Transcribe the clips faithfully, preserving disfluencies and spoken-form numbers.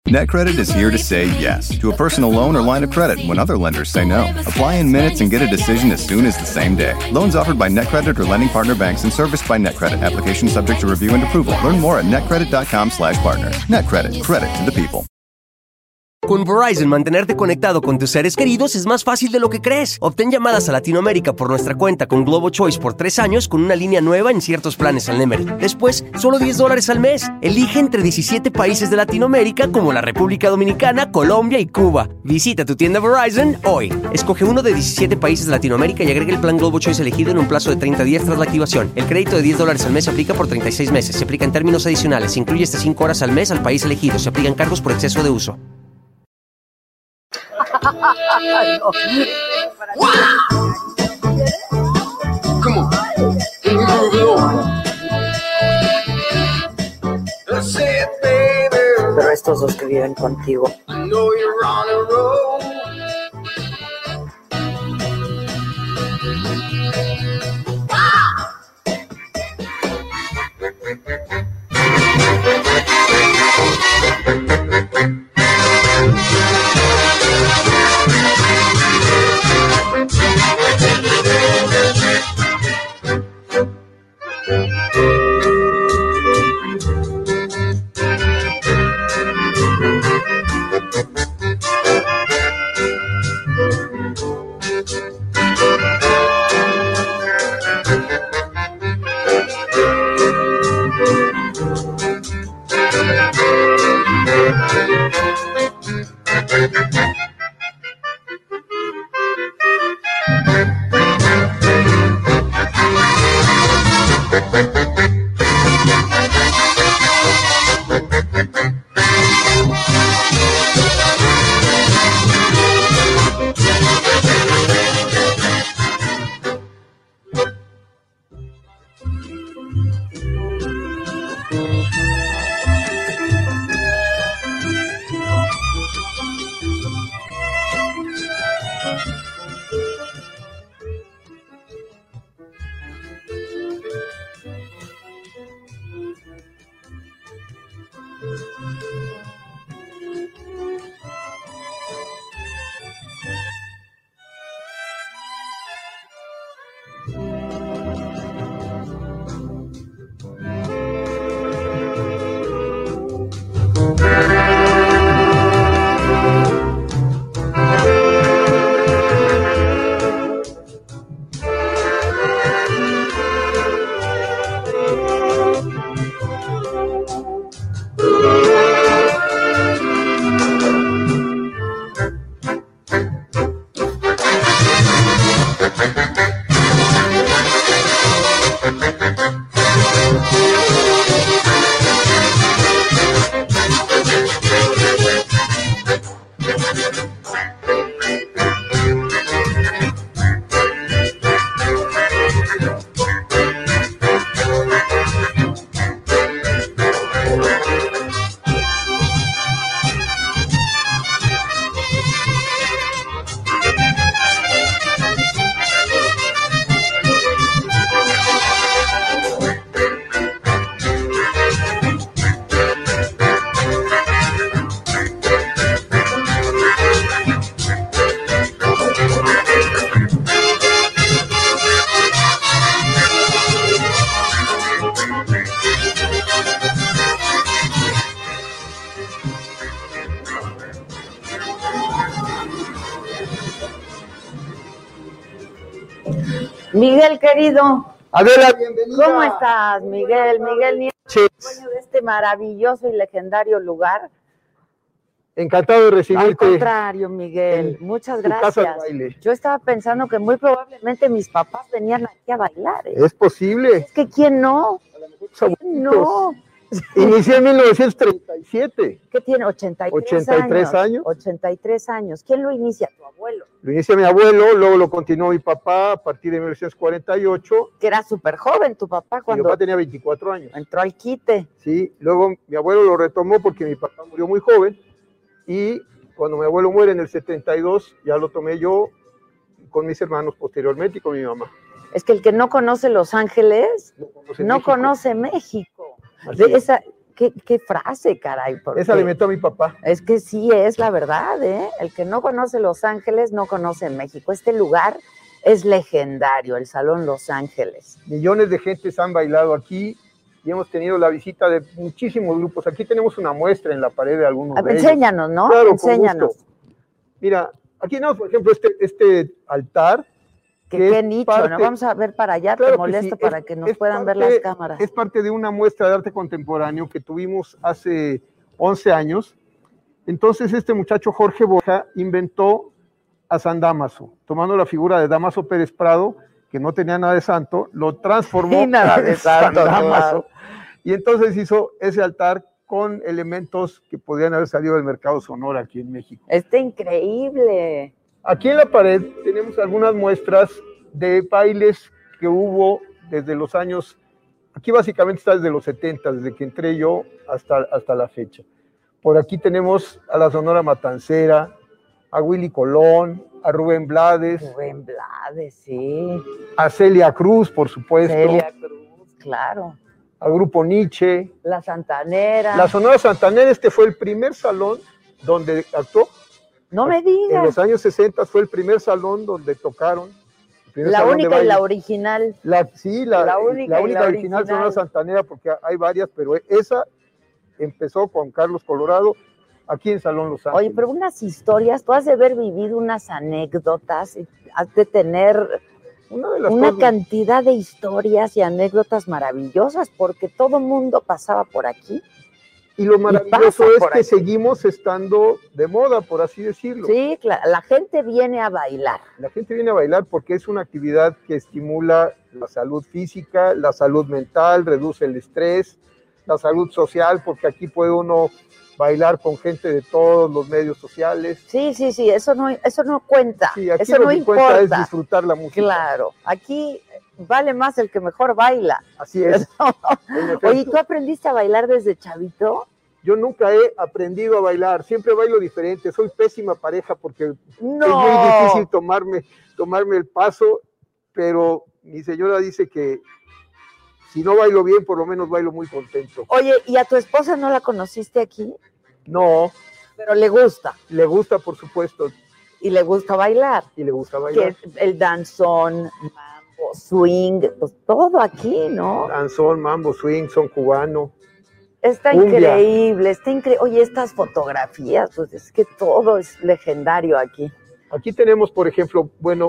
NetCredit is here to say yes to a personal loan or line of credit when other lenders say no. Apply in minutes and get a decision as soon as the same day. Loans offered by NetCredit or lending partner banks and serviced by NetCredit. Application subject to review and approval. Learn more at netcredit.com slash partner. NetCredit. Credit to the people. Con Verizon, mantenerte conectado con tus seres queridos es más fácil de lo que crees. Obtén llamadas a Latinoamérica por nuestra cuenta con Globo Choice por tres años con una línea nueva en ciertos planes al Nemery. Después, solo diez dólares al mes. Elige entre diecisiete países de Latinoamérica como la República Dominicana, Colombia y Cuba. Visita tu tienda Verizon hoy. Escoge uno de diecisiete países de Latinoamérica y agrega el plan Globo Choice elegido en un plazo de treinta días tras la activación. El crédito de diez dólares al mes se aplica por treinta y seis meses. Se aplica en términos adicionales. Se incluye hasta cinco horas al mes al país elegido. Se aplican cargos por exceso de uso. No. Come on. Pero estos dos que viven contigo. I know you're on a roll. Miguel, querido. Adela, bienvenida. ¿Cómo estás, Miguel? Miguel Nieto, dueño de este maravilloso y legendario lugar. Encantado de recibirte. Al contrario, Miguel, muchas gracias. Casa de baile. Yo estaba pensando que muy probablemente mis papás venían aquí a bailar. ¿eh? Es posible. Es que ¿quién no? ¿Quién no? Inicié en mil novecientos treinta y siete. ¿Qué tiene? ochenta y tres, ochenta y tres años. ochenta y tres años. ¿Quién lo inicia? Tu abuelo. Lo inicia mi abuelo, luego lo continuó mi papá a partir de mil novecientos cuarenta y ocho. Que era súper joven tu papá cuando... Mi papá tenía veinticuatro años. Entró al quite. Sí, luego mi abuelo lo retomó porque mi papá murió muy joven y cuando mi abuelo muere en el setenta y dos ya lo tomé yo con mis hermanos posteriormente y con mi mamá. Es que el que no conoce Los Ángeles no conoce no México. conoce México. Así De esa, qué, qué frase, caray. Porque Esa le inventó a mi papá. es que sí es la verdad, ¿eh? El que no conoce Los Ángeles no conoce México. Este lugar es legendario, el Salón Los Ángeles. Millones de gentes han bailado aquí y hemos tenido la visita de muchísimos grupos. Aquí tenemos una muestra en la pared de algunos A de ver, ellos. enséñanos, ¿no? Claro, con Enséñanos. gusto. Mira, aquí tenemos, por ejemplo, este, este altar. Que que qué es nicho, parte- ¿no? Vamos a ver para allá, Claro te que molesto sí, para es- que nos es puedan ver parte- las cámaras. Es parte de una muestra de arte contemporáneo que tuvimos hace once años. Entonces este muchacho Jorge Borja inventó a San Dámaso, tomando la figura de Dámaso Pérez Prado, que no tenía nada de santo, lo transformó Y nada de en San santo, Dámaso. claro. Y entonces hizo ese altar con elementos que podrían haber salido del mercado Sonora aquí en México. Está increíble. Aquí en la pared tenemos algunas muestras de bailes que hubo desde los años, aquí básicamente está desde los setenta, desde que entré yo hasta, hasta la fecha. Por aquí tenemos a la Sonora Matancera, a Willy Colón, a Rubén Blades, Rubén Blades, sí. a Celia Cruz, por supuesto, Celia Cruz, claro. a Grupo Nietzsche, La Santanera. la Sonora Santanera. Este fue el primer salón donde actuó. No me En digas. los años sesenta fue el primer salón donde tocaron. el primer La salón de única y la baile. original. La, sí, la, La la única única, y la original, original. Sonora Santanera, porque hay varias, pero esa empezó con Carlos Colorado aquí en Salón Los Ángeles. Oye, pero unas historias, tú has de haber vivido unas anécdotas, y has de tener una de las una cosas, cantidad de historias y anécdotas maravillosas, porque todo mundo pasaba por aquí. y lo pasa maravilloso es por que aquí. seguimos estando de moda, por así decirlo. Sí, cla- la gente viene a bailar. La gente viene a bailar porque es una actividad que estimula la salud física, la salud mental, reduce el estrés, la salud social, porque aquí puede uno bailar con gente de todos los medios sociales. Sí, sí, sí, eso no, eso no cuenta, Sí, aquí eso lo no que cuenta es importa. disfrutar la música. Claro, aquí vale más el que mejor baila. Así es. En efecto. Oye, ¿tú aprendiste a bailar desde chavito? Yo nunca he aprendido a bailar, siempre bailo diferente, soy pésima pareja porque No. es muy difícil tomarme, tomarme el paso, pero mi señora dice que si no bailo bien, por lo menos bailo muy contento. Oye, ¿y a tu esposa no la conociste aquí? No, Pero le gusta, le gusta por supuesto, y le gusta bailar. y le gusta Que bailar. el danzón, mambo, swing, pues todo aquí, ¿no? Danzón, mambo, swing, son cubano. Está Cumbia. increíble, está increíble. Oye, estas fotografías, pues es que todo es legendario aquí. Aquí tenemos, por ejemplo, bueno,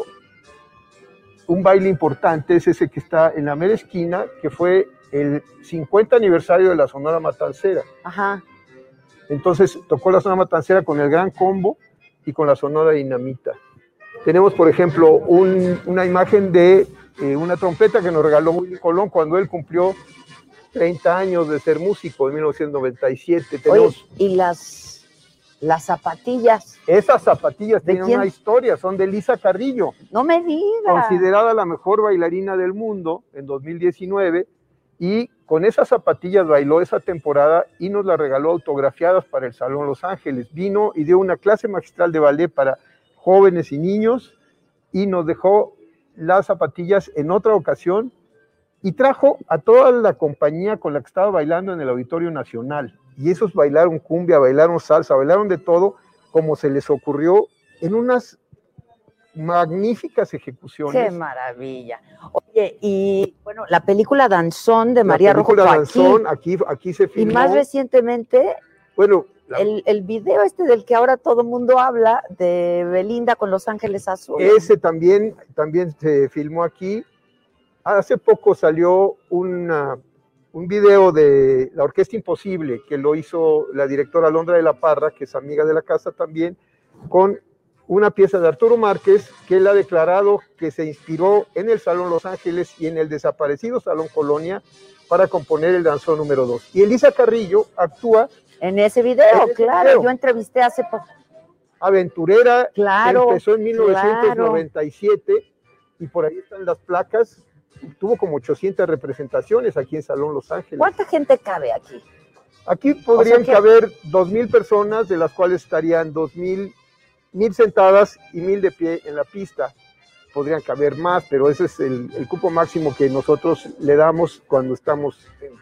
un baile importante, es ese que está en la mera esquina, que fue el cincuenta aniversario de la Sonora Matancera. Ajá. Entonces tocó la Sonora Matancera con el Gran Combo y con la Sonora Dinamita. Tenemos, por ejemplo, un- una imagen de eh, una trompeta que nos regaló Willy Colón cuando él cumplió treinta años de ser músico, en mil novecientos noventa y siete. Tenemos Oye, y las, las zapatillas, esas zapatillas, ¿de tienen quién? una historia, son de Lisa Carrillo, no me digas. considerada la mejor bailarina del mundo en dos mil diecinueve, y con esas zapatillas bailó esa temporada y nos las regaló autografiadas para el Salón Los Ángeles. Vino y dio una clase magistral de ballet para jóvenes y niños y nos dejó las zapatillas en otra ocasión y trajo a toda la compañía con la que estaba bailando en el Auditorio Nacional. Y esos bailaron cumbia, bailaron salsa, bailaron de todo como se les ocurrió en unas magníficas ejecuciones. Qué maravilla. Oye, y bueno, la película Danzón de María La Rojo película Joaquín. Danzón, aquí, aquí se Y filmó. más recientemente, Bueno, la- el, el video este del que ahora todo el mundo habla, de Belinda con Los Ángeles Azules. ese también, también se filmó aquí. Hace poco salió una, un video de la Orquesta Imposible, que lo hizo la directora Alondra de la Parra, que es amiga de la casa también, con una pieza de Arturo Márquez, que él ha declarado que se inspiró en el Salón Los Ángeles y en el desaparecido Salón Colonia para componer el danzón número dos. Y Elisa Carrillo actúa En ese video, En ese claro. video. Yo entrevisté hace poco. aventurera, Claro, empezó en mil novecientos noventa y siete y por ahí están las placas. Tuvo como ochocientas representaciones aquí en Salón Los Ángeles. ¿Cuánta gente cabe aquí? Aquí podrían que- caber dos mil personas, de las cuales estarían dos mil, mil sentadas y mil de pie en la pista. Podrían caber más, pero ese es el, el cupo máximo que nosotros le damos cuando estamos en,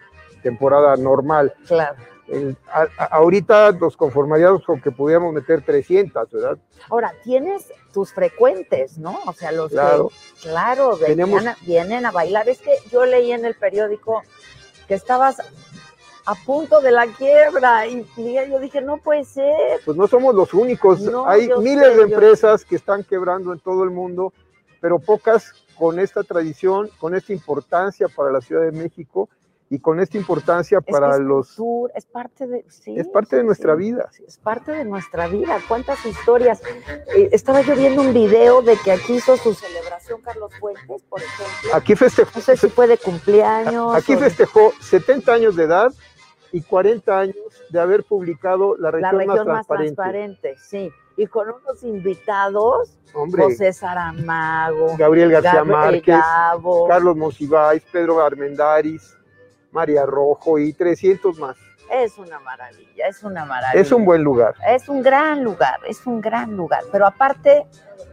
temporada normal. Claro. El, a, a, ahorita nos conformaríamos con que pudiéramos meter trescientas, ¿verdad? Ahora, tienes tus frecuentes, ¿no? O sea, los claro. que, claro, Tenemos... vienen, vienen a bailar. Es que yo leí en el periódico que estabas a punto de la quiebra y, y yo dije, no puede ser. Pues no somos los únicos, no, hay miles sé, de empresas yo... que están quebrando en todo el mundo, pero pocas con esta tradición, con esta importancia para la Ciudad de México y con esta importancia es para que es los... cultura, es parte de... Sí, es parte de nuestra sí, vida. Sí, es parte de nuestra vida. ¿Cuántas historias? Eh, estaba yo viendo un video de que aquí hizo su celebración Carlos Fuentes, por ejemplo. Aquí festejó... No sé si fue de cumpleaños. Aquí o... festejó setenta años de edad y cuarenta años de haber publicado La región, la región más, más transparente. transparente. Sí. Y con unos invitados, Hombre, José Saramago, Gabriel García Gab Márquez, Gabo, Carlos Monsiváis, Pedro Armendáriz, María Rojo y trescientos más. Es una maravilla, es una maravilla. Es un buen lugar. Es un gran lugar, es un gran lugar. Pero aparte,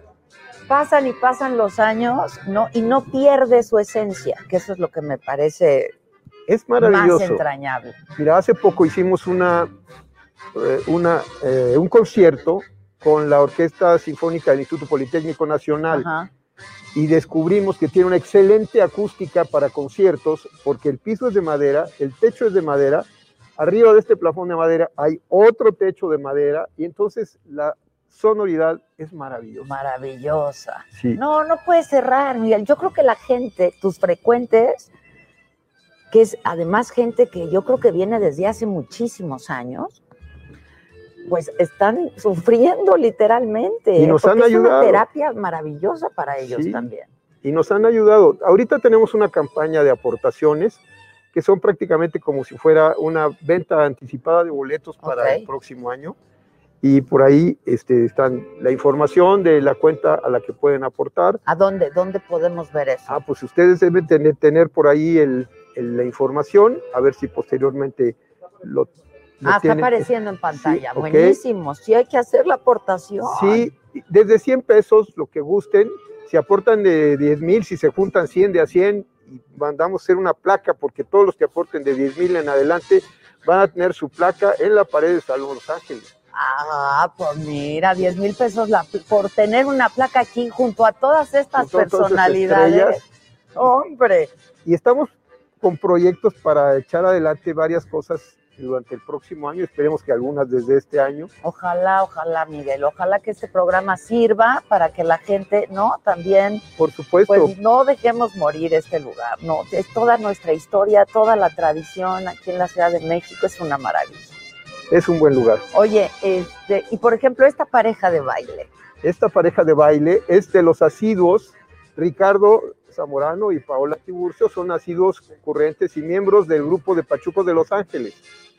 pasan y pasan los años, ¿no? Y no pierde su esencia, que eso es lo que me parece es maravilloso. Más entrañable. Mira, hace poco hicimos una, eh, una, eh, un concierto con la Orquesta Sinfónica del Instituto Politécnico Nacional. Ajá. Y descubrimos que tiene una excelente acústica para conciertos porque el piso es de madera, el techo es de madera, arriba de este plafón de madera hay otro techo de madera y entonces la sonoridad es maravillosa. Maravillosa. Sí. No, no puedes cerrar, Miguel. Yo creo que la gente, tus frecuentes, que es además gente que yo creo que viene desde hace muchísimos años, pues están sufriendo literalmente. Y nos ¿eh? han es ayudado. una terapia maravillosa para ellos Sí, también. Y nos han ayudado. Ahorita tenemos una campaña de aportaciones que son prácticamente como si fuera una venta anticipada de boletos para Okay. el próximo año. Y por ahí este, están la información de la cuenta a la que pueden aportar. ¿A dónde? ¿Dónde podemos ver eso? Ah, pues ustedes deben tener, tener por ahí el, el, la información, a ver si posteriormente lo, lo ah, tienen. está apareciendo en pantalla. Sí, okay. Buenísimo. Sí, hay que hacer la aportación. Sí, desde cien pesos, lo que gusten. Si aportan de diez mil, si se juntan cien de a cien, y mandamos a hacer una placa, porque todos los que aporten de diez mil en adelante van a tener su placa en la pared del Salón Los Ángeles. Ah, pues mira, diez mil pesos la, por tener una placa aquí junto a todas estas Junto a todas personalidades. estas estrellas. Hombre. Y estamos con proyectos para echar adelante varias cosas durante el próximo año, esperemos que algunas desde este año. Ojalá, ojalá, Miguel, ojalá que este programa sirva para que la gente, ¿no? También, por supuesto, pues no dejemos morir este lugar, ¿no? Es toda nuestra historia, toda la tradición aquí en la Ciudad de México, es una maravilla. Es un buen lugar. Oye, este, y por ejemplo, esta pareja de baile. Esta pareja de baile es de los asiduos, Ricardo Zamorano y Paola Tiburcio, son asiduos concurrentes y miembros del grupo de Pachucos de Los Ángeles.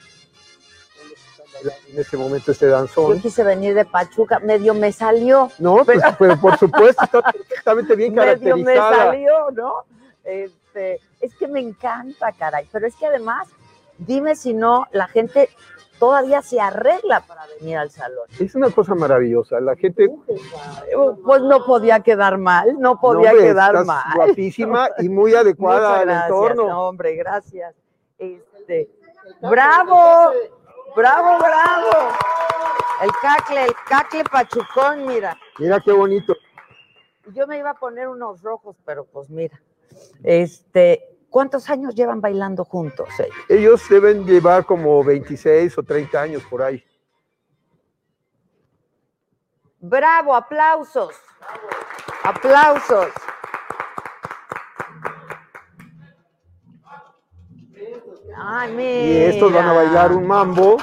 En este momento este danzón. Yo quise venir de Pachuca, medio me salió. No, pues, pero por supuesto, está perfectamente bien caracterizada. Medio me salió, ¿no? Este, es que me encanta, caray, pero es que además, dime si no, la gente todavía se arregla para venir al salón. Es una cosa maravillosa, la gente... Pues no podía quedar mal, no podía no, hombre, quedar estás mal. guapísima y muy adecuada Muchas al gracias, entorno. No, hombre, gracias. Este, ¡bravo! ¡Bravo, bravo! El cacle, el cacle pachucón, mira. Mira qué bonito. Yo me iba a poner unos rojos, pero pues mira. Este, ¿cuántos años llevan bailando juntos ellos? Ellos deben llevar como veintiséis o treinta años por ahí. ¡Bravo! ¡Aplausos! ¡Aplausos! Ay, mira. Y estos van a bailar un mambo.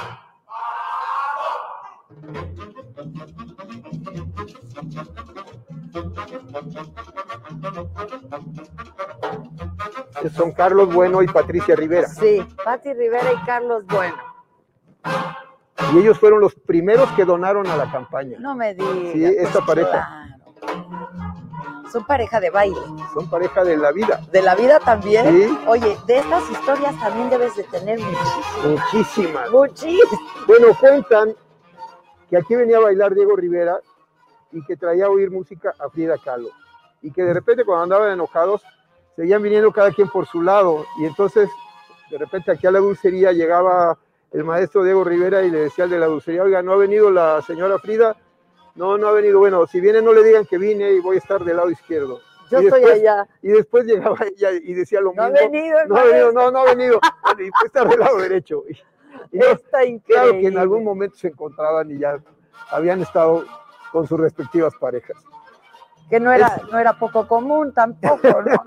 Son Carlos Bueno y Patricia Rivera. Sí, Pati Rivera y Carlos Bueno. Y ellos fueron los primeros que donaron a la campaña. No me digas. Sí, esta pues, pareja. Claro. Son pareja de baile. Son pareja de la vida. ¿De la vida también? Sí. Oye, de estas historias también debes de tener muchísimas. Muchísimas. Muchísimas. Bueno, cuentan que aquí venía a bailar Diego Rivera y que traía a oír música a Frida Kahlo. Y que de repente cuando andaban enojados, seguían viniendo cada quien por su lado. Y entonces de repente aquí a la dulcería llegaba el maestro Diego Rivera y le decía al de la dulcería, oiga, ¿no ha venido la señora Frida? No, no ha venido. Bueno, si viene no le digan que vine y voy a estar del lado izquierdo. Yo y estoy después, allá. Y después llegaba ella y decía lo No ha mismo. venido, no ha venido, no, no ha venido. Bueno, y puede estar del lado derecho. Y, y no, Está increíble. claro que en algún momento se encontraban y ya habían estado con sus respectivas parejas. Que no era, Es- no era poco común tampoco, ¿no?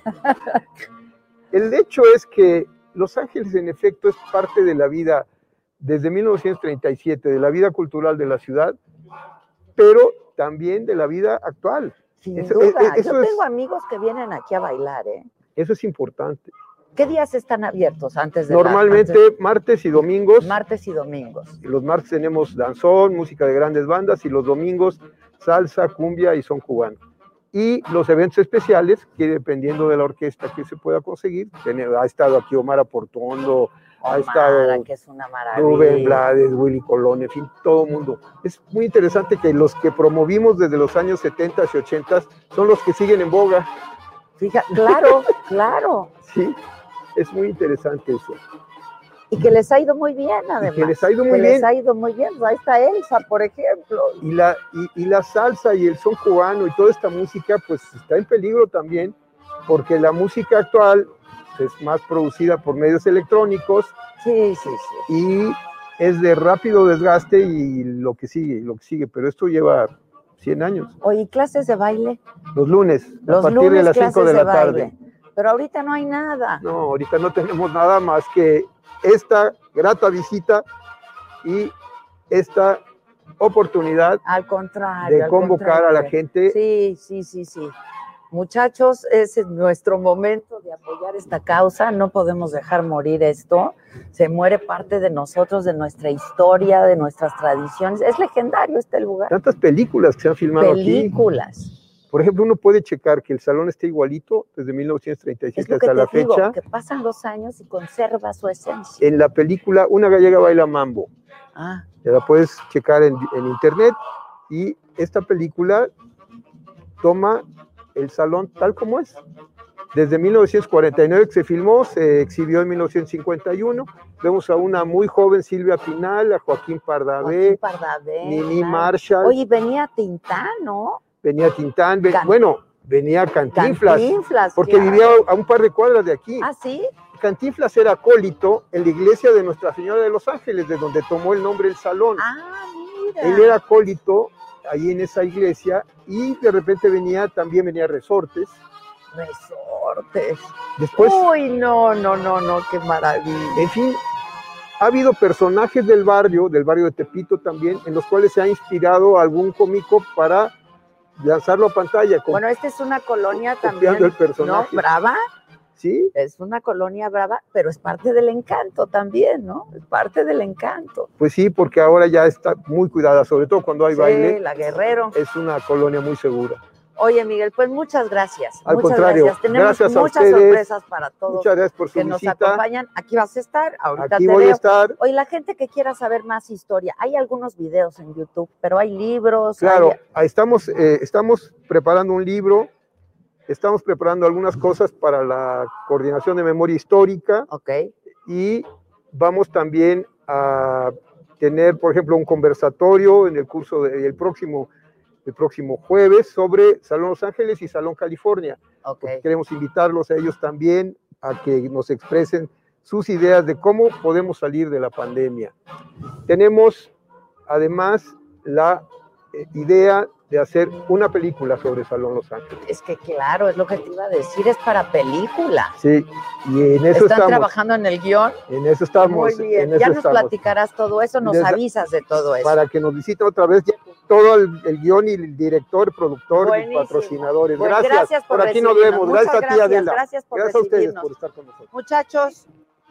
El hecho es que Los Ángeles, en efecto, es parte de la vida, desde mil novecientos treinta y siete, de la vida cultural de la ciudad, pero también de la vida actual. Sin Eso- duda. eh, eso Yo es- tengo amigos que vienen aquí a bailar, ¿eh? Eso es importante. ¿Qué días están abiertos antes de la- Normalmente antes- martes y domingos. martes y domingos? Y los martes tenemos danzón, música de grandes bandas, y los domingos salsa, cumbia y son cubano. Y los eventos especiales, que dependiendo de la orquesta que se pueda conseguir, tiene- ha estado aquí Omar Aportondo, ha Omar, estado que es una maravilla. Rubén Blades, Willy Colón, en fin, todo el mundo. Es muy interesante que los que promovimos desde los años setenta y ochenta son los que siguen en boga. Fíjate, claro, claro. Sí, es muy interesante eso. Y que les ha ido muy bien, además. les ha ido muy Que les bien. ha ido muy bien. Ahí está Elsa, por ejemplo. Y la, y, y la salsa y el son cubano y toda esta música, pues está en peligro también, porque la música actual es más producida por medios electrónicos Sí, sí, sí. y es de rápido desgaste y lo que sigue, y lo que sigue, pero esto lleva cien años. Oye, ¿y clases de baile? Los lunes, Los a partir lunes de las cinco clases de la baile. tarde. Pero ahorita no hay nada. No, ahorita no tenemos nada más que esta grata visita y esta oportunidad Al contrario. de al convocar a la contrario. gente. Sí, sí, sí, sí. Muchachos, ese es nuestro momento de apoyar esta causa. No podemos dejar morir esto. Se muere parte de nosotros, de nuestra historia, de nuestras tradiciones. Es legendario este lugar. Tantas películas que se han filmado aquí. Películas. Por ejemplo, uno puede checar que el salón está igualito desde mil novecientos treinta y Es siete lo que hasta la te digo, fecha. que pasan los años y conserva su esencia. En la película Una gallega baila mambo, Ah, ya la puedes checar en, en internet, y esta película toma el salón tal como es. Desde mil novecientos cuarenta y nueve que se filmó, se exhibió en mil novecientos cincuenta y uno. Vemos a una muy joven Silvia Pinal, a Joaquín Joaquín Pardavé, Pardavé, Nini claro. Marshall, Oye, venía Tintán, ¿no? venía Tintán, ve- Can- bueno, venía Cantinflas, Cantinflas, porque claro. vivía a un par de cuadras de aquí. Ah, ¿sí? Cantinflas era acólito en la iglesia de Nuestra Señora de los Ángeles, de donde tomó el nombre el salón. Ah, mira. Él era acólito ahí en esa iglesia, y de repente venía, también venía Resortes. Resortes. Después, Uy, no, no, no, no, qué maravilla. en fin, ha habido personajes del barrio, del barrio de Tepito también, en los cuales se ha inspirado algún cómico para lanzarlo a pantalla, con- Bueno, esta es una colonia copiando también, el personaje. ¿no? Brava, ¿sí? es una colonia brava, pero es parte del encanto también, ¿no? Es parte del encanto. Pues sí, porque ahora ya está muy cuidada, sobre todo cuando hay Sí, baile, la Guerrero. es una colonia muy segura. Oye, Miguel, pues muchas gracias. Al muchas contrario, gracias. Tenemos gracias a muchas ustedes. sorpresas para todos Muchas gracias por su que nos visita. acompañan. Aquí vas a estar, ahorita Aquí te voy veo. a estar. Oye, la gente que quiera saber más historia, hay algunos videos en YouTube, pero hay libros. Claro, hay- ahí estamos, eh, estamos preparando un libro, estamos preparando algunas cosas para la coordinación de memoria histórica, Ok, y vamos también a tener, por ejemplo, un conversatorio en el curso del próximo, el próximo jueves sobre Salón Los Ángeles y Salón California. ok. Porque queremos invitarlos a ellos también a que nos expresen sus ideas de cómo podemos salir de la pandemia. Tenemos además la eh, idea de hacer una película sobre Salón Los Ángeles. Es que claro, es lo que te iba a decir, es para película. Sí, y en eso Están estamos. trabajando en el guión. En eso estamos. Muy bien, en eso ya nos estamos. platicarás todo eso, nos Desde- avisas de todo eso. Para que nos visiten otra vez ya con todo el, el guión y el director, productor Buenísimo. y patrocinadores. Pues gracias. gracias por aquí nos recibirnos. vemos. Muchas Gracias a ti, gracias, Adela. gracias por gracias a ustedes recibirnos. por estar con nosotros. Muchachos,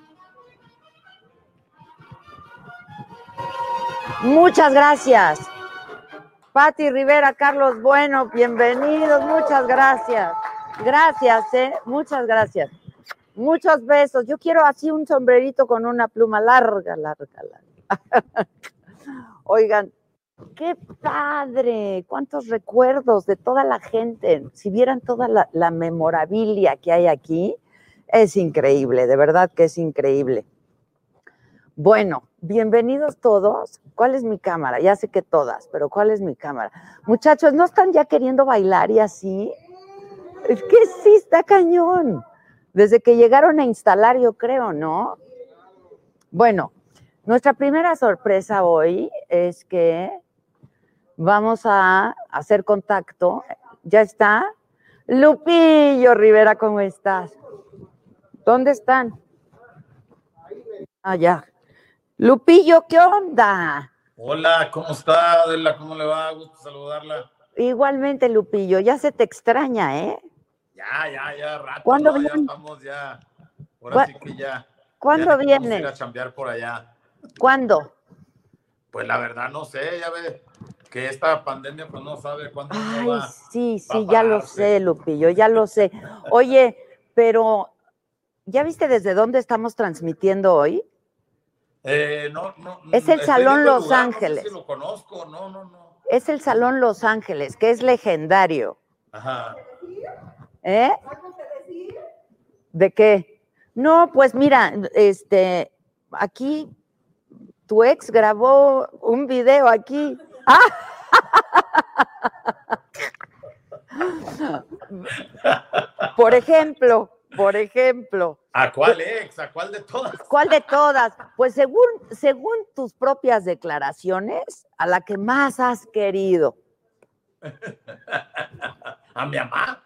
muchas gracias. Pati Rivera, Carlos Bueno, bienvenidos, muchas gracias. Gracias, eh, muchas gracias. Muchos besos. Yo quiero así un sombrerito con una pluma larga, larga, larga. Oigan, qué padre, cuántos recuerdos de toda la gente. Si vieran toda la, la memorabilia que hay aquí, Es increíble, de verdad que es increíble. Bueno, bienvenidos todos. ¿Cuál es mi cámara? Ya sé que todas, pero ¿cuál es mi cámara? Muchachos, ¿no están ya queriendo bailar y así? Es que sí, está cañón. Desde que llegaron a instalar, yo creo, ¿no? Bueno, nuestra primera sorpresa hoy es que vamos a hacer contacto. ¿Ya está? Lupillo Rivera, ¿cómo estás? ¿Dónde están? Allá. Ah, Lupillo, ¿qué onda? Hola, ¿cómo está, Adela? ¿Cómo le va? Gusto saludarla. Igualmente, Lupillo, ya se te extraña, ¿eh? Ya, ya, ya, rato. ¿Cuándo ¿no? Ya viene? estamos, ya. Ahora sí que ya. ¿Cuándo ya vienes? Vamos a ir a chambear por allá. ¿Cuándo? Pues la verdad no sé, ya ve que esta pandemia pues no sabe cuándo Ay, va, sí, va sí, ya lo sé, Lupillo, ya lo sé. Oye, pero ¿ya viste desde dónde estamos transmitiendo hoy? Eh, no, no, es el Salón Los lugar, Ángeles. No sé si lo conozco, no, no, no. Es el Salón Los Ángeles, que es legendario. Ajá. ¿Eh? ¿De qué? No, pues mira, este, aquí tu ex grabó un video aquí. ¡Ah! Por ejemplo, por ejemplo. ¿A cuál ex? ¿A cuál de todas? ¿Cuál de todas? Pues según, según tus propias declaraciones, a la que más has querido. ¿A mi mamá?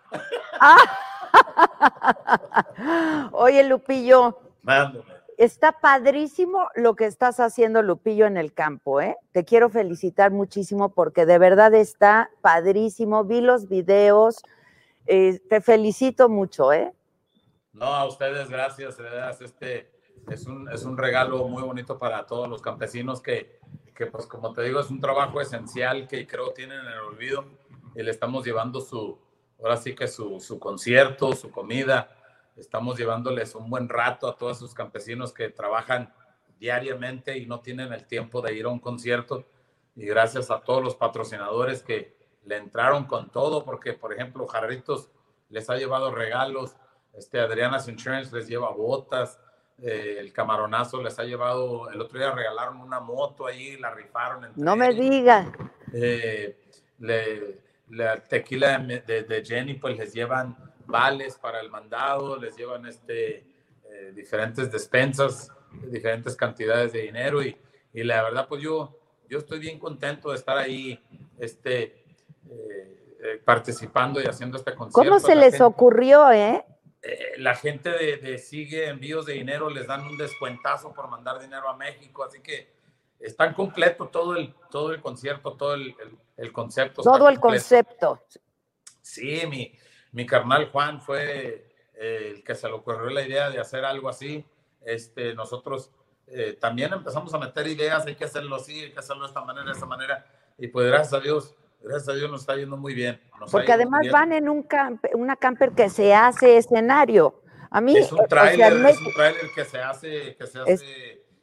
Ah. Oye, Lupillo. Mándame. Está padrísimo lo que estás haciendo, Lupillo, en el campo, ¿eh? Te quiero felicitar muchísimo porque de verdad está padrísimo. Vi los videos, eh, te felicito mucho, ¿eh? No, a ustedes gracias, de verdad, este es un, es un regalo muy bonito para todos los campesinos que, que, pues como te digo, es un trabajo esencial que creo tienen en el olvido y le estamos llevando su, ahora sí que su, su concierto, su comida. Estamos llevándoles un buen rato a todos esos campesinos que trabajan diariamente y no tienen el tiempo de ir a un concierto. Y gracias a todos los patrocinadores que le entraron con todo, porque, por ejemplo, Jarritos les ha llevado regalos, este, Adriana's Insurance les lleva botas, eh, el Camaronazo les ha llevado, el otro día regalaron una moto ahí, la rifaron. Entre no me ellos. diga. Eh, le, la tequila de, de, de Jenny, pues les llevan vales para el mandado, les llevan este, eh, diferentes despensas, diferentes cantidades de dinero y, y la verdad pues yo, yo estoy bien contento de estar ahí este, eh, eh, participando y haciendo este concierto. ¿Cómo se la les gente, ocurrió, eh? eh? La gente de, de Sigue Envíos de Dinero les dan un descuentazo por mandar dinero a México, así que está completo todo el, todo el concierto, todo el, el, el concepto. Todo el completo. concepto. Sí, mi... Mi carnal Juan fue eh, el que se le ocurrió la idea de hacer algo así. Este, nosotros eh, también empezamos a meter ideas, hay que hacerlo así, hay que hacerlo de esta manera, de esta manera. Y pues gracias a Dios, gracias a Dios nos está yendo muy bien. Nos Porque además van en un camper, una camper que se hace escenario. A mí, es un tráiler, o sea, es un tráiler que se hace, que se hace, es,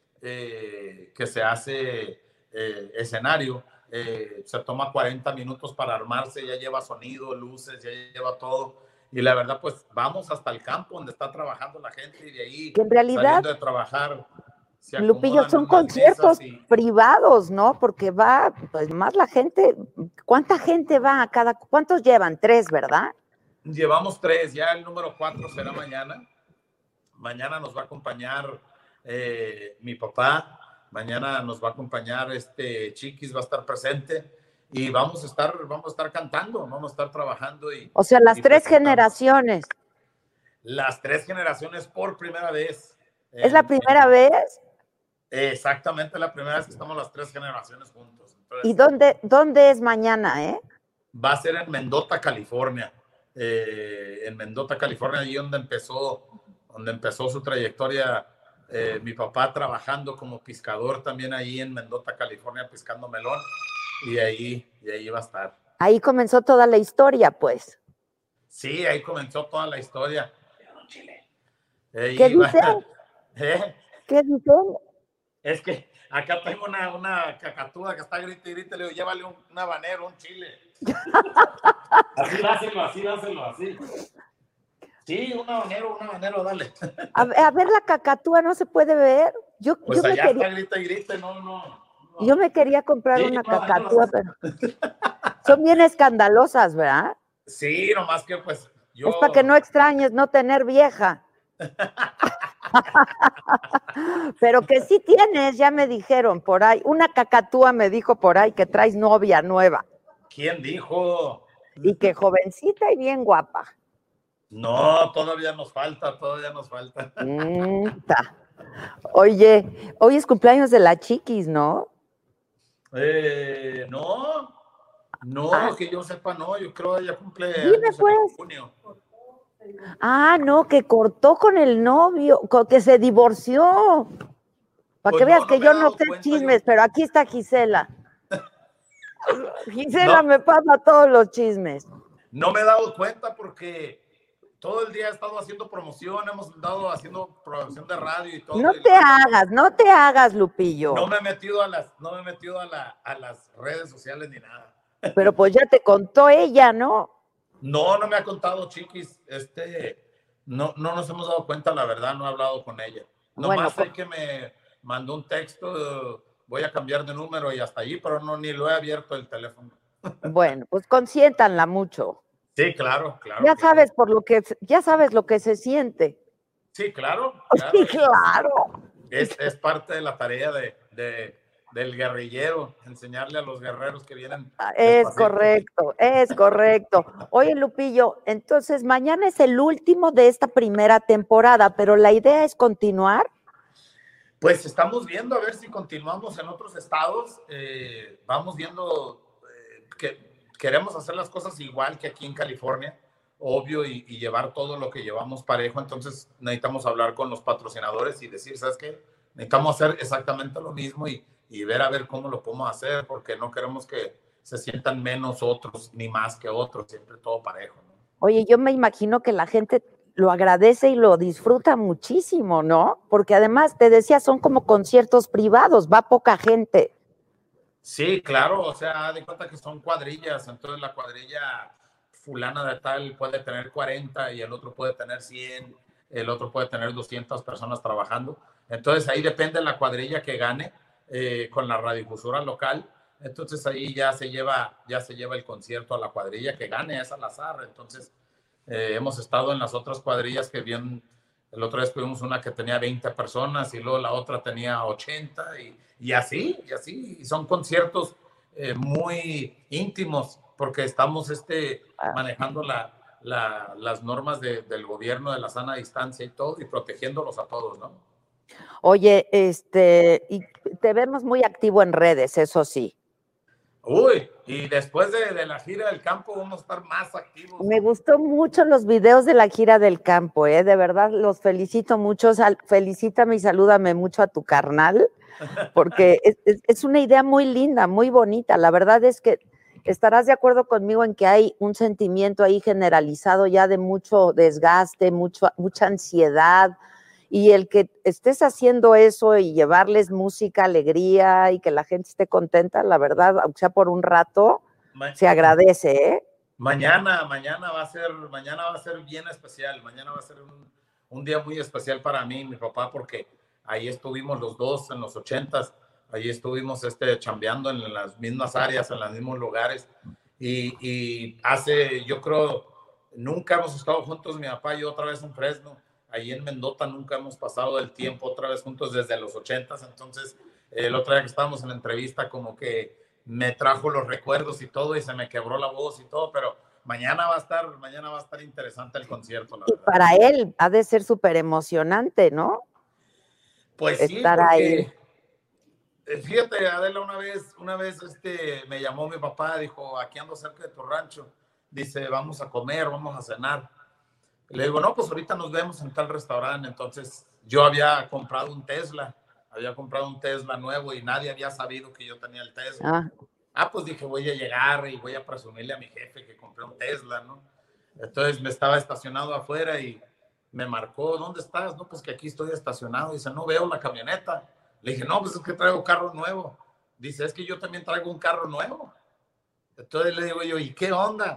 eh, que se hace eh, escenario. Eh, se toma cuarenta minutos para armarse, ya lleva sonido, luces, ya lleva todo y la verdad pues vamos hasta el campo donde está trabajando la gente y de ahí que en realidad, saliendo de trabajar Lupillo, son conciertos y... privados, ¿no? Porque va, pues más la gente, ¿cuánta gente va a cada, cuántos llevan? Tres, ¿verdad? Llevamos tres, ya el número cuatro será mañana, mañana nos va a acompañar eh, mi papá. Mañana nos va a acompañar este Chiquis, va a estar presente y vamos a estar, vamos a estar cantando, vamos a estar trabajando. Y, o sea, las y tres generaciones. Las tres generaciones por primera vez. ¿Es en, la primera en, vez? Exactamente, la primera vez que estamos las tres generaciones juntos. Entonces, ¿y dónde, dónde es mañana, eh? Va a ser en Mendota, California. Eh, en Mendota, California, allí donde empezó, donde empezó su trayectoria. Eh, mi papá trabajando como pescador también ahí en Mendota, California, pescando melón, y ahí, y ahí va a estar. Ahí comenzó toda la historia, pues. Sí, ahí comenzó toda la historia. ¿Qué dicen? ¿Eh? ¿Qué dicen? Es que acá tengo una, una cacatúa que está grita y grita, le digo, llévale un, un habanero, un chile. Así dáselo, así dáselo, así. Sí, un habanero, un habanero, dale. A, a ver, la cacatúa no se puede ver. Yo, Pues yo me allá quería, está, grita y grita, no, no. no. yo me quería comprar Sí, una un habanero, cacatúa, las- pero son bien escandalosas, ¿verdad? Sí, nomás que pues yo... Es para que no extrañes no tener vieja. Pero que sí tienes, ya me dijeron por ahí. Una cacatúa me dijo por ahí que traes novia nueva ¿Quién dijo? y que jovencita y bien guapa. No, todavía nos falta, todavía nos falta. Mm, ta. Oye, hoy es cumpleaños de la Chiquis, ¿no? Eh, no, no, Ah. que yo sepa, no, yo creo que ella cumple Dime, años pues. en junio. Ah, no, que cortó con el novio, co- que se divorció. Para Pues que no, veas no que me he yo no dado sé cuenta, chismes, yo- pero aquí está Gisela. Gisela No. me pasa todos los chismes. No me he dado cuenta porque todo el día he estado haciendo promoción, hemos estado haciendo promoción de radio y todo. No y te la- hagas, no te hagas, Lupillo. No me he metido a las, no me he metido a, la, a las redes sociales ni nada. Pero pues ya te contó ella, ¿no? No, no me ha contado, Chiquis. Este, no, no nos hemos dado cuenta, la verdad, no he hablado con ella. Bueno, Nomás sé pues- que me mandó un texto, voy a cambiar de número y hasta allí, pero no, ni lo he abierto el teléfono. Bueno, pues consiéntanla mucho. Sí, claro, claro. Ya claro. sabes por lo que, ya sabes lo que se siente. Sí, claro. Sí, claro. Es, es parte de la tarea de, de, del guerrillero, enseñarle a los guerreros que vienen. Es despacito. correcto, es correcto. Oye, Lupillo, entonces mañana es el último de esta primera temporada, pero la idea es continuar. Pues estamos viendo a ver si continuamos en otros estados. Eh, vamos viendo eh, que queremos hacer las cosas igual que aquí en California, obvio, y, y llevar todo lo que llevamos parejo. Entonces necesitamos hablar con los patrocinadores y decir, ¿sabes qué? Necesitamos hacer exactamente lo mismo y, y ver a ver cómo lo podemos hacer, porque no queremos que se sientan menos otros ni más que otros, siempre todo parejo, ¿no? Oye, yo me imagino que la gente lo agradece y lo disfruta muchísimo, ¿no? Porque además, te decía, son como conciertos privados, va poca gente. Sí, claro, o sea, de cuenta que son cuadrillas, entonces la cuadrilla fulana de tal puede tener cuarenta y el otro puede tener cien, el otro puede tener doscientas personas trabajando. Entonces ahí depende la cuadrilla que gane eh, con la radiodifusora local. Entonces ahí ya se lleva, ya se lleva el concierto a la cuadrilla que gane, es al azar. Entonces eh, hemos estado en las otras cuadrillas que bien, el otro día tuvimos una que tenía veinte personas y luego la otra tenía ochenta y, y así, y así. Y son conciertos eh, muy íntimos porque estamos este, manejando la, la, las normas de, del gobierno de la sana distancia y todo y protegiéndolos a todos, ¿no? Oye, este, y te vemos muy activo en redes, eso sí. Uy, y después de, de la gira del campo vamos a estar más activos. Me gustó mucho los videos de la gira del campo, ¿eh? De verdad los felicito mucho. Sal, felicítame y salúdame mucho a tu carnal, porque es, es, es una idea muy linda, muy bonita. La verdad es que estarás de acuerdo conmigo en que hay un sentimiento ahí generalizado ya de mucho desgaste, mucho, mucha ansiedad, y el que estés haciendo eso y llevarles música, alegría y que la gente esté contenta, la verdad, aunque sea por un rato, Ma se agradece, ¿eh? Mañana, mañana va a ser, mañana va a ser bien especial, mañana va a ser un, un día muy especial para mí y mi papá, porque ahí estuvimos los dos en los ochentas, ahí estuvimos este, chambeando en las mismas áreas, en los mismos lugares, y, y hace, yo creo, nunca hemos estado juntos, mi papá y yo, otra vez en Fresno. Ahí en Mendota nunca hemos pasado el tiempo otra vez juntos desde los ochentas, entonces el otro día que estábamos en la entrevista como que me trajo los recuerdos y todo y se me quebró la voz y todo, pero mañana va a estar, mañana va a estar interesante el concierto, la y verdad. Para él ha de ser súper emocionante, ¿no? Pues sí, estar porque, ahí. Fíjate, Adela, una vez, una vez este, me llamó mi papá, dijo, aquí ando cerca de tu rancho, dice, vamos a comer, vamos a cenar. Le digo, no, pues ahorita nos vemos en tal restaurante. Entonces, yo había comprado un Tesla, había comprado un Tesla nuevo y nadie había sabido que yo tenía el Tesla. Ah, Ah, pues dije, voy a llegar y voy a presumirle a mi jefe que compré un Tesla, ¿no? Entonces, me estaba estacionado afuera y me marcó, ¿dónde estás? No, pues que aquí estoy estacionado. Dice, no veo la camioneta. Le dije, no, pues es que traigo carro nuevo. Dice, es que yo también traigo un carro nuevo. Entonces le digo yo, ¿y qué onda?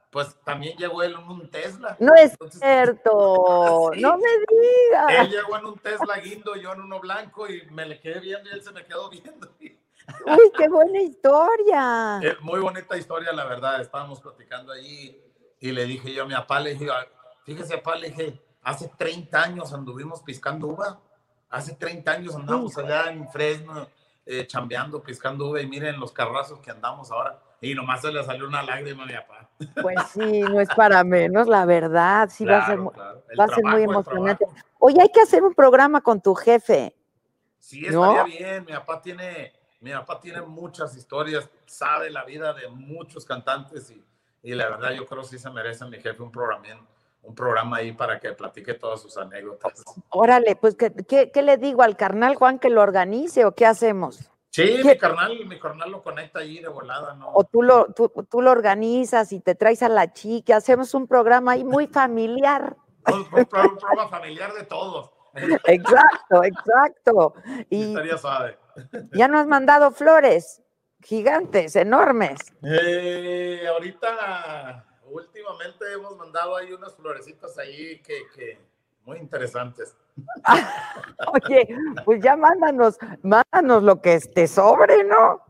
pues también llegó él en un Tesla. No es Entonces, cierto, sí, no me él digas. llegó en un Tesla guindo, yo en uno blanco, y me le quedé viendo y él se me quedó viendo. Uy, qué buena historia. Es muy bonita historia, la verdad. Estábamos platicando ahí y le dije yo a mi papá, le dije, fíjese, papá, le dije, hace treinta años anduvimos piscando uva. Hace treinta años andamos Sí. allá en Fresno, eh, chambeando, piscando uva, y miren los carrazos que andamos ahora. Y nomás se le salió una lágrima a mi papá. Pues sí, no es para menos, la verdad, sí va a ser, Claro, mu- claro. El va a ser muy trabajo, el emocionante. trabajo. Oye, hay que hacer un programa con tu jefe, Sí, estaría ¿no? bien. Mi papá tiene, mi papá tiene muchas historias, sabe la vida de muchos cantantes, y, y la verdad yo creo que sí se merece mi jefe un programa, un programa ahí para que platique todas sus anécdotas. Órale, pues, ¿qué, qué, qué le digo al carnal Juan que lo organice o qué hacemos? Sí, ¿Qué- mi carnal, mi carnal lo conecta ahí de volada, ¿no? O tú lo, tú, tú lo organizas y te traes a la chica, hacemos un programa ahí muy familiar. Un, un, un programa familiar de todos. Exacto, exacto. Sí, Y estaría suave. ya nos has mandado flores gigantes, enormes. Eh, ahorita, últimamente hemos mandado ahí unas florecitas ahí que, que muy interesantes. Oye, pues ya mándanos, mándanos lo que te sobre, ¿no?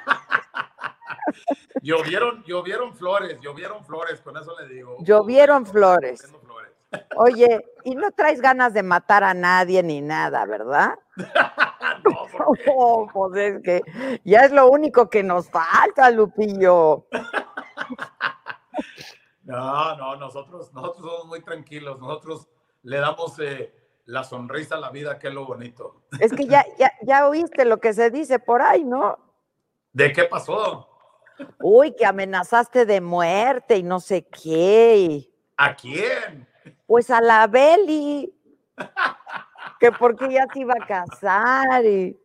Llovieron, llovieron flores, llovieron flores, con eso le digo. Llovieron Uy, flores. lloviendo flores. Oye, y no traes ganas de matar a nadie ni nada, ¿verdad? No, ¿por qué? Oh, pues es que ya es lo único que nos falta, Lupillo. No, no, nosotros, nosotros somos muy tranquilos, nosotros le damos eh, la sonrisa a la vida, que es lo bonito. Es que ya, ya, ya oíste lo que se dice por ahí, ¿no? ¿De qué pasó? Uy, que amenazaste de muerte y no sé qué. y- ¿A quién? Pues a la Beli, que porque ya se iba a casar y...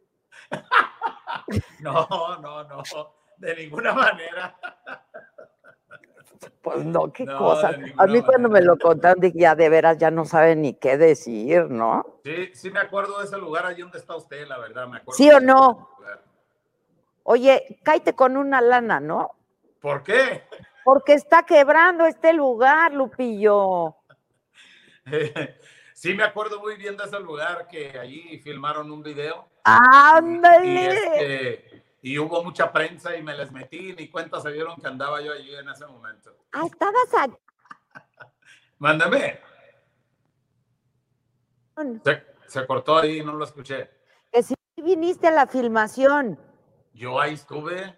No, no, no, de ninguna manera. Pues no, qué No, cosa. de ninguna A mí cuando me manera. lo contaron dije, ya de veras ya no saben ni qué decir, ¿no? Sí, sí me acuerdo de ese lugar, allí donde está usted, la verdad, me acuerdo. ¿Sí o de no? ese lugar. Oye, cáete con una lana, ¿no? ¿Por qué? Porque está quebrando este lugar, Lupillo. Sí me acuerdo muy bien de ese lugar, que allí filmaron un video. Y, ¡Ándale! este, y hubo mucha prensa y me les metí, ni cuenta se dieron que andaba yo allí en ese momento. Ah, estabas aquí. Mándame. Se, se cortó ahí, no lo escuché. Que sí viniste a la filmación. Yo ahí estuve.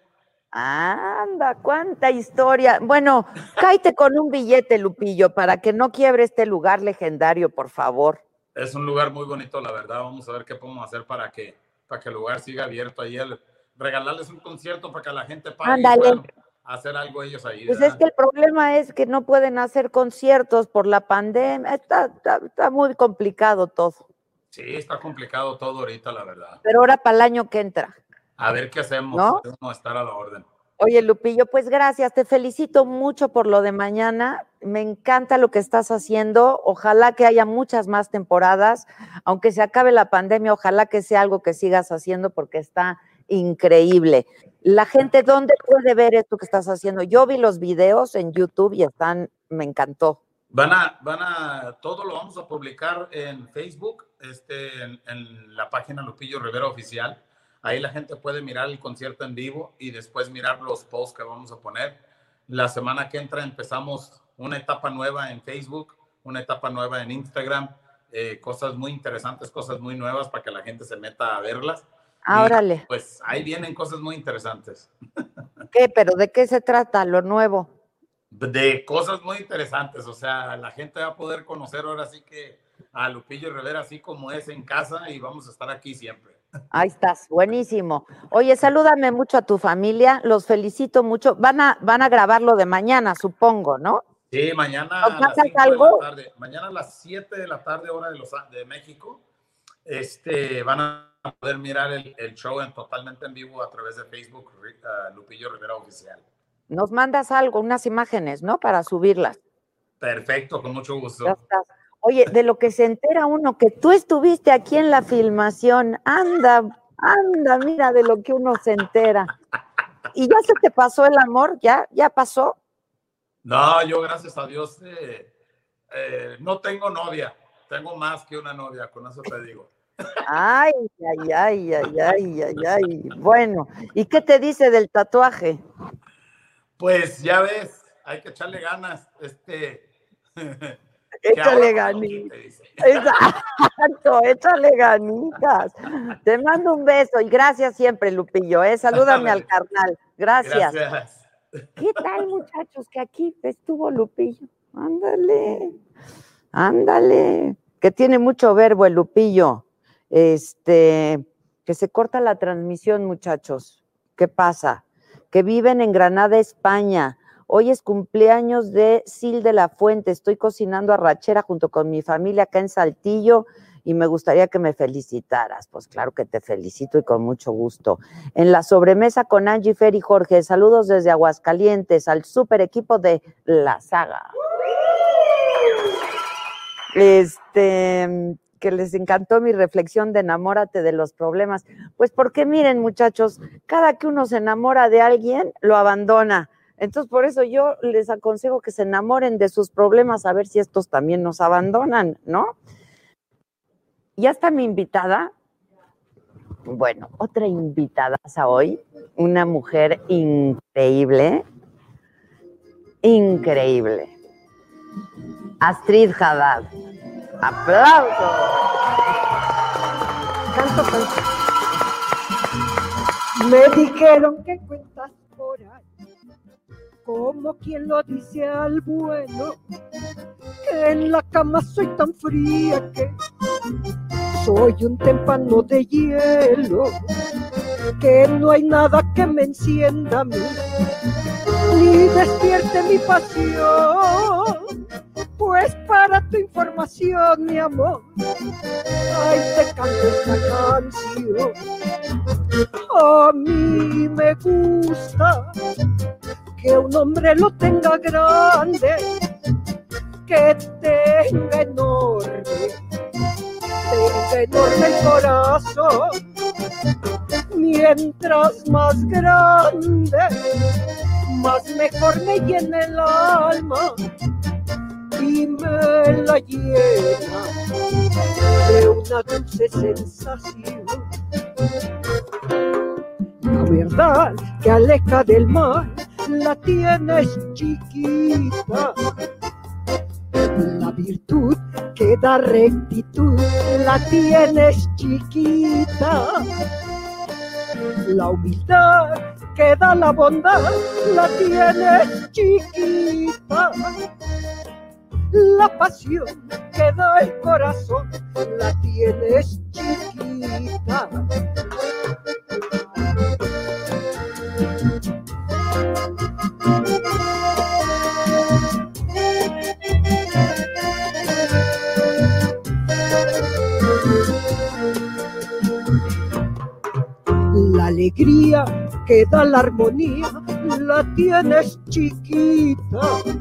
Anda, cuánta historia. Bueno, cáete con un billete, Lupillo, para que no quiebre este lugar legendario, por favor. Es un lugar muy bonito, la verdad. Vamos a ver qué podemos hacer para que, para que el lugar siga abierto ahí. El, regalarles un concierto para que la gente pague Ándale. y puedan hacer algo ellos ahí. Pues ¿verdad? es que el problema es que no pueden hacer conciertos por la pandemia. Está, está, está muy complicado todo. Sí, está complicado todo ahorita, la verdad. Pero ahora para el año que entra. A ver qué hacemos. ¿No? Vamos a estar a la orden. Oye, Lupillo, pues gracias, te felicito mucho por lo de mañana, me encanta lo que estás haciendo, ojalá que haya muchas más temporadas, aunque se acabe la pandemia, ojalá que sea algo que sigas haciendo porque está increíble. La gente, ¿dónde puede ver esto que estás haciendo? Yo vi los videos en YouTube y están, me encantó. Van a, van a, todo lo vamos a publicar en Facebook, este, en, en la página Lupillo Rivera Oficial. Ahí la gente puede mirar el concierto en vivo y después mirar los posts que vamos a poner. La semana que entra empezamos una etapa nueva en Facebook, una etapa nueva en Instagram, eh, cosas muy interesantes, cosas muy nuevas para que la gente se meta a verlas. Ah, Y, órale. pues ahí vienen cosas muy interesantes. ¿Qué? ¿Pero de qué se trata lo nuevo? De cosas muy interesantes, o sea, la gente va a poder conocer ahora sí que a Lupillo Rivera así como es en casa y vamos a estar aquí siempre. Ahí estás, buenísimo. Oye, salúdame mucho a tu familia, los felicito mucho. Van a, van a grabarlo de mañana, supongo, ¿no? Sí, mañana ¿Nos a las mandas cinco de algo? la tarde, mañana a las siete de la tarde, hora de, los, de México, este, van a poder mirar el, el show en, totalmente en vivo a través de Facebook, uh, Lupillo Rivera Oficial. Nos mandas algo, unas imágenes, ¿no? Para subirlas. Perfecto, con mucho gusto. Ya estás. Oye, de lo que se entera uno, que tú estuviste aquí en la filmación, anda, anda, mira de lo que uno se entera. ¿Y ya se te pasó el amor? ¿Ya? ¿Ya pasó? No, yo gracias a Dios eh, eh, no tengo novia. Tengo más que una novia, con eso te digo. Ay, ay, ay, ay, ay, ay, ay. Bueno, ¿y qué te dice del tatuaje? Pues ya ves, hay que echarle ganas. Este, échale ganitas. Exacto, échale ganitas. Te mando un beso y gracias siempre, Lupillo. ¿eh? Salúdame al carnal. Gracias. Gracias. ¿Qué tal, muchachos? Que aquí estuvo Lupillo. Ándale, ándale. Que tiene mucho verbo el Lupillo. Este, que se corta la transmisión, muchachos. ¿Qué pasa? Que viven en Granada, España. Hoy es cumpleaños de Sil de la Fuente. Estoy cocinando arrachera junto con mi familia acá en Saltillo y me gustaría que me felicitaras. Pues claro que te felicito y con mucho gusto. En la sobremesa con Angie, Fer y Jorge. Saludos desde Aguascalientes al super equipo de La Saga. Este, que les encantó mi reflexión de enamórate de los problemas. Pues porque miren, muchachos, cada que uno se enamora de alguien, lo abandona. Entonces, por eso yo les aconsejo que se enamoren de sus problemas, a ver si estos también nos abandonan, ¿no? Ya está mi invitada. Bueno, otra invitada hoy, una mujer increíble, increíble. Astrid Haddad. ¡Aplausos! Canto, canto. Me dijeron que cuentas por ahí, como quien lo dice al bueno, que en la cama soy tan fría que soy un témpano de hielo, que no hay nada que me encienda a mí, ni despierte mi pasión. Pues para tu información, mi amor, ay, te canto esta canción. A mí me gusta que un hombre lo tenga grande, que tenga enorme, tenga enorme el corazón. Mientras más grande, más mejor me llena el alma y me la llena de una dulce sensación. La verdad que aleja del mal, la tienes chiquita. La virtud que da rectitud, la tienes chiquita. La humildad que da la bondad, la tienes chiquita. La pasión que da el corazón, la tienes chiquita. La alegría que da la armonía, la tienes chiquita.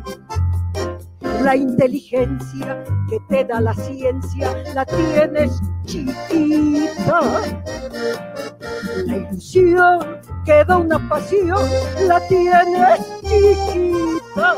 La inteligencia que te da la ciencia, la tienes chiquita. La ilusión que da una pasión, la tienes chiquita.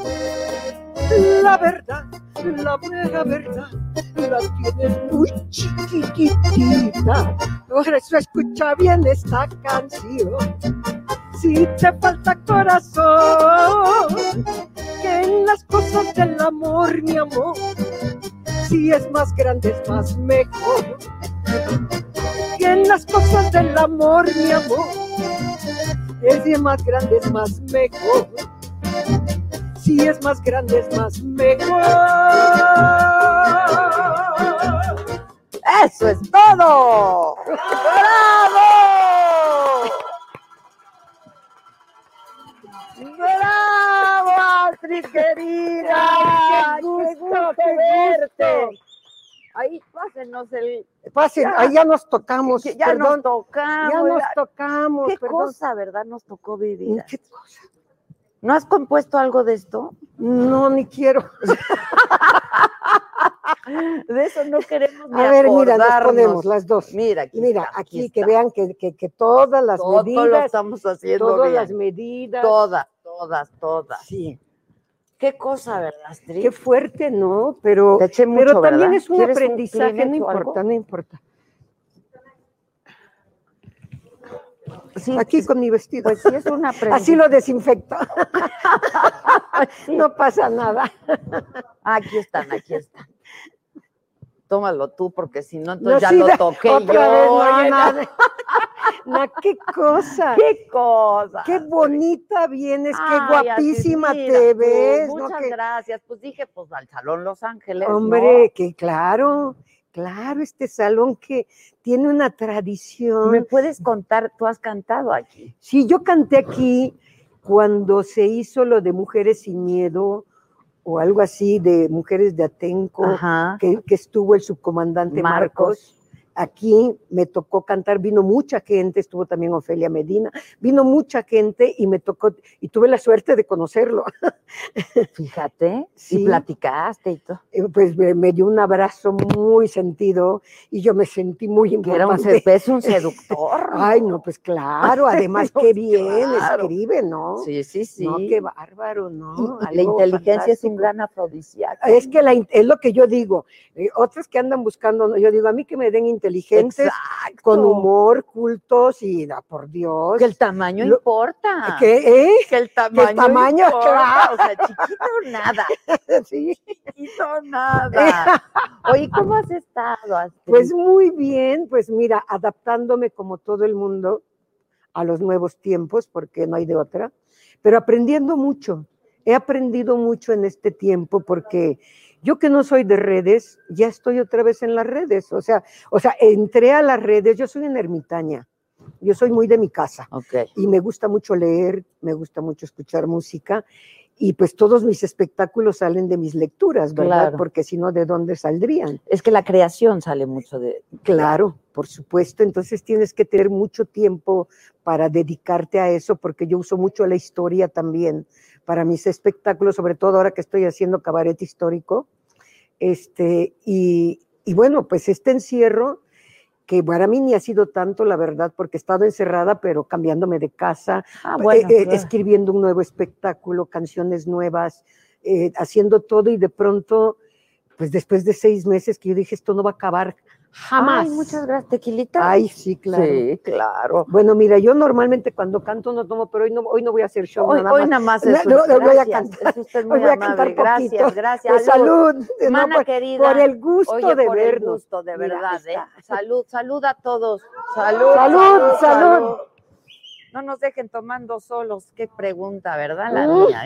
La verdad, la mera verdad, la tienes muy chiquitita. Por eso escucha bien esta canción. Si te falta corazón, que en las cosas del amor, mi amor, si es más grande es más mejor. Que en las cosas del amor, mi amor, es de más grande es más mejor. Si es más grande es más mejor. ¡Eso es todo! ¡Bravo! ¡Bravo, Astrid, querida! ¡Qué gusto, qué verte! Ahí, pásenos el... Pasen, ya, ahí ya nos tocamos, ya perdón. nos tocamos. Ya nos tocamos, ¿Qué perdón. cosa, verdad, nos tocó vivir? ¿Qué cosa? ¿No has compuesto algo de esto? No, ni quiero. De eso no queremos ni A ver, mira, nos acordarnos. ponemos las dos. Mira, aquí Mira, está, aquí, aquí que está. vean que, que, que todas las Todo medidas, lo estamos haciendo todas bien. las medidas. Todas, todas, todas. Sí. Qué cosa, ¿verdad, Astrid? Qué fuerte, ¿no? Pero, Te eché mucho, pero también ¿verdad? es un ¿Quieres un aprendizaje, Kleenex no o algo? importa, no importa. Sí, Aquí con mi vestido. pues sí es un aprendizaje. Así lo desinfecto. Sí. No pasa nada. Aquí están, aquí están. Tómalo tú, porque si no, No, entonces ya sí, lo da- toqué otra yo. vez, no, oye, no, no. no, qué cosa. ¡Qué cosa! Qué bonita vienes, qué Ay, guapísima Astrid, mira te tú, ves. ¿no? Muchas Que- gracias. Pues dije, pues al Salón Los Ángeles, Hombre, que claro, claro, este salón que tiene una ¿no? tradición. ¿Me puedes contar? Tú has cantado aquí. Sí, yo canté aquí cuando se hizo lo de Mujeres sin Miedo o algo así de Mujeres de Atenco, Ajá. que, que estuvo el subcomandante Marcos. Marcos. Aquí me tocó cantar, vino mucha gente, estuvo también Ofelia Medina, vino mucha gente y me tocó, y tuve la suerte de conocerlo. Fíjate, Sí. y platicaste y todo. Eh, Pues me, me dio un abrazo muy sentido y yo me sentí muy Que era un, importante. se- es un seductor. Ay, no, pues claro, además No, qué bien claro. escribe, ¿no? Sí, sí, sí. No, qué bárbaro, ¿no? Y- y la Algo inteligencia es un fantástico. gran afrodisíaco. Es que la, in- es lo que yo digo. Eh, otros que andan buscando, ¿no? Yo digo, a mí que me den inteligentes, Exacto. con humor, cultos y, ah, por Dios. Que el tamaño Lo- importa. ¿Qué? ¿Eh? Que el tamaño, tamaño, importa. claro. O sea, chiquito nada. Sí. Chiquito nada. Oye, ¿cómo has estado, Astrid? Pues muy bien, pues mira, adaptándome como todo el mundo a los nuevos tiempos, porque no hay de otra, pero aprendiendo mucho. He aprendido mucho en este tiempo porque yo que no soy de redes, ya estoy otra vez en las redes. O sea, o sea, entré a las redes, yo soy una ermitaña, yo soy muy de mi casa Ok. y me gusta mucho leer, me gusta mucho escuchar música y pues todos mis espectáculos salen de mis lecturas, ¿verdad? Claro. Porque si no, ¿de dónde saldrían? Es que la creación sale mucho de... Claro, por supuesto. Entonces tienes que tener mucho tiempo para dedicarte a eso, porque yo uso mucho la historia también para mis espectáculos, sobre todo ahora que estoy haciendo cabaret histórico. Este, y, y bueno, pues este encierro, que para mí ni ha sido tanto, la verdad, porque he estado encerrada, pero cambiándome de casa, Ah, bueno, eh, eh, claro. escribiendo un nuevo espectáculo, canciones nuevas, eh, haciendo todo y de pronto, pues después de seis meses que yo dije, esto no va a acabar jamás. Ay, muchas gracias. ¿Tequilita? Ay, sí, claro. Sí, claro. Bueno, mira, yo normalmente cuando canto no tomo, pero hoy no, hoy no voy a hacer show. Hoy, nada hoy más. nada más No, es no, no voy a gracias, cantar. es usted Hoy muy voy a amable. cantar Gracias, poquito. gracias. Pues, salud. No, Mana por, querida. por el gusto Oye, de por el vernos. gusto, de Mira, verdad, ahí ¿eh? está. Salud, salud a todos. Salud, Salud, salud. No nos dejen tomando solos. Qué pregunta, ¿verdad? La Mm. mía.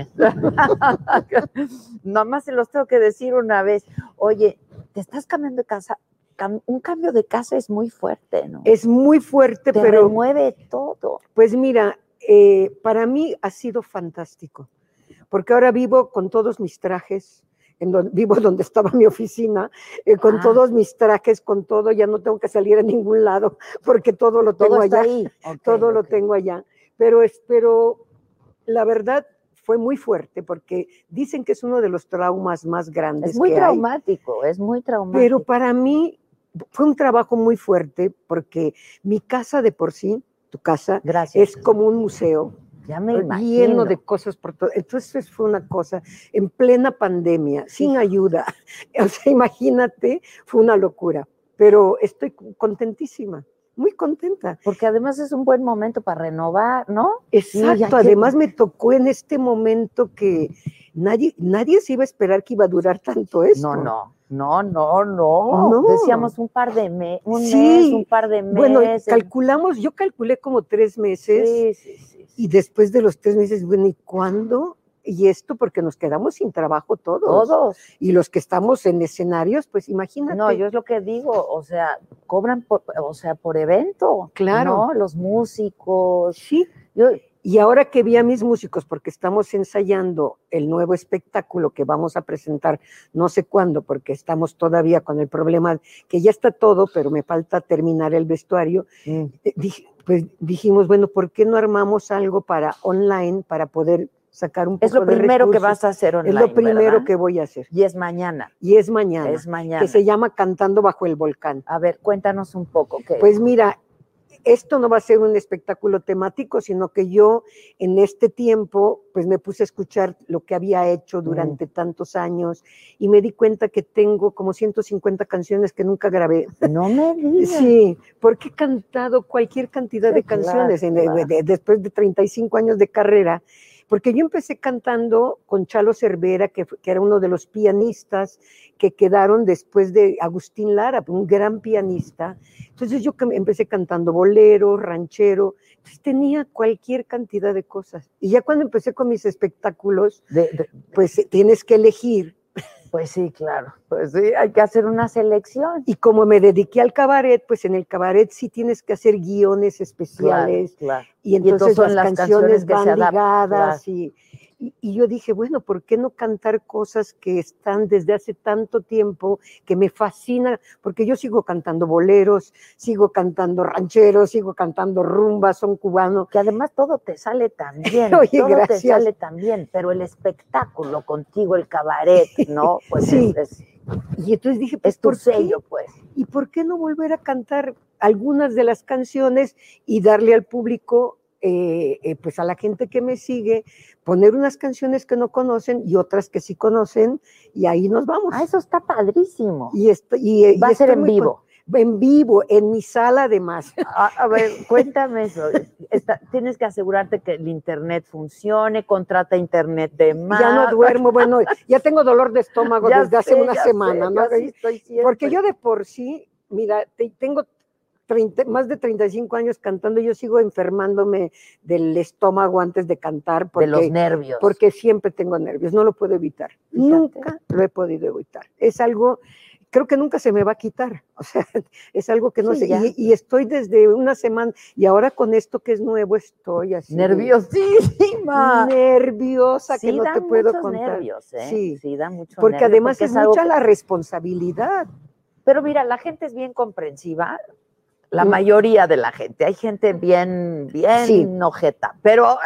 ¿eh? Nada más se los tengo que decir una vez. Oye, ¿te estás cambiando de casa? Cam- un cambio de casa es muy fuerte, ¿no? Es muy fuerte, Te pero remueve todo. pues mira, eh, para mí ha sido fantástico, porque ahora vivo con todos mis trajes, en donde, vivo donde estaba mi oficina, eh, con Ah. todos mis trajes, con todo, ya no tengo que salir a ningún lado, porque todo lo tengo Todo está allá. ahí. Ok, todo lo ok. tengo allá. Pero, es, pero la verdad fue muy fuerte porque dicen que es uno de los traumas más grandes Es muy que hay. traumático, es muy traumático. Pero para mí fue un trabajo muy fuerte porque mi casa de por sí, tu casa, Gracias. es como un museo Ya me lleno imagino. de cosas por todo. Entonces fue una cosa en plena pandemia, sin ayuda. O sea, imagínate, fue una locura. Pero estoy contentísima, muy contenta. Porque además es un buen momento para renovar, ¿no? Exacto, ya que- además me tocó en este momento que nadie, nadie se iba a esperar que iba a durar tanto esto. No, no, no, no, no. No. Decíamos un par de meses, un Sí. mes, un par de meses. Bueno, calculamos, yo calculé como tres meses Sí, sí, sí. sí. y después de los tres meses, bueno, ¿y cuándo? Y esto porque nos quedamos sin trabajo todos. Todos. Y los que estamos en escenarios, pues imagínate. No, yo es lo que digo, o sea, cobran por, o sea, por evento. Claro. ¿no? Los músicos. Sí. Yo, Y ahora que vi a mis músicos, porque estamos ensayando el nuevo espectáculo que vamos a presentar, no sé cuándo, porque estamos todavía con el problema que ya está todo, pero me falta terminar el vestuario. mm, Eh, dij- pues dijimos, bueno, ¿por qué no armamos algo para online para poder sacar un poco es lo de primero que recursos? vas a hacer online, Es lo primero ¿verdad? que voy a hacer. Y es mañana. Y es mañana, Es mañana. que se llama Cantando bajo el volcán. A ver, cuéntanos un poco. ¿qué? Pues mira, esto no va a ser un espectáculo temático, sino que yo en este tiempo pues me puse a escuchar lo que había hecho durante mm. tantos años y me di cuenta que tengo como ciento cincuenta canciones que nunca grabé. No me digas. Sí, porque he cantado cualquier cantidad sí, de canciones claro, en, claro. De, de, después de treinta y cinco años de carrera. Porque yo empecé cantando con Chalo Cervera, que, que era uno de los pianistas que quedaron después de Agustín Lara, un gran pianista. Entonces yo empecé cantando bolero, ranchero, entonces tenía cualquier cantidad de cosas. Y ya cuando empecé con mis espectáculos, de, de, pues tienes que elegir. Pues sí, claro, pues sí, hay que hacer una selección. Y como me dediqué al cabaret, pues en el cabaret sí tienes que hacer guiones especiales. Claro, claro. Y entonces, y entonces las, las canciones, canciones van adaptan, ligadas. Claro. Y, y, y yo dije, bueno, ¿por qué no cantar cosas que están desde hace tanto tiempo, que me fascina? Porque yo sigo cantando boleros, sigo cantando rancheros, sigo cantando rumba, son cubanos. Que además todo te sale tan bien, Oye, todo gracias. te sale tan bien, pero el espectáculo contigo, el cabaret, ¿no? Pues sí. es, es, y entonces dije, pues, es tu ¿por sello, qué? pues. ¿Y por qué no volver a cantar algunas de las canciones y darle al público, eh, eh, pues a la gente que me sigue, poner unas canciones que no conocen y otras que sí conocen, y ahí nos vamos? Ah, eso está padrísimo. Y esto, y, Va y a ser en vivo. En vivo, en mi sala además. A, a ver, cuéntame eso. Está, tienes que asegurarte que el internet funcione, contrata internet de más. Ya no duermo, bueno, ya tengo dolor de estómago ya desde sé, hace una ya semana, sé, ¿no? Yo sí estoy siempre. Porque yo de por sí, mira, te, tengo treinta, más de treinta y cinco años cantando, yo sigo enfermándome del estómago antes de cantar. Porque, de los nervios. Porque siempre tengo nervios, no lo puedo evitar. Fíjate. Nunca lo he podido evitar. Es algo, creo que nunca se me va a quitar. O sea, es algo que no sí, sé. Y, y estoy desde una semana, y ahora con esto que es nuevo estoy así. Nerviosísima. Nerviosa, sí, que no te puedo contar. Nervios, ¿eh? Sí, sí, da mucho Porque nervio, además porque es, es mucha que... la responsabilidad. Pero mira, la gente es bien comprensiva. La mayoría de la gente, hay gente bien, bien sí. ojeta, pero,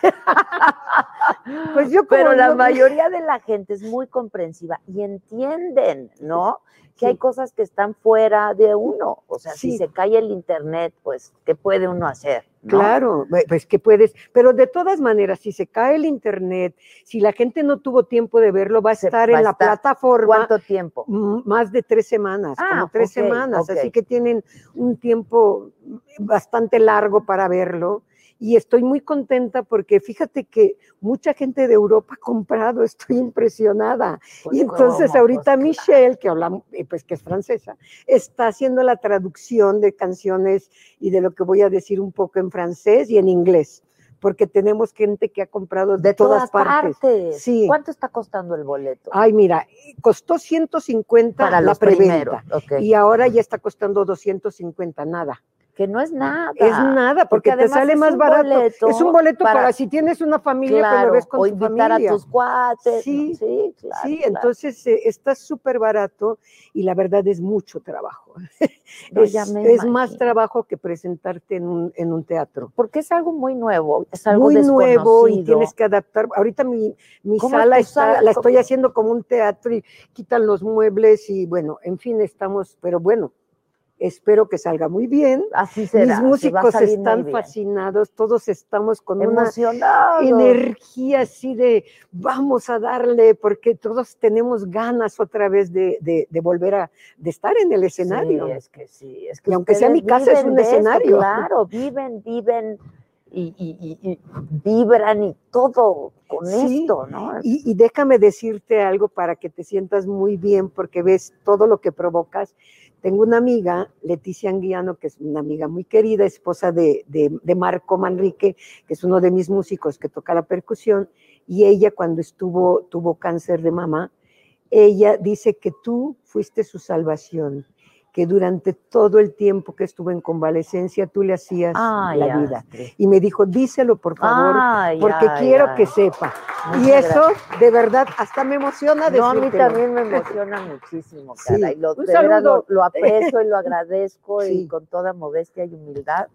pues yo pero la yo... mayoría de la gente es muy comprensiva y entienden, ¿no? Que sí. hay cosas que están fuera de uno, o sea, sí. si se cae el internet, pues, ¿qué puede uno hacer? ¿no? Claro, pues que puedes, pero de todas maneras, si se cae el internet, si la gente no tuvo tiempo de verlo, va a se, estar va en la estar. plataforma. ¿Cuánto tiempo? Más de tres semanas, ah, como tres okay, semanas, okay. así que tienen un tiempo bastante largo para verlo. Y estoy muy contenta porque fíjate que mucha gente de Europa ha comprado, estoy impresionada. Pues y entonces ¿cómo? ahorita pues Michelle, claro. que habla, pues que es francesa, está haciendo la traducción de canciones y de lo que voy a decir un poco en francés y en inglés, porque tenemos gente que ha comprado de, de todas, todas partes. partes. Sí. ¿Cuánto está costando el boleto? Ay, mira, costó ciento cincuenta para la los preventa okay. y ahora ya está costando doscientos cincuenta, nada. Que no es nada. Es nada, porque, porque te sale más barato. Es un boleto para, para si tienes una familia, claro, pues lo ves con o tu invitar familia. a tus cuates. Sí, no, sí, claro. Sí, claro. entonces eh, está súper barato y la verdad es mucho trabajo. No, es, es más trabajo que presentarte en un, en un teatro. Porque es algo muy nuevo, es algo muy desconocido. nuevo y tienes que adaptar. Ahorita mi, mi sala, está, sala la estoy haciendo como un teatro y quitan los muebles y bueno, en fin, estamos, pero bueno. Espero que salga muy bien. Así será. Mis músicos están fascinados, todos estamos con emocionados, una energía así de vamos a darle, porque todos tenemos ganas otra vez de, de, de volver a de estar en el escenario. Sí, es que sí. Es que y aunque sea mi casa, es un escenario. Esto, claro, viven, viven y, y, y, y vibran y todo con sí, esto, ¿no? Y, y déjame decirte algo para que te sientas muy bien, porque ves todo lo que provocas. Tengo una amiga, Leticia Anguiano, que es una amiga muy querida, esposa de, de, de Marco Manrique, que es uno de mis músicos que toca la percusión, y ella cuando estuvo, tuvo cáncer de mama, ella dice que tú fuiste su salvación, que durante todo el tiempo que estuvo en convalecencia tú le hacías ay, la ay, vida. ay. Y me dijo, díselo por favor, ay, porque ay, quiero ay. que sepa. Muchas y eso, gracias. de verdad, hasta me emociona no, decírtelo. a mí también me emociona muchísimo, caray. Sí. Lo, Un de verdad saludo. Lo, lo aprecio y lo agradezco sí. y con toda modestia y humildad.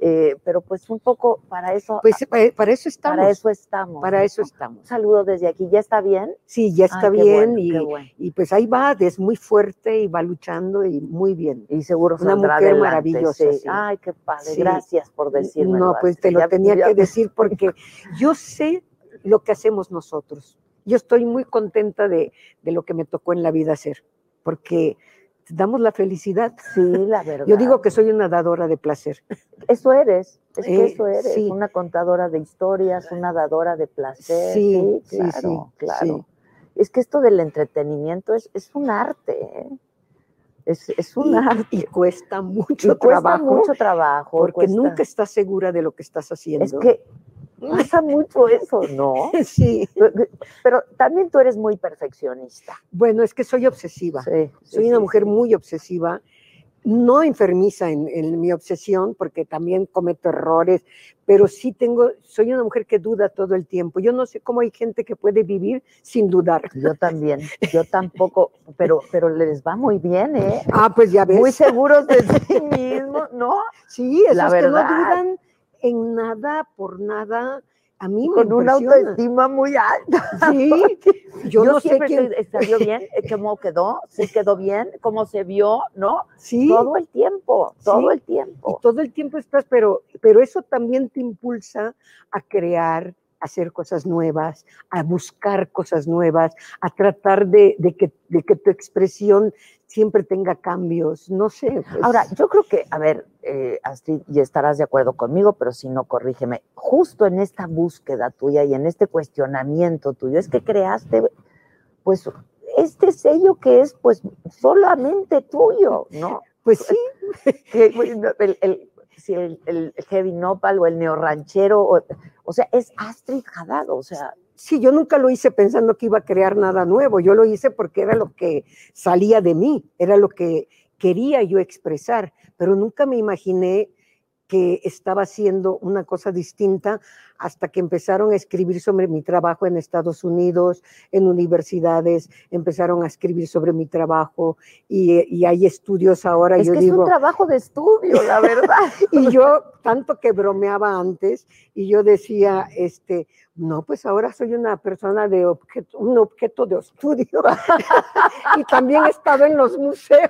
Eh, pero pues un poco para eso, Pues eh, para eso estamos. para eso estamos. Para ¿no? eso estamos. Un saludo desde aquí, ¿ya está bien? Sí, ya está Ay, qué bien bueno, y, qué bueno. y pues ahí va, es muy fuerte y va luchando y muy bien. Y seguro Una saldrá mujer adelante, maravillosa, sí. sí. Ay, qué padre, Sí. gracias por decirme. No, pues te lo tenía que decir porque yo sé lo que hacemos nosotros. Yo estoy muy contenta de, de lo que me tocó en la vida hacer, porque damos la felicidad. Sí, la verdad. Yo digo que soy una dadora de placer. Eso eres, es que Eh, eso eres, sí. una contadora de historias, una dadora de placer. Sí, Sí, sí, claro, sí, claro. sí. Es que esto del entretenimiento es, es un arte, ¿eh? Es, es un Y, arte. y cuesta mucho Y cuesta trabajo, mucho trabajo. porque cuesta- nunca estás segura de lo que estás haciendo. Es que pasa mucho eso, ¿no? Sí, Pero también tú eres muy perfeccionista. bueno, es que soy obsesiva. Sí, sí, Soy una sí, mujer sí. muy obsesiva, no enfermiza en, en mi obsesión, porque también cometo errores, pero sí tengo, soy una mujer que duda todo el tiempo. Yo no sé cómo hay gente que puede vivir sin dudar. Yo también, yo tampoco, pero, pero les va muy bien, ¿eh? Ah, pues ya ves. Muy seguros de sí mismos, ¿no? Sí, esos La que no verdad. dudan en nada, por nada, a mí me Con una impresiona. autoestima muy alta. Sí, yo, Yo, no sé siempre quién. estoy, ¿salió bien? ¿Cómo quedó? ¿Sí quedó bien? ¿Cómo se vio? ¿No? Sí, Todo el tiempo, todo Sí. el tiempo. y todo el tiempo estás, pero, pero eso también te impulsa a crear, a hacer cosas nuevas, a buscar cosas nuevas, a tratar de, de que, de que tu expresión siempre tenga cambios, no sé. pues, Ahora, yo creo que, a ver, eh, Astrid, y estarás de acuerdo conmigo, pero si no, corrígeme, justo en esta búsqueda tuya y en este cuestionamiento tuyo, es que creaste, pues, este sello que es, pues, solamente tuyo, ¿no? pues sí, Que, bueno, el, el, si el, el heavy nopal o el neorranchero, o, o sea, es Astrid Haddad, o sea, sí, yo nunca lo hice pensando que iba a crear nada nuevo, yo lo hice porque era lo que salía de mí, era lo que quería yo expresar, pero nunca me imaginé que estaba haciendo una cosa distinta hasta que empezaron a escribir sobre mi trabajo en Estados Unidos, en universidades, empezaron a escribir sobre mi trabajo y, y hay estudios ahora. es yo que digo, es un trabajo de estudio, la verdad. y yo tanto que bromeaba antes y yo decía, este, no, pues ahora soy una persona de objeto, un objeto de estudio y también he estado en los museos.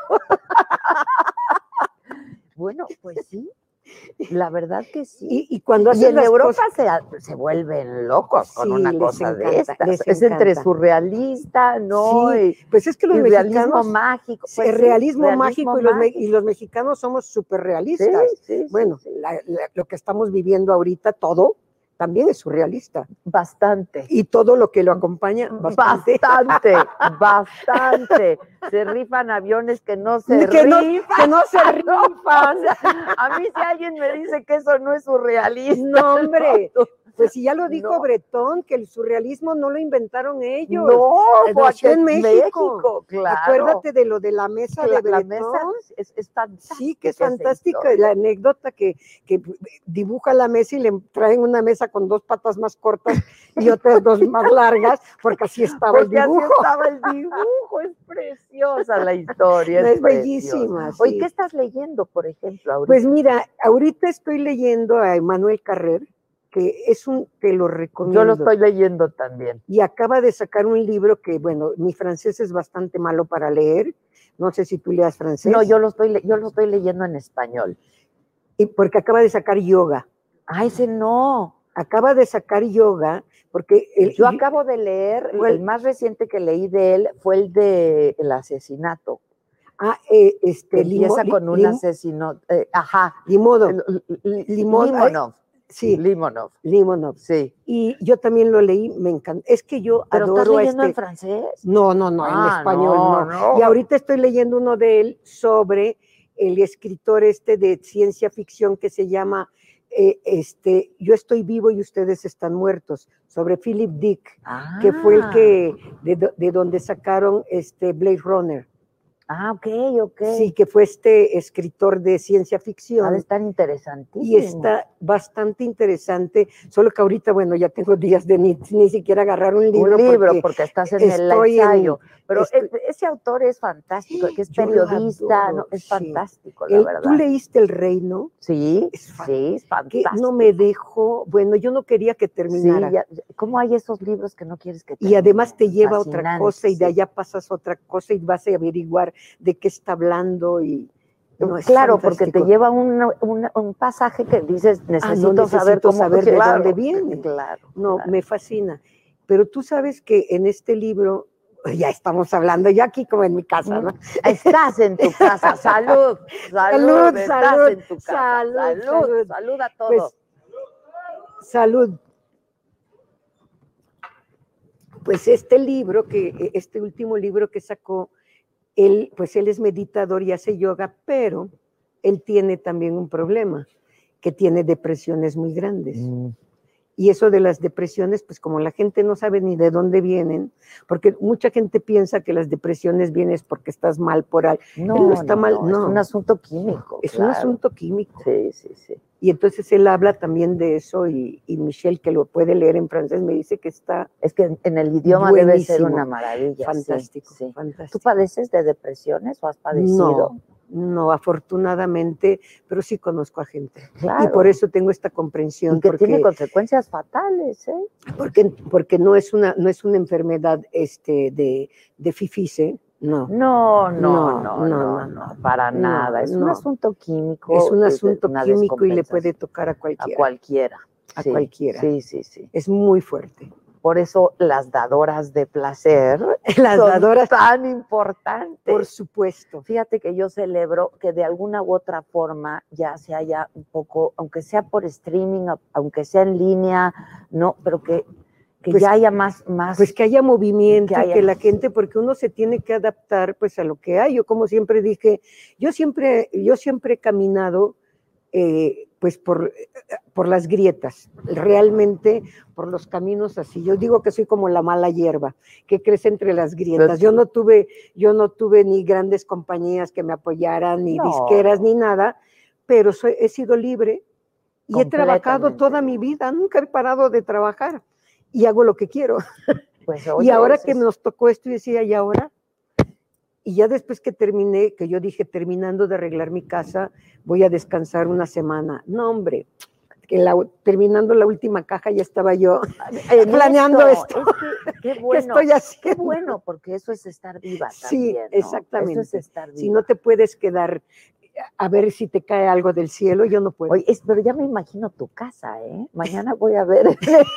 Bueno, pues sí, la verdad que sí. Y, y cuando Y haces en las Europa cosas, se, se vuelven locos con Sí, una les cosa de encanta, estas. les Es entre encanta. surrealista, ¿no? Sí, Y, pues es que los y realismo mexicanos, mágico. sí, Pues sí, realismo, mágico, y los, me- mágico. y los mexicanos somos súper Sí, realistas. sí, sí, Bueno, sí. la- la- lo que estamos viviendo ahorita, todo también es surrealista. Bastante. Y todo lo que lo acompaña, bastante. Bastante, bastante. Se rifan aviones que no se Que no- rifan. que no se No, rifan. o sea, a mí si alguien me dice que eso no es surrealista. No, hombre. no, Pues si ya lo dijo No. Bretón, que el surrealismo no lo inventaron ellos. no, Eh, fue nació aquí en México. claro. Acuérdate de lo de la mesa Que la, de la Bretón. mesa es, es fantástica. Sí, que es esa fantástica historia. la anécdota que, que dibuja la mesa y le traen una mesa con dos patas más cortas y otras dos más largas, porque así estaba Porque el así dibujo. estaba el dibujo, es preciosa la historia. Es preciosa. bellísima, Oye, sí. ¿qué estás leyendo, por ejemplo, ahorita? Pues mira, ahorita estoy leyendo a Emmanuel Carrer, que es un, te lo recomiendo. Yo lo estoy leyendo también. Y acaba de sacar un libro que, bueno, mi francés es bastante malo para leer, no sé si tú leas francés. No, yo lo estoy, le- yo lo estoy leyendo en español. Y porque acaba de sacar yoga, Ah, ese no. acaba de sacar yoga, porque el, Yo acabo de leer, ¿Cuál? el más reciente que leí de él fue el de el asesinato, ah, eh, este, que Limo- empieza con un Lim- asesino, eh, ajá, Limodo, L- L- Limón- Limonov, sí, Limonov, Limonov. sí. Y yo también lo leí, me encanta. Es que yo ¿Pero estás adoro a leyendo en este. francés? No, no, no, Ah, en español no, no, no. Y ahorita estoy leyendo uno de él sobre el escritor este de ciencia ficción que se llama eh, este, Yo estoy vivo y ustedes están muertos, sobre Philip Dick, que fue el Ah. que, de, do- de donde sacaron este Blade Runner. Ah, ok, ok. Sí, que fue este escritor de ciencia ficción. Ha de estar interesantísimo. Y está bastante interesante, solo que ahorita, bueno, ya tengo días de ni, ni siquiera agarrar un libro. Un libro, porque, porque estás en el estoy ensayo. en- Pero estoy- e- ese autor es fantástico, que es Yo lo periodista, adoro, ¿no? Es sí. fantástico, la El- verdad. ¿Tú leíste El Reino? Sí, Es fan- sí, es Que fantástico. no me dejó, bueno, yo no quería que terminara. Sí, ya- ¿cómo hay esos libros que no quieres que Y además te terminen? lleva a otra Fascinante, cosa y de sí. allá pasas a otra cosa y vas a averiguar de qué está hablando y no, es Claro, porque te fantástico. lleva un, un, un pasaje que dices, necesito, necesito saber cómo saber de claro, dónde viene. Claro, No, claro. me fascina. Pero tú sabes que en este libro, ya estamos hablando, yo aquí como en mi casa, ¿no? Estás en tu casa, salud, salud, Salud, estás salud, en tu casa, salud, salud, salud. salud a Pues, todos. salud. Pues este libro, que este último libro que sacó, él, pues él es meditador y hace yoga, pero él tiene también un problema, que tiene depresiones muy grandes. Mm. Y eso de las depresiones, pues como la gente no sabe ni de dónde vienen, porque mucha gente piensa que las depresiones vienen porque estás mal por algo. No, Él no está no, mal, no, no. es un asunto químico. Es un claro. asunto químico. Sí, sí, sí. Y entonces él habla también de eso y, y Michelle, que lo puede leer en francés, me dice que está Es que en el idioma debe ser buenísimo. una maravilla. fantástico, sí, sí. fantástico. ¿Tú padeces de depresiones o has padecido? No, no, afortunadamente, pero sí conozco a gente. Claro. Y por eso tengo esta comprensión. Y que porque, tiene consecuencias fatales, ¿eh? porque, porque no es una, no es una enfermedad este, de, de fifice, no. No, no, No, no, no, no, no, no. para No, nada. Es un no. asunto químico. Es un de- asunto una químico y le puede descompensación. tocar a A cualquiera. cualquiera. A sí, cualquiera. Sí, sí, sí. Es muy fuerte. Por eso las dadoras de placer Las son dadoras, tan importantes. por supuesto. Fíjate que yo celebro que de alguna u otra forma ya se haya un poco, aunque sea por streaming, aunque sea en línea, no, pero que, que Pues- ya haya más, más. Pues que haya movimiento Que y haya- que la gente, porque uno se tiene que adaptar pues a lo que hay. Yo como siempre dije, yo siempre, yo siempre he caminado eh, pues por, por las grietas, realmente por los caminos así. Yo digo que soy como la mala hierba, que crece entre las grietas. Yo no tuve, yo no tuve ni grandes compañías que me apoyaran, ni No. disqueras, ni nada, pero soy, he sido libre y he trabajado Completamente. toda mi vida, nunca he parado de trabajar y hago lo que quiero. Pues, Y oye, ahora eso que es- nos tocó esto, y decía, ¿y ahora? Y ya después que terminé, que yo dije, terminando de arreglar mi casa, voy a descansar una semana. No, hombre, que la, terminando la última caja ya estaba yo en planeando esto. Es que, qué ¿Qué bueno, estoy qué haciendo? bueno, porque eso es estar viva Sí, también, ¿no? exactamente. Eso es estar viva. Si no te puedes quedar a ver si te cae algo del cielo, yo no puedo. Oye, es- pero ya me imagino tu casa, ¿eh? Mañana voy a ver.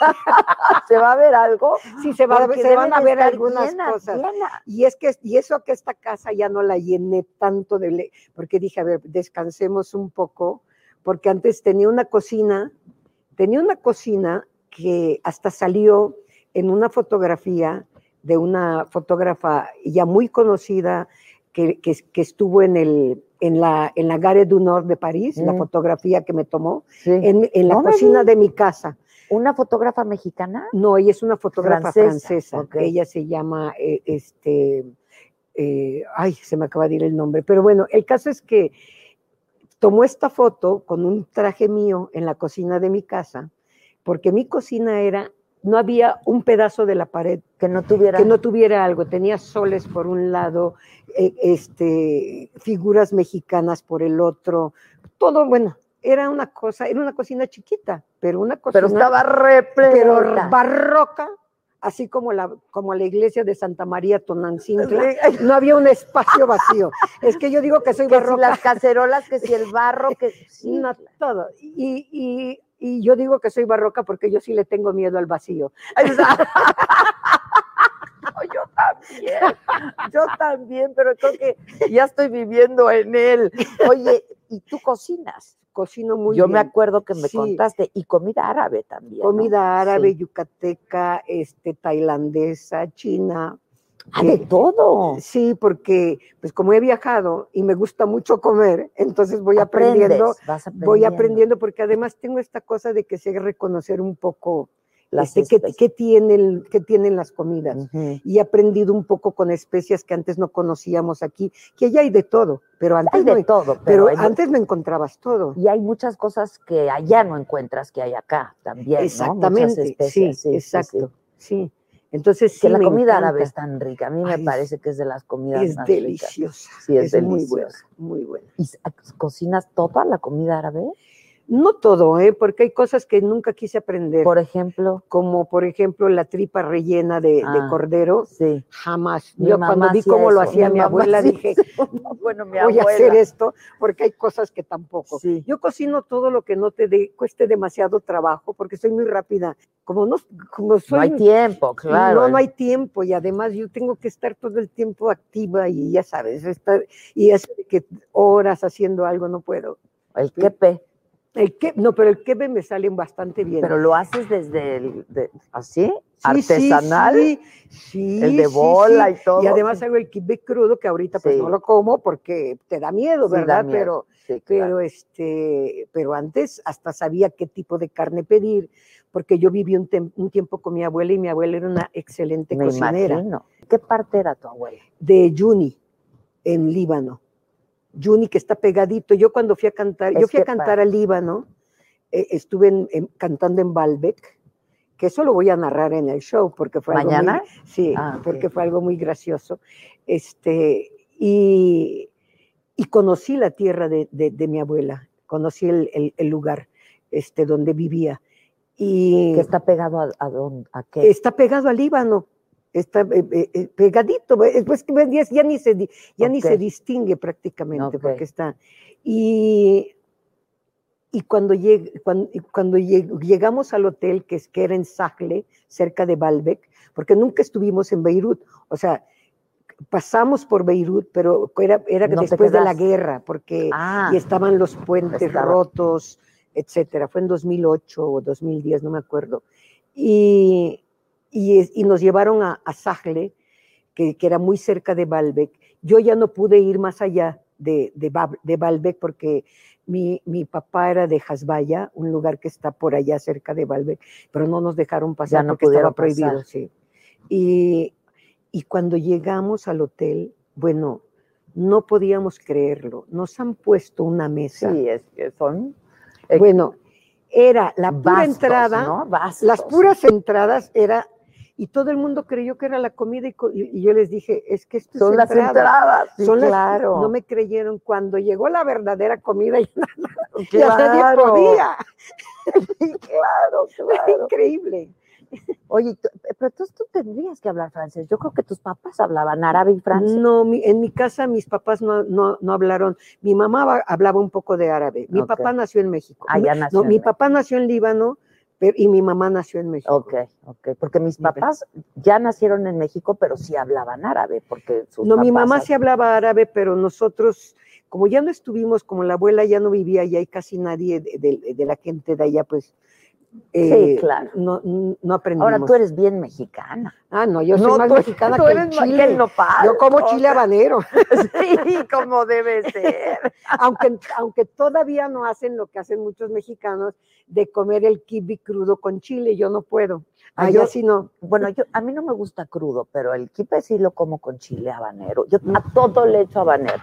¿Se va a ver algo? Sí, se, va, Porque se van debe a de ver estar algunas llena, cosas. llena. Y es que, y eso que esta casa ya no la llené tanto de, le- porque dije, a ver, descansemos un poco, porque antes tenía una cocina, tenía una cocina que hasta salió en una fotografía de una fotógrafa ya muy conocida que, que, que estuvo en el en la, en la Gare du Nord de París, la Mm. fotografía que me tomó, Sí. en, en la No me cocina digas. de mi casa. ¿Una fotógrafa mexicana? No, ella es una fotógrafa Francesa, francesa. ok. Ella se llama, eh, este, eh, ay, se me acaba de ir el nombre. Pero bueno, el caso es que tomó esta foto con un traje mío en la cocina de mi casa, porque mi cocina era, no había un pedazo de la pared Que no tuviera. que no tuviera algo. Tenía soles por un lado, eh, este, figuras mexicanas por el otro, todo, bueno, era una cosa, era una cocina chiquita, pero una cocina Pero estaba pero repleta. barroca, así como la, como la iglesia de Santa María Tonantzintla, Sí. no había un espacio vacío. Es que yo digo que soy Que si barroca. las cacerolas, que si el barro, que sí. No, todo. Y, y, y yo digo que soy barroca porque yo sí le tengo miedo al vacío. No, yo también, yo también, pero creo que ya estoy viviendo en él. Oye, ¿y tú cocinas? Cocino muy Yo bien. me acuerdo que me Sí. contaste, y comida árabe también, ¿no? Comida árabe, Sí. yucateca, este, tailandesa, china. Ah, de todo. Sí, porque pues como he viajado y me gusta mucho comer, entonces voy Aprendes, aprendiendo, vas voy aprendiendo porque además tengo esta cosa de que sé reconocer un poco Las este, qué, especies. qué tienen, qué tienen las comidas. Ujú. Y he aprendido un poco con especias que antes no conocíamos aquí, que allá hay de todo, pero antes, Hay de no, todo, pero, pero hay, antes no encontrabas todo. y hay muchas cosas que allá no encuentras que hay acá también, ¿no? Muchas Exactamente, sí, especias, sí, sí, exacto, sí. sí. Entonces Que sí, la me comida encanta. árabe es tan rica. A mí me Ay, parece que es de las comidas Es más deliciosa, ricas. Sí, es, es deliciosa. muy buena, muy buena. ¿Y s- cocinas toda la comida árabe? No todo, ¿eh? Porque hay cosas que nunca quise aprender. Por ejemplo, como por ejemplo la tripa rellena de, Ah, de cordero, sí. jamás. Mi Yo mamá cuando vi hacía cómo lo eso, hacía mi mi mamá abuela, hacía dije, eso. Bueno, mi voy a abuela. hacer esto, porque hay cosas que tampoco. Sí. Yo cocino todo lo que no te dé, cueste demasiado trabajo, porque soy muy rápida. Como no, como soy, No hay tiempo, claro. no, no hay tiempo, y además yo tengo que estar todo el tiempo activa, y ya sabes, estar, y eso de que horas haciendo algo no puedo. El quepe. El que, no, pero el quebe me sale bastante bien. Pero lo haces desde el, de, así, Sí, artesanal, sí, sí, el de sí, bola sí. y todo. Y además hago el kibbeh crudo, que ahorita pues Sí. no lo como porque te da miedo, Sí, da ¿verdad? miedo. Pero, Sí, claro. pero este, pero antes hasta sabía qué tipo de carne pedir, porque yo viví un, tem- un tiempo con mi abuela y mi abuela era una excelente Me cocinera. imagino. ¿Qué parte era tu abuela? De Juni, en Líbano. Juni, que está pegadito. Yo cuando fui a cantar, Es yo fui a que cantar pa- al Líbano, eh, estuve en- en- cantando en Baalbek, que eso lo voy a narrar en el show, porque fue algo ¿Mañana? muy, sí, Ah, ok. porque fue algo muy gracioso. Este, y, y conocí la tierra de, de- de mi abuela, conocí el, el- el lugar este, donde vivía. Y ¿Que está pegado a, a dónde? ¿A qué? está pegado al Líbano, está eh, eh, eh, pegadito, eh, pues que ya, ya ni se di- ya ni Ok. se distingue prácticamente Ok. porque está. Y, y cuando, lleg- cuando, cuando lleg- llegamos al hotel, que, es, que era en Sahle, cerca de Baalbek, porque nunca estuvimos en Beirut, o sea, pasamos por Beirut, pero era, era No te después de la quedaste. guerra, porque Ah, y estaban los puentes estaba- rotos, etcétera. Fue en dos mil ocho o dos mil diez, no me acuerdo. Y, y, es- y nos llevaron a, a Sahle, que, que era muy cerca de Baalbek. Yo ya no pude ir más allá de, de, Bab- de Baalbek porque mi, mi papá era de Hasbaya, un lugar que está por allá cerca de Baalbek, pero no nos dejaron pasar Ya no porque estaba pudieron prohibido. pasar. Sí. Y, y cuando llegamos al hotel, bueno, no podíamos creerlo. Nos han puesto una mesa. sí, es que son eh, Bueno, era la pura vastos, entrada, ¿no? Vastos. las puras entradas era, y todo el mundo creyó que era la comida, y, co- y- y yo les dije, es que esto Son es las entrada. entradas, sí, Son las- claro. no me creyeron. Cuando llegó la verdadera comida, ya, ya nadie Claro. podía. Sí, claro, claro. Increíble. Oye, tú- pero entonces tú tendrías que hablar francés. Yo creo que tus papás hablaban árabe y francés. No, mi- en mi casa mis papás no, no, no hablaron. Mi mamá va- hablaba un poco de árabe. Mi Ok. papá nació en México. Ah, ya Mi- nació no, en mi México. papá nació en Líbano pero, y mi mamá nació en México. Ok, ok. Porque mis Mi pa- papás ya nacieron en México, pero sí hablaban árabe, porque sus No, mi papás mamá hab- sí hablaba árabe, pero nosotros, como ya no estuvimos, como la abuela ya no vivía allá y casi nadie de, de- de la gente de allá, pues eh, claro. no, no aprendimos. Ahora tú eres bien mexicana. Ah, no, yo soy No, más tú- mexicana tú que eres el más que chile. el nopal, Yo como o chile sea. habanero. Sí, como debe ser. aunque, aunque todavía no hacen lo que hacen muchos mexicanos de comer el kibbeh crudo con chile, yo no puedo. Ah, Allá yo- sí no. Bueno, yo a mí no me gusta crudo, pero el kipe sí lo como con chile habanero. Yo a todo le echo habanero.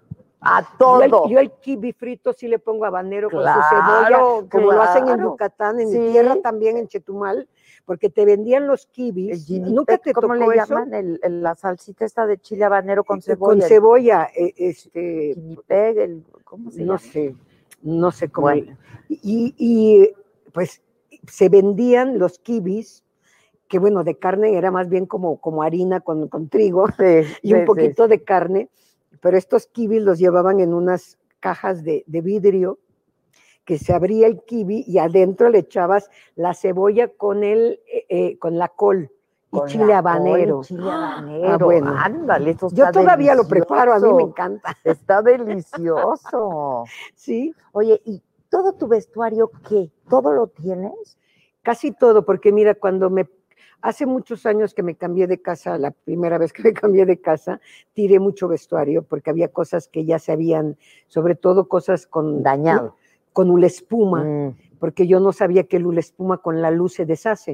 A Yo el, todo. yo el kibbeh frito sí le pongo habanero Claro, con su cebolla, como lo hacen en claro. Yucatán, en Sí. mi tierra también, en Chetumal, porque te vendían los El kibbis. ginipec, ¿Nunca te ¿cómo tocó le eso? llaman? El, el- la salsita esta de chile habanero con Eh, cebolla. Con cebolla, eh, este, Ginipeg, el, ¿cómo se no llama? sé, no sé cómo. Bueno. Y, y, pues se vendían los kibbis, que bueno, de carne era más bien como, como harina con, con trigo Sí, y un sí, poquito sí. de carne, pero estos kibbis los llevaban en unas cajas de, de vidrio, que se abría el kibbeh y adentro le echabas la cebolla con, el, eh, eh, con la col y Con chile la habanero. col y chile Ah, habanero. bueno. Ándale, eso Yo está todavía lo delicioso. preparo, a mí me encanta. Está delicioso. Sí, Oye, ¿y todo tu vestuario qué? ¿Todo lo tienes? casi todo, porque mira, cuando me, hace muchos años que me cambié de casa, la primera vez que me cambié de casa, tiré mucho vestuario, porque había cosas que ya se habían, sobre todo cosas con Dañado. con hula espuma, Mm, porque yo no sabía que el hula espuma con la luz se deshace.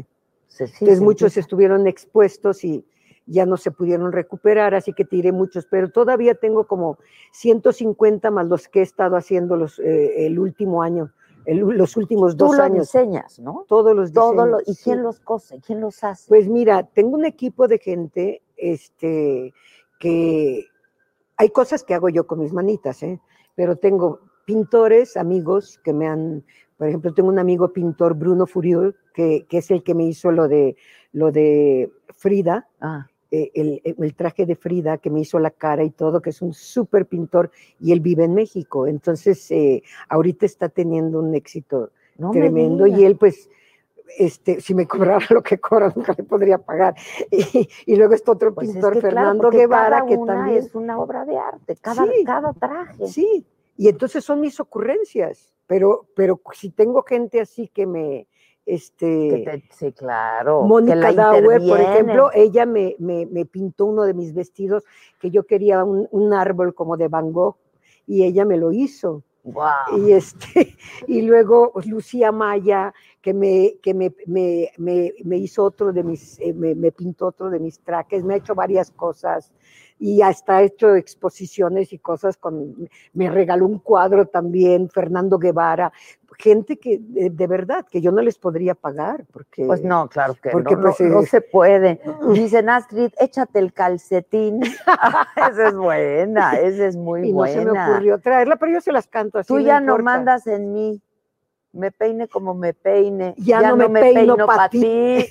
Sí, sí, Entonces se muchos empieza. estuvieron expuestos y ya no se pudieron recuperar, así que tiré muchos, pero todavía tengo como ciento cincuenta más los que he estado haciendo los, eh, el último año, el, los últimos Tú dos los años. diseñas, ¿no? Todos los Todo diseños. lo, ¿y sí. quién los cose? ¿Quién los hace? Pues mira, tengo un equipo de gente este, que hay cosas que hago yo con mis manitas, ¿eh? Pero tengo pintores, amigos que me han, por ejemplo, tengo un amigo pintor, Bruno Furiol, que, que es el que me hizo lo de, lo de Frida, ah. eh, el, el traje de Frida, que me hizo la cara y todo, que es un súper pintor, y él vive en México. Entonces, eh, ahorita está teniendo un éxito No me tremendo, digas. y él, pues, este, si me cobrara lo que cobra, nunca le podría pagar. Y, y luego está otro Pues es pintor, que, claro, Fernando porque Guevara, cada que una también... es una obra de arte, cada, Sí. cada traje. Sí, y entonces son mis ocurrencias, pero, pero si tengo gente así que me, este, Que te- sí, claro. que Mónica la Dauer, por interviene. ejemplo, ella me, me, me pintó uno de mis vestidos que yo quería un, un árbol como de Van Gogh, y ella me lo hizo. Wow. Y, este, y luego Lucía Maya, que me, que me, me, me, me hizo otro de mis, eh, me, me pintó otro de mis trajes, me ha hecho varias cosas, y hasta ha hecho exposiciones y cosas con, me regaló un cuadro también, Fernando Guevara, gente que de, de verdad, que yo no les podría pagar, porque... Pues no, claro que porque, no, pues, no, no eh, se puede. Dicen, Astrid, échate el calcetín. Esa es buena, esa es muy y no buena. se me ocurrió traerla, pero yo se las canto así. Tú ya no importa. mandas en mí. Me peine como me peine. Ya no me peino pa' pa' ti. ti.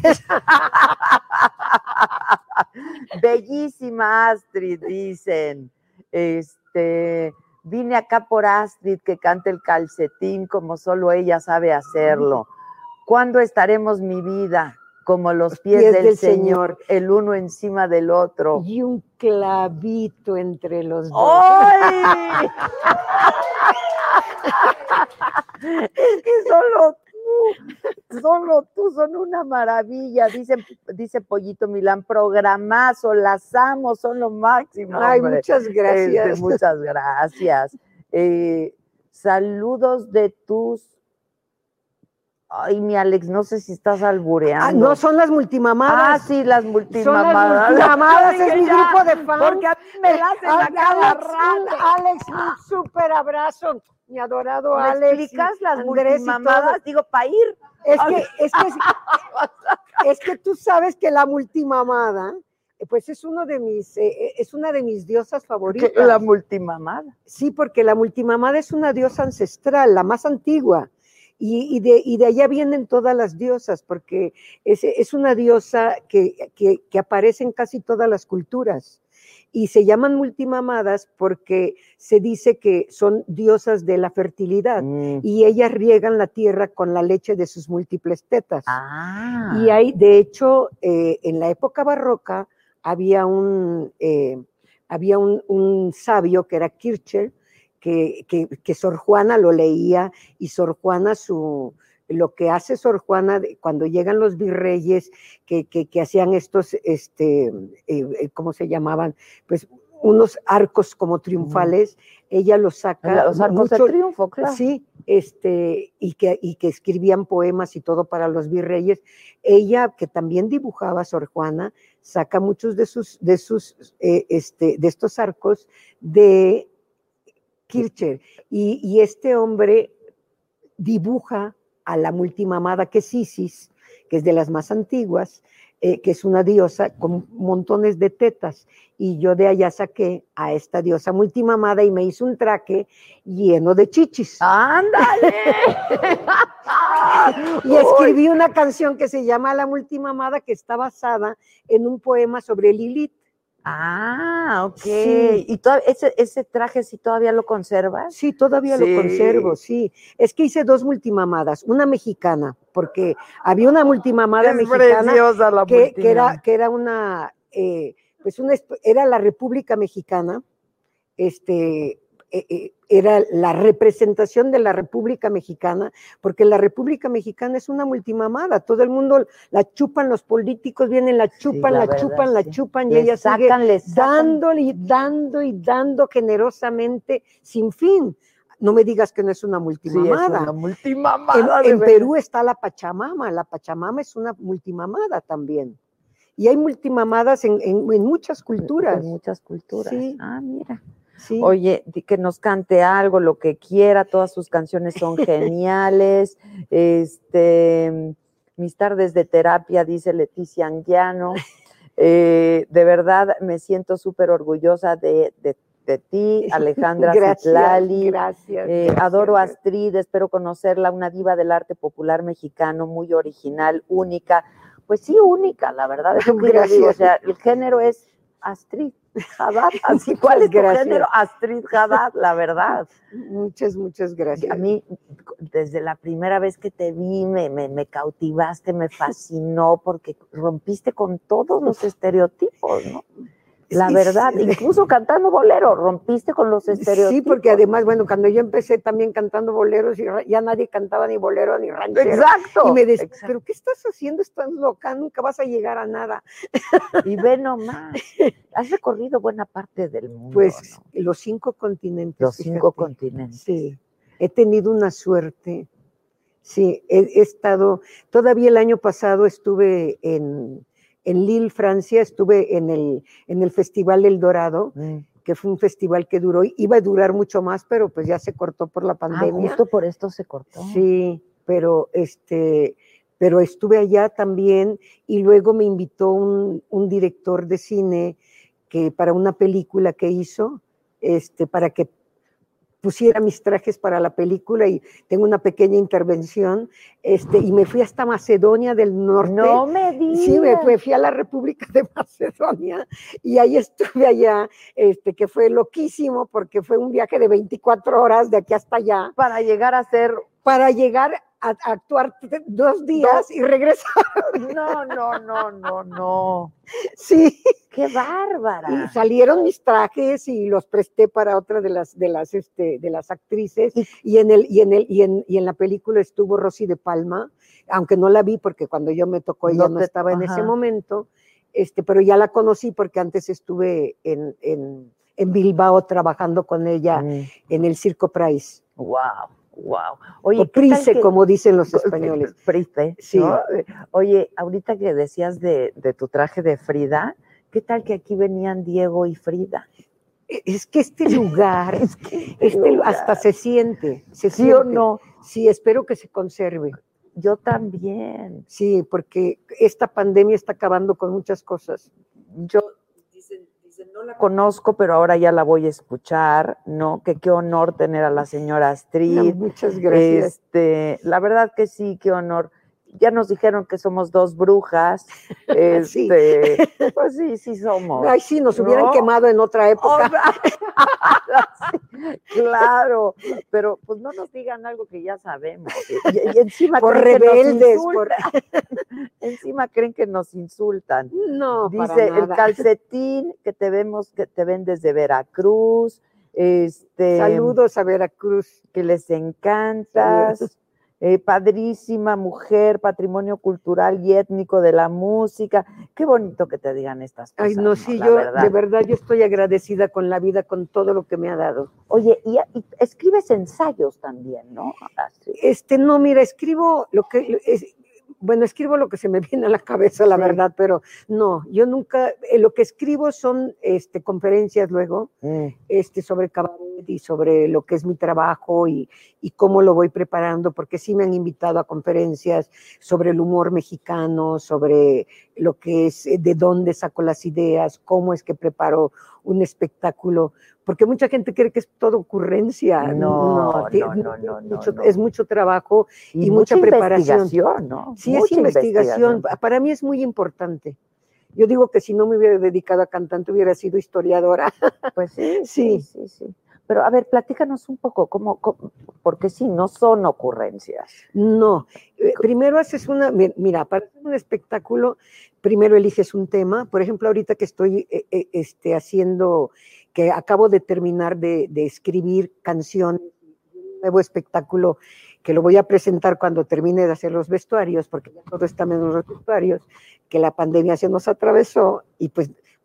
Bellísima Astrid, dicen. Este, vine acá por Astrid que cante el calcetín como solo ella sabe hacerlo. ¿Cuándo estaremos mi vida? Como los pies, pies del, del Señor, Señor. el uno encima del otro. Y un clavito entre los dos. ¡Ay! Es que solo tú, solo tú son una maravilla. Dice, dice Pollito Milán, programazo, las amo, son lo máximo. Ay, hombre. muchas gracias. Este, muchas gracias. Eh, saludos de tus... Ay, mi Alex, no sé si estás albureando. Ah, no, son las multimamadas. Ah, sí, las multimamadas. Son las multimamadas, Dije, es mi ya, grupo de fans. porque a mí me la hacen a cada Alex, rato. Alex, un súper abrazo. Mi adorado ¿Me Alex. explicas las Andrés y multimamadas? todo. Digo, para ir. Es que, es que, es que tú sabes que la multimamada, pues es uno de mis, eh, es una de mis diosas favoritas. ¿Qué? La multimamada. Sí, porque la multimamada es una diosa ancestral, la más antigua. Y, y, de, y de allá vienen todas las diosas, porque es, es una diosa que, que, que aparece en casi todas las culturas. Y se llaman multimamadas porque se dice que son diosas de la fertilidad, Mm. y ellas riegan la tierra con la leche de sus múltiples tetas. Ah. Y hay, de hecho, eh, en la época barroca había un, eh, había un, un sabio que era Kircher, que, que, que Sor Juana lo leía, y Sor Juana, su, lo que hace Sor Juana cuando llegan los virreyes, que, que, que hacían estos, este, eh, ¿cómo se llamaban? Pues unos arcos como triunfales, mm. ella los saca. Los arcos mucho, de triunfo, claro. Sí, este, y, que, y que escribían poemas y todo para los virreyes. Ella, que también dibujaba, Sor Juana, saca muchos de sus, de sus, eh, este, de estos arcos de Kircher, y, y este hombre dibuja a la multimamada, que es Isis, que es de las más antiguas, eh, que es una diosa con montones de tetas, y yo de allá saqué a esta diosa multimamada y me hizo un traje lleno de chichis. ¡Ándale! Y escribí una canción que se llama La multimamada, que está basada en un poema sobre Lilith. Ah, ok. Sí. ¿Y todo, ese, ese traje sí todavía lo conservas? Sí, todavía Sí. lo conservo, sí. Es que hice dos multimamadas, una mexicana, porque había una multimamada Es mexicana preciosa la que, que, era, multimamada. que era una, eh, pues una, era la República Mexicana, este, eh, eh, era la representación de la República Mexicana, porque la República Mexicana es una multimamada, todo el mundo la chupan, los políticos vienen, la chupan, Sí, la la, verdad, chupan, sí. la chupan, y Le ella sacan, sigue le sacan. dándole y dando y dando generosamente sin fin. No me digas que no es una multimamada. Sí, es una multimamada. En, en Perú está la Pachamama, la Pachamama es una multimamada también. Y hay multimamadas en, en, en muchas culturas. En muchas culturas. Sí. Ah, mira. Sí. Oye, que nos cante algo, lo que quiera, todas sus canciones son geniales. Este, mis tardes de terapia, dice Leticia Anguiano. Eh, de verdad me siento súper orgullosa de, de, de ti, Alejandra Gracias, Citlali. gracias, Eh, gracias. Adoro a Astrid, espero conocerla, una diva del arte popular mexicano, muy original, única. Pues sí, única, la verdad. Es lo que yo digo, o sea, el género es Astrid Haddad. Así, ¿cuál es tu Gracias. género? Astrid Haddad, la verdad. Muchas, muchas gracias. A mí, desde la primera vez que te vi, me, me, me cautivaste, me fascinó, porque rompiste con todos los estereotipos, ¿no? La Sí, verdad, sí. incluso cantando bolero, rompiste con los estereotipos. Sí, porque además, bueno, cuando yo empecé también cantando boleros, y ya nadie cantaba ni bolero ni ranchero. Exacto. Y me decía, exacto. ¿pero qué estás haciendo? Estás loca, nunca vas a llegar a nada. Y ve nomás, has recorrido buena parte del mundo. Pues ¿no? los cinco continentes. Los fíjate. cinco continentes. Sí, he tenido una suerte. Sí, he, he estado, todavía el año pasado estuve en, en Lille, Francia, estuve en el, en el Festival El Dorado, Mm. que fue un festival que duró, iba a durar mucho más, pero pues ya se cortó por la Ah, pandemia. justo por esto se cortó. Sí, pero este, pero estuve allá también y luego me invitó un, un director de cine que para una película que hizo, este, para que pusiera mis trajes para la película y tengo una pequeña intervención, este, y me fui hasta Macedonia del Norte. No me digas. Sí, me fui, fui a la República de Macedonia y ahí estuve allá, este, que fue loquísimo porque fue un viaje de veinticuatro horas de aquí hasta allá. Para llegar a ser... Para llegar a, a actuar dos días Dos. y regresar. No, no, no, no, no. Sí. ¡Qué bárbara! Y salieron mis trajes y los presté para otra de las de las este de las actrices y en el y en el y en, y en la película estuvo Rosy de Palma, aunque no la vi porque cuando yo me tocó ella No no, te- estaba en ajá. ese momento, este, pero ya la conocí porque antes estuve en, en, en Bilbao trabajando con ella Mm. en el Circo Price. Wow, wow. Oye, O ¿qué tal Price, que- como dicen los españoles. Price, Sí. ¿no? Oye, ahorita que decías de, de tu traje de Frida, ¿qué tal que aquí venían Diego y Frida? Es que este lugar, Es que este, lugar. hasta se siente, se ¿Sí o siente. no? Sí, espero que se conserve. Yo también. Sí, porque esta pandemia está acabando con muchas cosas. Yo, dicen, dicen, no la conozco, pero ahora ya la voy a escuchar, ¿no? Que qué honor tener a la señora Astrid. No, muchas gracias. Este, la verdad que sí, qué honor. Ya nos dijeron que somos dos brujas. Sí. Este, pues sí, sí somos. Ay, sí, nos hubieran ¿no? quemado en otra O época. sea, sí, claro, pero pues no nos digan algo que ya sabemos. Y, y encima Por creen que nos rebeldes, por- insultan. Encima creen que nos insultan. No, Dice para el nada. calcetín que te vemos, que te ven desde Veracruz. Este, Saludos a Veracruz. que les encantas. Saludos. Eh, padrísima mujer, patrimonio cultural y étnico de la música. Qué bonito que te digan estas cosas. Ay, no, sí, La yo verdad. de verdad yo estoy agradecida con la vida, con todo lo que me ha dado. Oye, y, y escribes ensayos también, ¿no? Así. Este, no, mira, escribo lo que es, bueno, escribo lo que se me viene a la cabeza, la Sí. verdad, pero no, yo nunca, eh, lo que escribo son este, conferencias luego, Mm. este, sobre cabaret y sobre lo que es mi trabajo y, y cómo lo voy preparando, porque sí me han invitado a conferencias sobre el humor mexicano, sobre lo que es, eh, de dónde saco las ideas, cómo es que preparo un espectáculo, porque mucha gente cree que es todo ocurrencia. No, ti- no, no, no, mucho- no. Es mucho trabajo Y, y mucha, mucha preparación. investigación, ¿no? Sí, Mucha es investigación. Para mí es muy importante. Yo digo que si no me hubiera dedicado a cantante, hubiera sido historiadora. Pues sí, Sí. sí, sí, sí. Pero a ver, platícanos un poco, ¿cómo, cómo? Porque sí, no son ocurrencias. No, eh, primero haces una, mi- mira, para hacer un espectáculo, primero eliges un tema. Por ejemplo, ahorita que estoy eh, eh, este, haciendo, que acabo de terminar de, de escribir canciones, un nuevo espectáculo que lo voy a presentar cuando termine de hacer los vestuarios, porque ya todo está menos los vestuarios, que la pandemia se nos atravesó y pues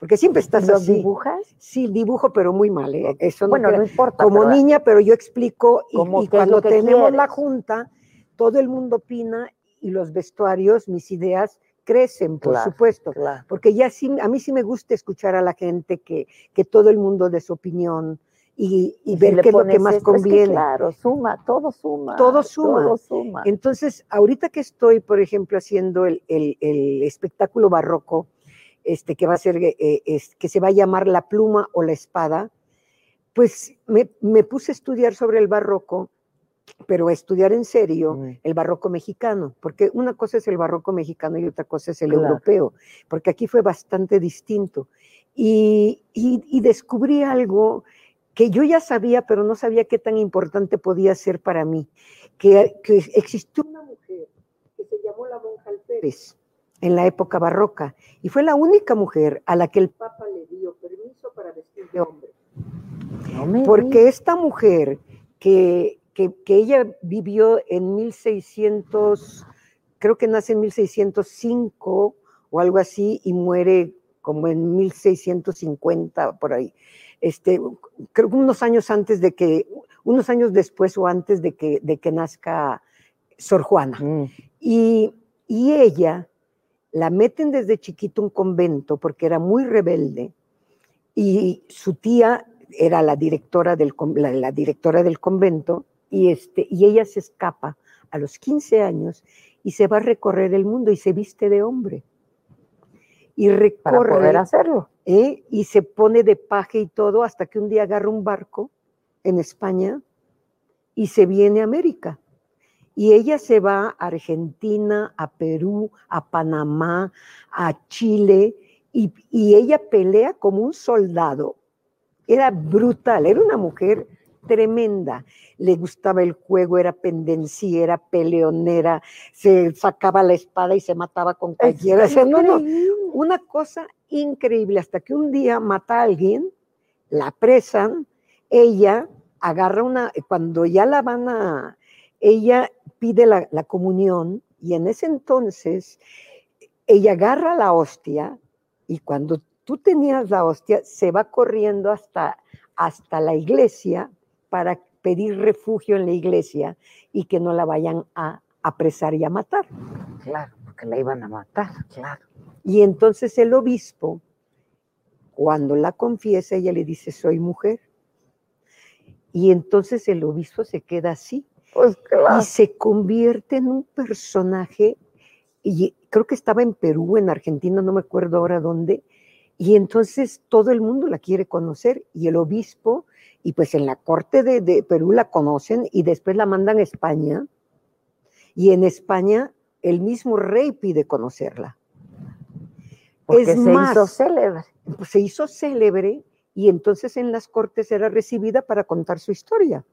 porque siempre estás ¿Lo así. dibujas? Sí, dibujo, pero muy mal, ¿eh? Eso no Bueno, queda- no importa. como pero- niña, pero yo explico y, Como y qué es cuando lo que tenemos la quieres. junta, todo el mundo opina y los vestuarios, mis ideas crecen, por Claro, supuesto, claro. porque ya sí, a mí sí me gusta escuchar a la gente que, que todo el mundo dé su opinión y, y Y si ver le qué es lo que pones más esto, es que conviene. claro, suma, todo suma. Todo suma. Todo suma. Entonces, ahorita que estoy, por ejemplo, haciendo el, el- el espectáculo barroco, este, que va a ser, eh, es- que se va a llamar La Pluma o la Espada, pues me, me puse a estudiar sobre el barroco, pero a estudiar en serio Mm. el barroco mexicano, porque una cosa es el barroco mexicano y otra cosa es el Claro. europeo, porque aquí fue bastante distinto. Y, y- y descubrí algo que yo ya sabía, pero no sabía qué tan importante podía ser para mí, que, que existió una mujer que se llamó la monja Alférez en la época barroca, y fue la única mujer a la que el Papa le dio permiso para vestir de hombre. No me Porque digas. esta mujer que, que, que ella vivió en mil seiscientos, creo que nace en mil seiscientos cinco o algo así, y muere como en mil seiscientos cincuenta, por ahí. Este, creo que unos años antes de que, unos años después o antes de que, de que nazca Sor Juana. Mm. Y, y ella la meten desde chiquito a un convento porque era muy rebelde, y su tía era la directora del, con- la, la directora del convento, y, este, y ella se escapa a los quince años y se va a recorrer el mundo y se viste de hombre. Y Para recorre, poder hacerlo. ¿eh? Y se pone de paje y todo hasta que un día agarra un barco en España y se viene a América. Y ella se va a Argentina, a Perú, a Panamá, a Chile, y, y ella pelea como un soldado. Era brutal, era una mujer tremenda. Le gustaba el juego, era pendenciera, peleonera, se sacaba la espada y se mataba con cualquiera. O sea, no, no, una cosa increíble, hasta que un día mata a alguien, la apresan, ella agarra una, cuando ya la van a, ella pide la, la comunión, y en ese entonces ella agarra la hostia, y cuando tú tenías la hostia, se va corriendo hasta, hasta la iglesia para pedir refugio en la iglesia y que no la vayan a apresar y a matar. Claro, porque la iban a matar, claro. Y entonces el obispo, cuando la confiesa, ella le dice, soy mujer. Y entonces el obispo se queda así. Pues claro. Y se convierte en un personaje, y creo que estaba en Perú, en Argentina, no me acuerdo ahora dónde, y entonces todo el mundo la quiere conocer, y el obispo, y pues en la corte de, de Perú la conocen, y después la mandan a España, y en España el mismo rey pide conocerla. Porque Es se más, hizo célebre. pues, se hizo célebre, y entonces en las cortes era recibida para contar su historia.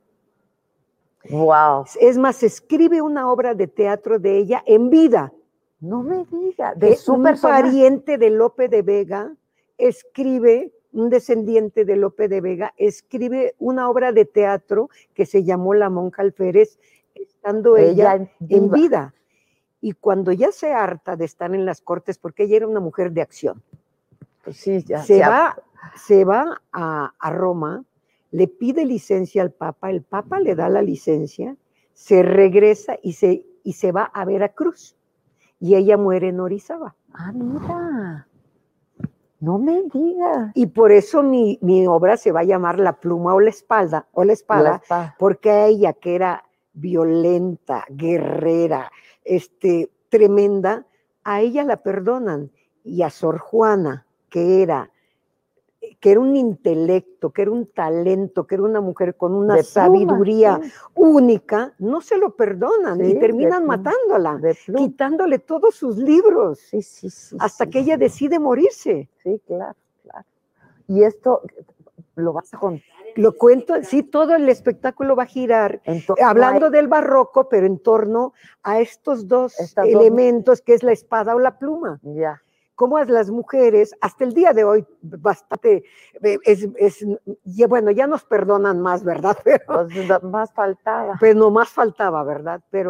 Wow. Es más, escribe una obra de teatro de ella en vida. No me diga. De Es su un personaje. pariente de Lope de Vega, escribe, un descendiente de Lope de Vega, escribe una obra de teatro que se llamó La Monja Alférez, estando ella, Ella en viva. vida. Y cuando ya se harta de estar en las cortes, porque ella era una mujer de acción, Pues sí, ya. se, ya. va, se va a, a Roma, le pide licencia al Papa, el Papa le da la licencia, se regresa y se, y se va a Veracruz. Y ella muere en Orizaba. Ah, mira. No me digas. Y por eso mi, mi obra se va a llamar La Pluma o la Espalda, o la Espada, La espada. porque a ella, que era violenta, guerrera, este, tremenda, a ella la perdonan. Y a Sor Juana, que era, que era un intelecto, que era un talento, que era una mujer con una De pluma, sabiduría sí. única, no se lo perdonan Sí, y de terminan pluma, matándola, de pluma. quitándole todos sus libros, Sí, sí, sí. hasta sí, que ella decide morirse. Sí, claro, claro. Y esto lo vas a contar. Lo cuento, sí, todo el espectáculo va a girar, En torno hablando a- del barroco, pero en torno a estos dos Estas dos- elementos, que es la espada o la pluma. Ya. Cómo a las mujeres, hasta el día de hoy, bastante, eh, es, es, ya, bueno, ya nos perdonan más, ¿verdad? Pero, Pues da- más faltaba. pues no más faltaba, ¿verdad? Pero,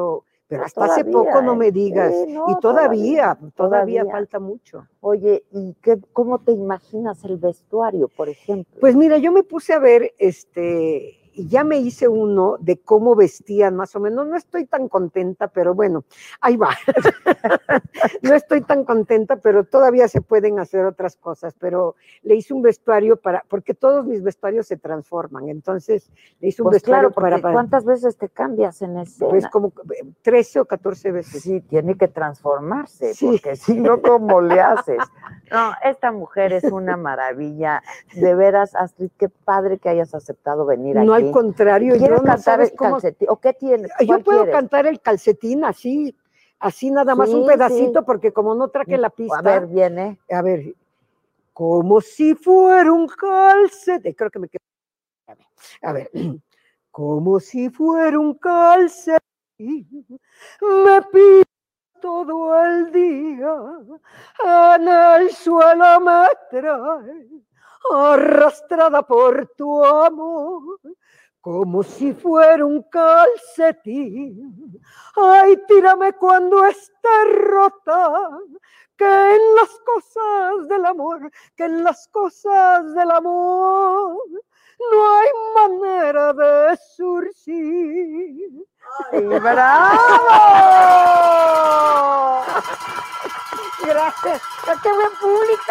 Pero Ah, hasta hace todavía, poco no ¿eh? me digas. Sí, no, y todavía, todavía, todavía, todavía. falta mucho. Oye, ¿y qué, cómo te imaginas el vestuario, por ejemplo? Pues mira, yo me puse a ver, este, y ya me hice uno de cómo vestían más o menos. No estoy tan contenta, pero bueno, ahí va. No estoy tan contenta, pero todavía se pueden hacer otras cosas. Pero le hice un vestuario para, porque todos mis vestuarios se transforman. Entonces, le hice un Pues vestuario claro, porque para, para, ¿cuántas veces te cambias en escena? pues como trece o catorce veces. Sí, tiene que transformarse, Sí. porque si no, ¿cómo le haces? No, esta mujer es una maravilla. De veras, Astrid, qué padre que hayas aceptado venir No, aquí. al contrario, yo ¿Quieres no cantar sabes el cómo. calcetín? ¿O qué tienes? Yo ¿Cuál puedo quieres? cantar el calcetín así, así nada más Sí, un pedacito, sí. porque como no traje la pista. A ver, viene. A ver, como si fuera un calcetín. Creo que me quedo. A ver, como si fuera un calcetín, me pido todo el día, en el suelo me trae, arrastrada por tu amor, como si fuera un calcetín. Ay, tírame cuando esté rota, que en las cosas del amor, que en las cosas del amor no hay manera de surcir. ¡Ay, bravo! Gracias. ¡Qué buen público!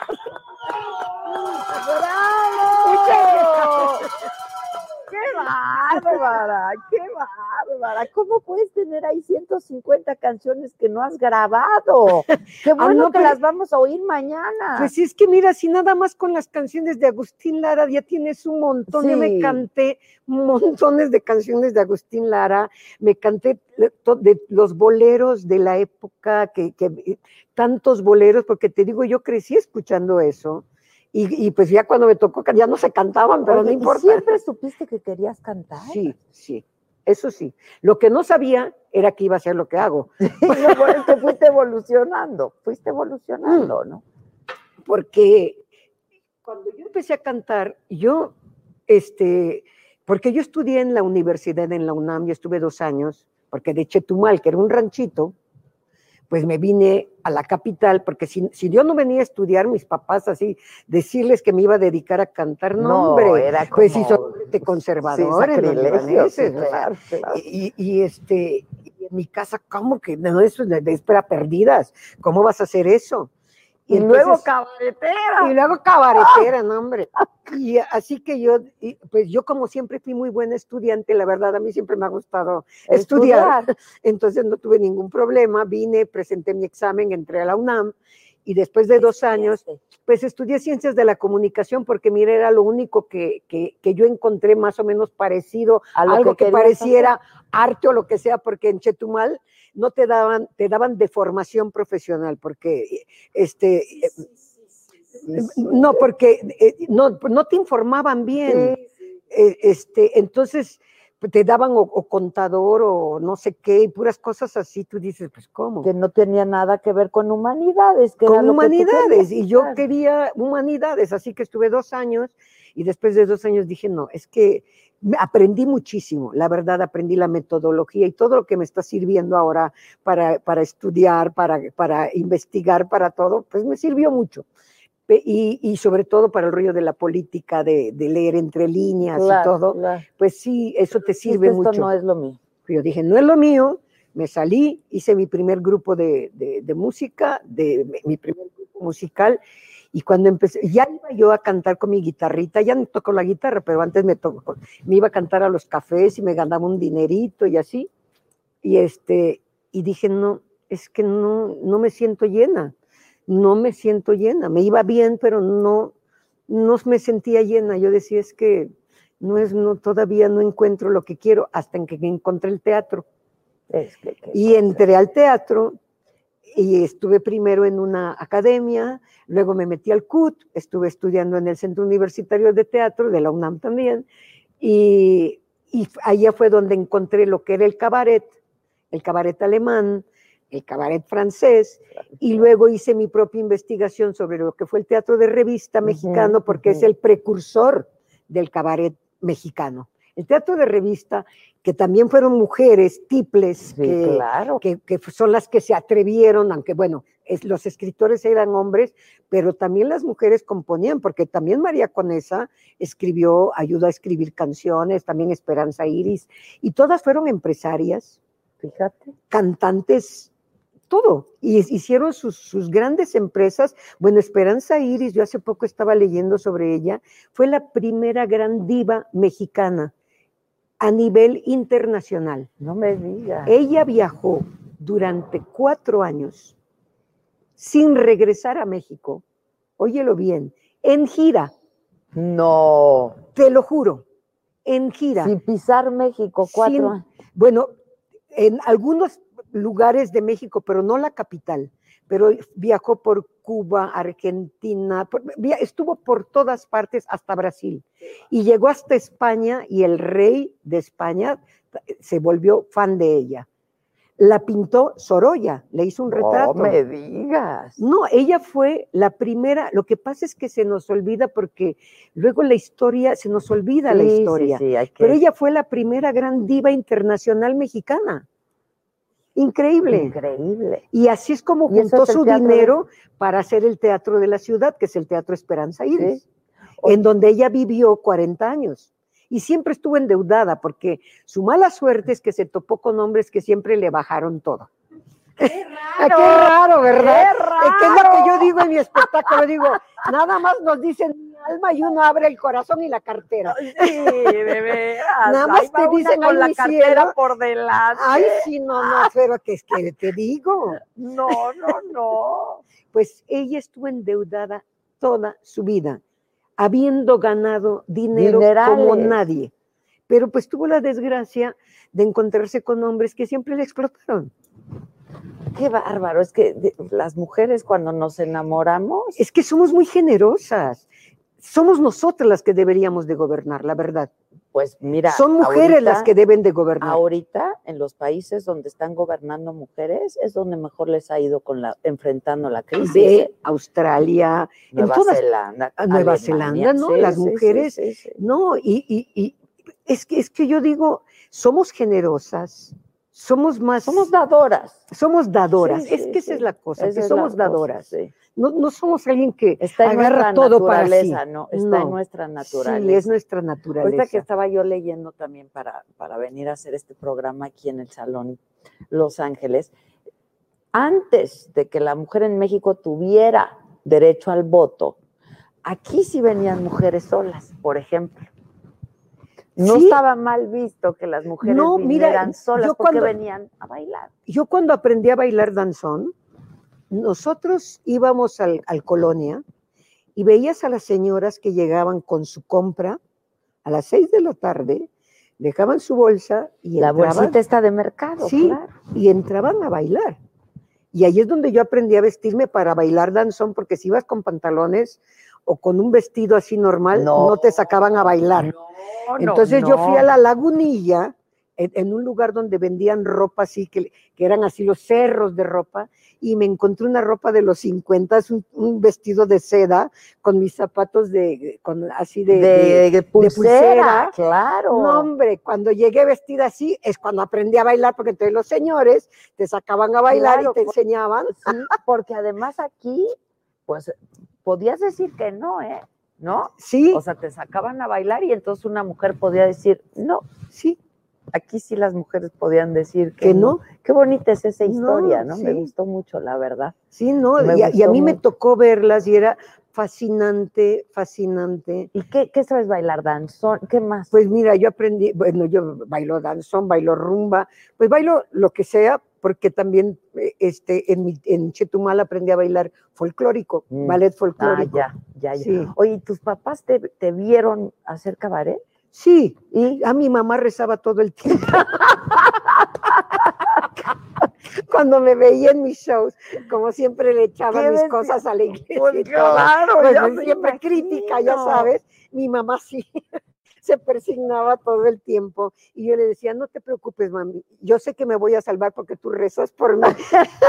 ¡Bravo! ¡Qué bárbara! ¡Qué bárbara! ¿Cómo puedes tener ahí ciento cincuenta canciones que no has grabado? ¡Qué bueno Ah, no, que pero- las vamos a oír mañana! Pues es que mira, si nada más con las canciones de Agustín Lara ya tienes un montón. Yo me Sí. canté montones de canciones de Agustín Lara, me canté de, to- de los boleros de la época, que, que tantos boleros, porque te digo, yo crecí escuchando eso. Y, y pues ya cuando me tocó, ya no se cantaban, pero Oye, no ¿y importa. siempre supiste que querías cantar? Sí, sí, eso sí. Lo que no sabía era que iba a ser lo que hago. No, bueno, es que fuiste evolucionando, fuiste evolucionando, ¿no? Porque cuando yo empecé a cantar, yo, este, porque yo estudié en la universidad, en la UNAM, yo estuve dos años, porque de Chetumal, que era un ranchito, pues me vine a la capital, porque si, si yo no venía a estudiar, mis papás así, decirles que me iba a dedicar a cantar, no, No, hombre, era pues sí como- son de conservadores, sí, los sacrilegio, libaneses, sí, o sea, claro, claro. Y, y, este, y en mi casa, ¿cómo que no? Eso es de, de espera perdidas, ¿cómo vas a hacer eso? Y luego entonces- cabaretera. Y luego cabaretera, no, hombre. Y así que yo, y, pues yo como siempre fui muy buena estudiante, la verdad, a mí siempre me ha gustado estudiar. Estudiar. Entonces no tuve ningún problema, vine, presenté mi examen, entré a la UNAM, y después de dos años, pues estudié Ciencias de la Comunicación, porque mira, era lo único que, que, que yo encontré más o menos parecido, A lo algo que que, querías pareciera arte o lo que sea, porque en Chetumal no te daban, te daban de formación profesional, porque este, eh, no, porque eh, no, no te informaban bien. Eh, este, entonces te daban o, o contador o no sé qué, y puras cosas así, tú dices, pues ¿cómo? Que no tenía nada que ver con humanidades. Que era Con lo que tú humanidades, querías, y yo claro. quería humanidades, así que estuve dos años, y después de dos años dije, no, es que me- aprendí muchísimo, la verdad, aprendí la metodología y todo lo que me está sirviendo ahora para, para estudiar, para, para investigar, para todo, pues me sirvió mucho. Pe- Y, y sobre todo para el rollo de la política, de, de leer entre líneas Claro, y todo, claro. pues sí, eso te sirve Esto mucho. no es lo mío. Yo dije, no es lo mío, me salí, hice mi primer grupo de, de, de música, de, mi primer grupo musical, y cuando empecé, ya iba yo a cantar con mi guitarrita, ya no toco la guitarra, pero antes me tocó, me iba a cantar a los cafés y me ganaba un dinerito y así, y este, y dije, no, es que no, no me siento llena, no me siento llena, me iba bien, pero no, no me sentía llena, yo decía, es que no es, no, todavía no encuentro lo que quiero, hasta en que encontré el teatro. Es que, que Y entré al teatro y estuve primero en una academia, luego me metí al C U T, estuve estudiando en el Centro Universitario de Teatro, de la UNAM también, y, y allá fue donde encontré lo que era el cabaret, el cabaret alemán, el cabaret francés, y luego hice mi propia investigación sobre lo que fue el teatro de revista mexicano, porque ujú. es el precursor del cabaret mexicano. El teatro de revista, que también fueron mujeres tiples, Sí, que, claro. que, que son las que se atrevieron, aunque bueno, es, los escritores eran hombres, pero también las mujeres componían, porque también María Conesa escribió, ayudó a escribir canciones, también Esperanza Iris, y todas fueron empresarias, Fíjate. cantantes, todo, y hicieron sus, sus grandes empresas. Bueno, Esperanza Iris, yo hace poco estaba leyendo sobre ella, fue la primera gran diva mexicana a nivel internacional. No me digas. Ella viajó durante cuatro años sin regresar a México, óyelo bien, en gira, No. te lo juro, en gira. Sin pisar México, cuatro Sin- años. Bueno, en algunos lugares de México, pero no la capital, pero viajó por Cuba, Argentina, por- via- estuvo por todas partes hasta Brasil y llegó hasta España y el rey de España se volvió fan de ella. La pintó Sorolla, le hizo un retrato. No me digas. No, ella fue la primera, lo que pasa es que se nos olvida porque luego la historia, se nos olvida la Sí, sí, historia, sí, hay que- pero ella fue la primera gran diva internacional mexicana. Increíble. Increíble. Y así es como Y eso juntó es el su teatro de- dinero para hacer el teatro de la ciudad, que es el Teatro Esperanza Iris, Sí. O- en donde ella vivió cuarenta años. Y siempre estuvo endeudada, porque su mala suerte es que se topó con hombres que siempre le bajaron todo. ¡Qué raro! ¡Qué raro, ¿verdad? ¡Qué raro! Es que es lo que yo digo en mi espectáculo, digo, nada más nos dicen mi alma y uno abre el corazón y la cartera. Sí, de veras. Nada más Ahí va te una dicen, con "Ay, la mi cartera cielo". por delante. Ay, sí, no, no, pero que es que te digo. No, no, no. Pues ella estuvo endeudada toda su vida, habiendo ganado dinero como Dinerales. nadie. Pero pues tuvo la desgracia de encontrarse con hombres que siempre le explotaron. Qué bárbaro. Es que de- las mujeres cuando nos enamoramos, Es que somos muy generosas. Somos nosotras las que deberíamos de gobernar, la verdad. pues mira. Son mujeres ahorita- las que deben de gobernar. Ahorita, en los países donde están gobernando mujeres, es donde mejor les ha ido con la, enfrentando la crisis. De ¿eh? Australia, en Nueva todas, Zelanda. a Nueva Alemania. Zelanda, ¿no? Sí, Las sí, sí, mujeres, sí, sí. no, y, y- y es que es que yo digo, somos generosas, somos más, Somos dadoras. somos dadoras. Sí, es sí, que esa sí. es la cosa, Esa que es somos la cosa, dadoras. sí. No, no somos alguien que Está en agarra nuestra todo para sí. naturaleza, ¿no? Está en No. nuestra Sí, naturaleza. es nuestra naturaleza. Ahorita que estaba yo leyendo también para, para venir a hacer este programa aquí en el Salón Los Ángeles, antes de que la mujer en México tuviera derecho al voto, aquí sí venían mujeres solas, por ejemplo. No Sí. estaba mal visto que las mujeres No, mira, vinieran solas yo porque cuando- venían a bailar. Yo cuando aprendí a bailar danzón, nosotros íbamos al, al Colonia y veías a las señoras que llegaban con su compra a las seis de la tarde, dejaban su bolsa y La entraban, bolsita está de mercado, sí, claro. y entraban a bailar. Y ahí es donde yo aprendí a vestirme para bailar danzón, porque si ibas con pantalones o con un vestido así normal, no, No. te sacaban a bailar. No, no, Entonces yo fui no. a la Lagunilla, en, en un lugar donde vendían ropa así, que, que eran así los cerros de ropa, y me encontré una ropa de los cincuenta, un, un vestido de seda, con mis zapatos de, con, así de, de, de- pulsera, pulsera. claro. No, hombre, cuando llegué vestida así, es cuando aprendí a bailar, porque entonces los señores te sacaban a bailar Claro, y te por- enseñaban. Sí, porque además aquí, pues, podías decir que no, ¿eh? ¿No? Sí, O sea, te sacaban a bailar y entonces una mujer podía decir, no, sí, aquí sí las mujeres podían decir que, que no. no, Qué bonita es esa No, historia, ¿no? Me sí. gustó mucho, la verdad. sí, no, Me y a, y a gustó mí me mucho. tocó verlas y era fascinante, fascinante. ¿Y qué, qué sabes bailar? ¿Danzón? ¿Qué más? Pues mira, yo aprendí, bueno, yo bailo danzón, bailo rumba, pues bailo lo que sea, porque también eh, este, en, mi- en Chetumal aprendí a bailar folclórico, Mm. ballet ah, folclórico. ya, ya, ya. Sí. Oye, ¿y tus papás te, te vieron hacer cabaret? Sí, ¿Y? a mi mamá rezaba todo el tiempo. Cuando me veía en mis shows, como siempre le ¿Qué echaban mis decía? cosas a la iglesia. Pues y todo. claro, Pues ya pues me siempre imagino. crítica, ya sabes. Mi mamá sí. se persignaba todo el tiempo y yo le decía, no te preocupes, mami, yo sé que me voy a salvar porque tú rezas por mí.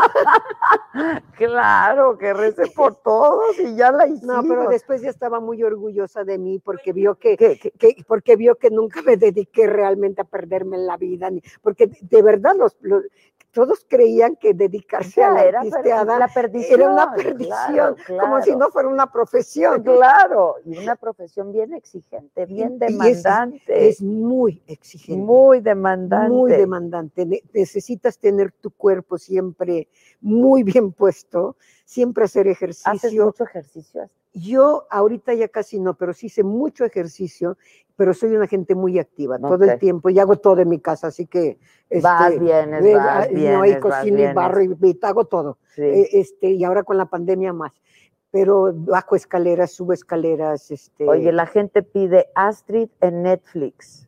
Claro, que rece por todos y ya la hicimos. No, pero después ya estaba muy orgullosa de mí porque vio que, ¿Qué, qué? que porque vio que nunca me dediqué realmente a perderme en la vida, ni, porque de verdad los, los todos creían que dedicarse Ya, a la era per- artisteada la perdición, era una perdición, claro, como si claro. no fuera una profesión. Claro, y una profesión bien exigente, bien Y es- demandante. Es, muy exigente. Muy demandante. Muy demandante. Ne- Necesitas tener tu cuerpo siempre muy bien puesto, siempre hacer ¿Haces ejercicio. mucho ejercicio? Yo ahorita ya casi no, pero sí hice mucho ejercicio, pero soy una gente muy activa todo Ok. el tiempo y hago todo en mi casa, así que Vas, este, vienes, eh, vas, ah, no, y vienes, vas, cocino y vienes. barro y, y hago todo. Sí. Eh, este, y ahora con la pandemia más. Pero bajo escaleras, subo escaleras, este. Oye, la gente pide Astrid en Netflix.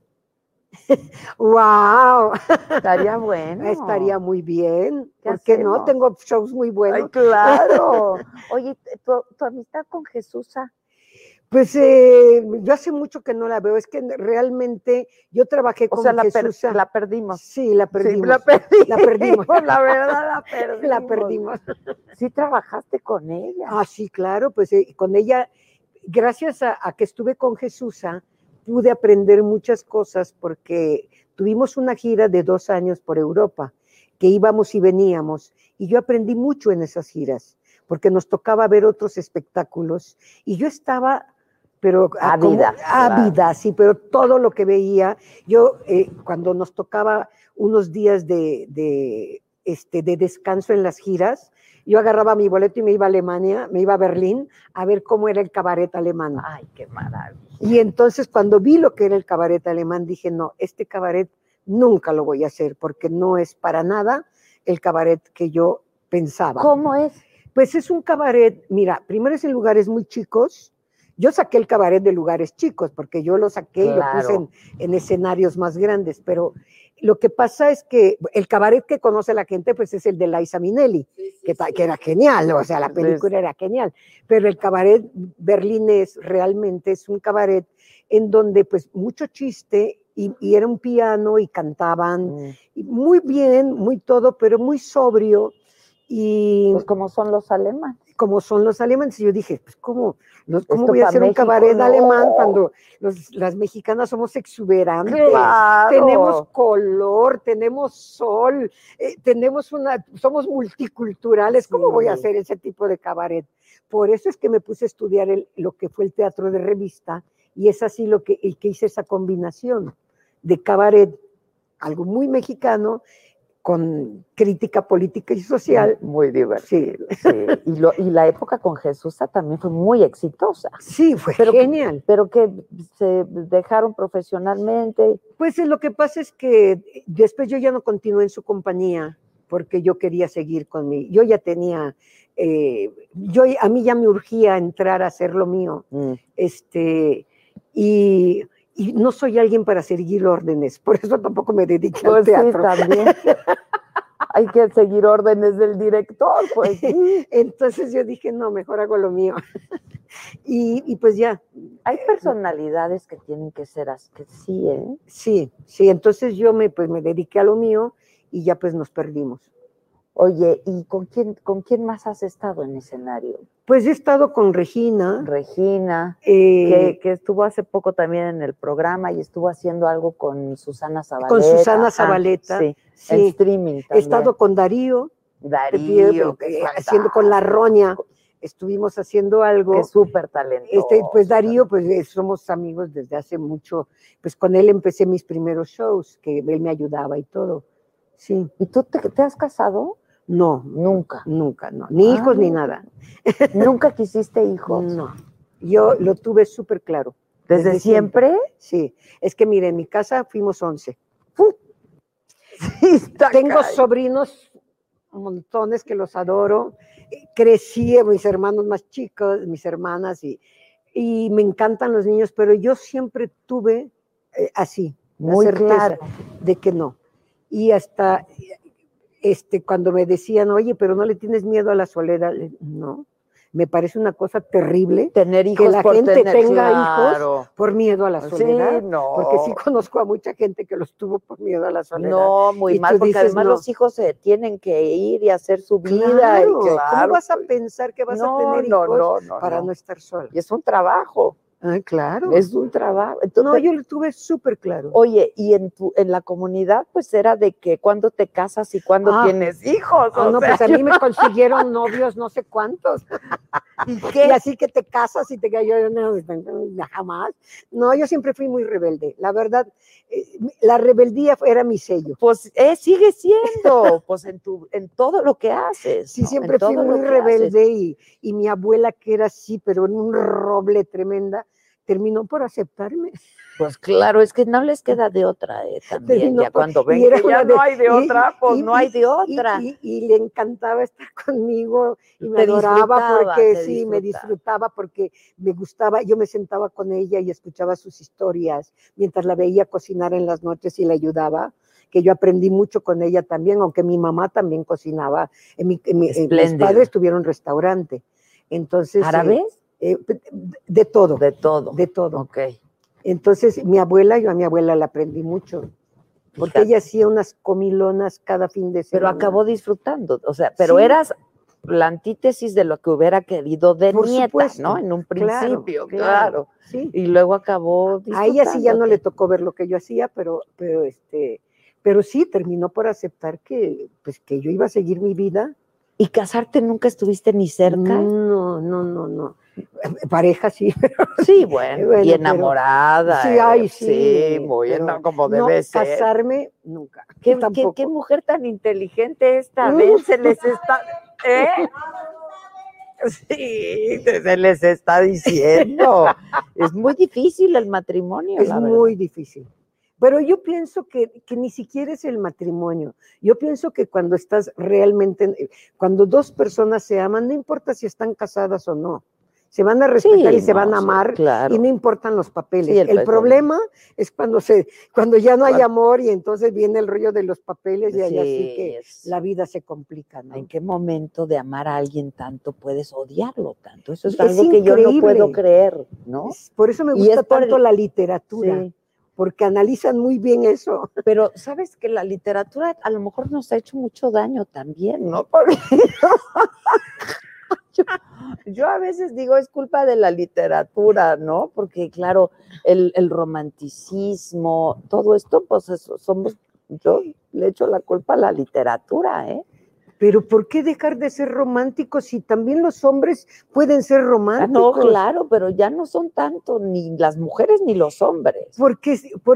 ¡Wow! Estaría bueno. Estaría muy bien. ¿Qué ¿Por qué no? hacemos? Tengo shows muy buenos. Ay, claro. Oye, tu, tu amistad con Jesús, Pues eh, yo hace mucho que no la veo, es que realmente yo trabajé o con sea, la, per- Jesús. la perdimos. Sí, la perdimos. Sí, la perdimos. La perdimos. La verdad, la perdimos. La perdimos. Sí trabajaste con ella. Ah, sí, claro, pues eh, con ella, gracias a, a que estuve con Jesús, pude aprender muchas cosas porque tuvimos una gira de dos años por Europa, que íbamos y veníamos, y yo aprendí mucho en esas giras, porque nos tocaba ver otros espectáculos, y yo estaba, pero ah, como- Ávida, ávida, claro. sí, pero todo lo que veía, yo eh, cuando nos tocaba unos días de, de, este, de descanso en las giras, yo agarraba mi boleto y me iba a Alemania, me iba a Berlín a ver cómo era el cabaret alemán. Ay, qué maravilla. Y entonces cuando vi lo que era el cabaret alemán, dije, no, este cabaret nunca lo voy a hacer porque no es para nada el cabaret que yo pensaba. ¿Cómo es? Pues es un cabaret, mira, primero es en lugares muy chicos. Yo saqué el cabaret de lugares chicos porque yo lo saqué y lo Claro. puse en, en escenarios más grandes, pero lo que pasa es que el cabaret que conoce la gente pues es el de Liza Minnelli, que, ta- que era genial, o sea, la película era genial, pero el cabaret berlinés realmente es un cabaret en donde pues mucho chiste y, y era un piano y cantaban Mm. y muy bien, muy todo, pero muy sobrio y Pues como son los alemanes. como son los alemanes. Y yo dije, pues, ¿cómo, los- cómo Esto voy a pa' hacer un México, cabaret no. alemán cuando los- las mexicanas somos exuberantes? Claro. Tenemos color, tenemos sol, eh, tenemos una, somos multiculturales. ¿Cómo Sí. voy a hacer ese tipo de cabaret? Por eso es que me puse a estudiar el- lo que fue el teatro de revista y es así lo que, el que hice esa combinación de cabaret, algo muy mexicano, con crítica política y social. Muy divertido. Sí, Sí. Y, lo, y la época con Jesús también fue muy exitosa. sí, fue Pero- genial. Pero que se dejaron profesionalmente. Pues eh, lo que pasa es que después yo ya no continué en su compañía porque yo quería seguir con mi, yo ya tenía, eh, yo, a mí ya me urgía entrar a hacer lo mío, Mm. este, y, y no soy alguien para seguir órdenes, por eso tampoco me dediqué al Pues sí, teatro. también. Hay que seguir órdenes del director, pues sí. Entonces yo dije, no, mejor hago lo mío. y, y pues ya, Hay personalidades que tienen que ser así, que sí, ¿eh? sí, sí, entonces yo me, pues, me dediqué a lo mío y ya pues nos perdimos. Oye, ¿y con quién, con quién más has estado en escenario? Pues he estado con Regina. Regina, eh, que, que estuvo hace poco también en el programa y estuvo haciendo algo con Susana Zabaleta. Con Susana Ah, Zabaleta, sí, sí. en streaming He también. estado con Darío, Darío, eh, que es haciendo con La fantástico, Roña, estuvimos haciendo algo. que es súper talentoso. Este, pues Darío, pues eh, somos amigos desde hace mucho, pues con él empecé mis primeros shows, que él me ayudaba y todo. Sí, ¿Y tú te, te has casado? no, Nunca. nunca, no, ni Ah, hijos ni nunca. nada. ¿Nunca quisiste hijos? No, yo lo tuve súper claro. ¿Desde, desde siempre? Sí, es que mire, en mi casa fuimos once. Sí, está Tengo caray. sobrinos, montones que los adoro. Crecí, mis hermanos más chicos, mis hermanas, y, y me encantan los niños, pero yo siempre tuve eh, así, la Muy certeza claro. de que no. Y hasta este, cuando me decían, oye, pero no le tienes miedo a la soledad, Le- no. Me parece una cosa terrible tener hijos que la por gente tener, tenga claro. hijos por miedo a la soledad. Sí, no. Porque sí conozco a mucha gente que los tuvo por miedo a la soledad. No, muy Y mal, tú porque dices, además no. los hijos se tienen que ir y hacer su vida. Claro, Y claro, ¿cómo vas a pensar que vas no, a tener no, hijos no, no, para no. no estar sola? Y es un trabajo. Ah, claro. Es un trabajo. Entonces, no, yo lo tuve súper claro. Oye, y en tu, en la comunidad, pues era de que cuándo te casas y cuándo ah, tienes hijos. Ah, o no, sea, pues a yo... mí me consiguieron novios no sé cuántos. ¿Y qué? Y así que te casas y te yo, yo no, jamás. No, yo siempre fui muy rebelde. La verdad, eh, la rebeldía era mi sello. Pues eh, sigue siendo, pues en tu, en todo lo que haces. Sí, ¿no? siempre en fui todo muy lo que rebelde haces. y, y mi abuela, que era así, pero en un roble tremenda, terminó por aceptarme. Pues claro, es que no les queda de otra, eh, también, Terminó ya por, cuando ven que ya de, no hay de y, otra, pues y, no hay de y, otra. Y, y, y le encantaba estar conmigo y me te adoraba porque te sí, disfrutaba. me disfrutaba porque me gustaba, yo me sentaba con ella y escuchaba sus historias mientras la veía cocinar en las noches y le ayudaba, que yo aprendí mucho con ella también, aunque mi mamá también cocinaba, en mi, en mi, en mis padres tuvieron restaurante. Entonces, ¿árabes? Eh, eh, de todo. De todo. De todo. Ok. Entonces, mi abuela, yo a mi abuela la aprendí mucho, porque Fíjate. ella hacía unas comilonas cada fin de semana. Pero acabó disfrutando, o sea, pero sí. eras la antítesis de lo que hubiera querido de Por nieta, supuesto. ¿no? En un principio, claro. claro. Sí. Y luego acabó disfrutando. A ella sí ya no le tocó ver lo que yo hacía, pero, pero, este, pero sí terminó por aceptar que, pues, que yo iba a seguir mi vida. ¿Y casarte nunca estuviste ni cerca? No, no, no, no. Pareja sí. Sí, bueno, bueno y enamorada. Pero, sí, ay, sí. Sí, muy bien, como debe no, ser. Casarme, nunca. ¿Qué, qué, qué mujer tan inteligente esta vez se les está... ¿Eh? Sí, se les está diciendo. Es muy difícil el matrimonio. Es la muy verdad. difícil. Pero yo pienso que, que ni siquiera es el matrimonio. Yo pienso que cuando estás realmente, cuando dos personas se aman, no importa si están casadas o no, se van a respetar sí, y se no, van a amar, sí, claro. y no importan los papeles. Sí, el, el problema es cuando se, cuando ya no hay amor y entonces viene el rollo de los papeles y sí, así que es. La vida se complica, ¿no? ¿En qué momento de amar a alguien tanto puedes odiarlo tanto? Eso es, es algo increíble. que yo no puedo creer, ¿no? Es, por eso me gusta tanto el... la literatura. Sí. Porque analizan muy bien eso. Pero sabes que la literatura a lo mejor nos ha hecho mucho daño también, ¿no? Porque yo, yo a veces digo, es culpa de la literatura, ¿no? Porque claro, el, el romanticismo, todo esto, pues eso, somos, yo le echo la culpa a la literatura, ¿eh? Pero ¿por qué dejar de ser románticos si también los hombres pueden ser románticos? Ah, no, claro, pero ya no son tanto ni las mujeres ni los hombres. Porque,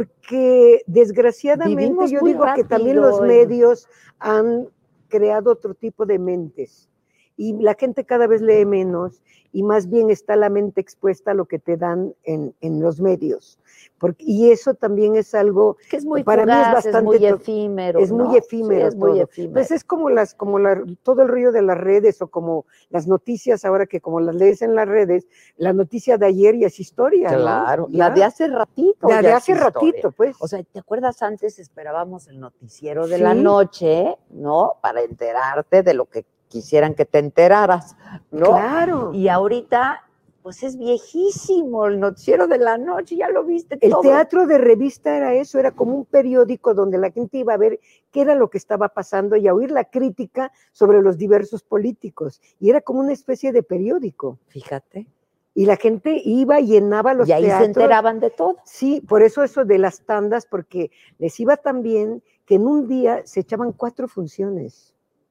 porque desgraciadamente Vivimos yo muy digo rápido, que también los medios han creado otro tipo de mentes y la gente cada vez lee menos y más bien está la mente expuesta a lo que te dan en, en los medios. Porque, y eso también es algo que es muy para fugaz, mí es bastante es muy efímero, es ¿no? muy efímero, sí, es muy todo. efímero. Pues es como las como la, todo el rollo de las redes o como las noticias ahora que como las lees en las redes, la noticia de ayer ya es historia, claro, ¿no? la de hace ratito, la de hace es ratito, pues. O sea, ¿te acuerdas antes esperábamos el noticiero de sí. la noche, ¿no? Para enterarte de lo que quisieran que te enteraras, ¿no? Claro. Y ahorita pues es viejísimo el noticiero de la noche, ya lo viste el todo. El teatro de revista era eso, era como un periódico donde la gente iba a ver qué era lo que estaba pasando y a oír la crítica sobre los diversos políticos. Y era como una especie de periódico. Fíjate. Y la gente iba y llenaba los teatros. Y ahí teatros. se enteraban de todo. Sí, por eso eso de las tandas, porque les iba tan bien que en un día se echaban cuatro funciones.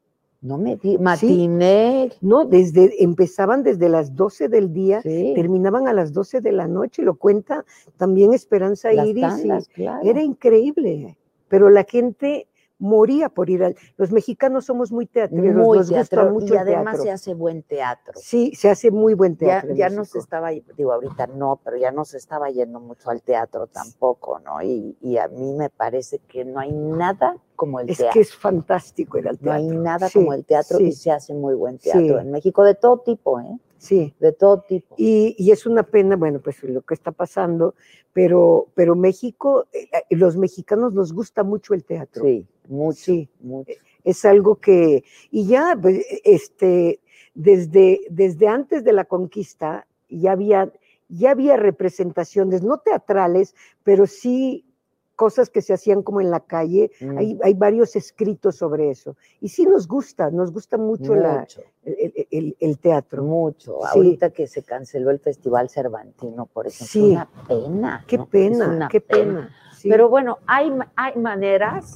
No me di, matiné. Sí, no, desde, empezaban desde las doce del día, sí. terminaban a las doce de la noche, lo cuenta también Esperanza las Iris. Tandas, claro. Era increíble, pero la gente moría por ir al... Los mexicanos somos muy teatreros, muy nos teatro, gusta mucho y el además teatro. se hace buen teatro. Sí, se hace muy buen teatro. Ya, ya no se estaba, digo ahorita no, pero ya no se estaba yendo mucho al teatro tampoco, ¿no? Y, y a mí me parece que no hay nada como el es teatro. Es que es fantástico ir al teatro. No hay nada sí, como el teatro sí. y se hace muy buen teatro sí. en México, de todo tipo, ¿eh? Sí. De todo tipo. Y, y es una pena, bueno, pues lo que está pasando, pero, pero México, eh, los mexicanos nos gusta mucho el teatro. Sí, mucho, sí. mucho. Es algo que, y ya, pues, este, desde, desde antes de la conquista ya había, ya había representaciones, no teatrales, pero sí cosas que se hacían como en la calle. Mm. Hay, hay varios escritos sobre eso. Y sí nos gusta, nos gusta mucho, mucho. La, el, el, el teatro. Mucho. Sí. Ahorita que se canceló el Festival Cervantino, por ejemplo, sí. una pena. Qué ¿no? pena, una qué pena. pena. Sí. Pero bueno, hay, hay maneras.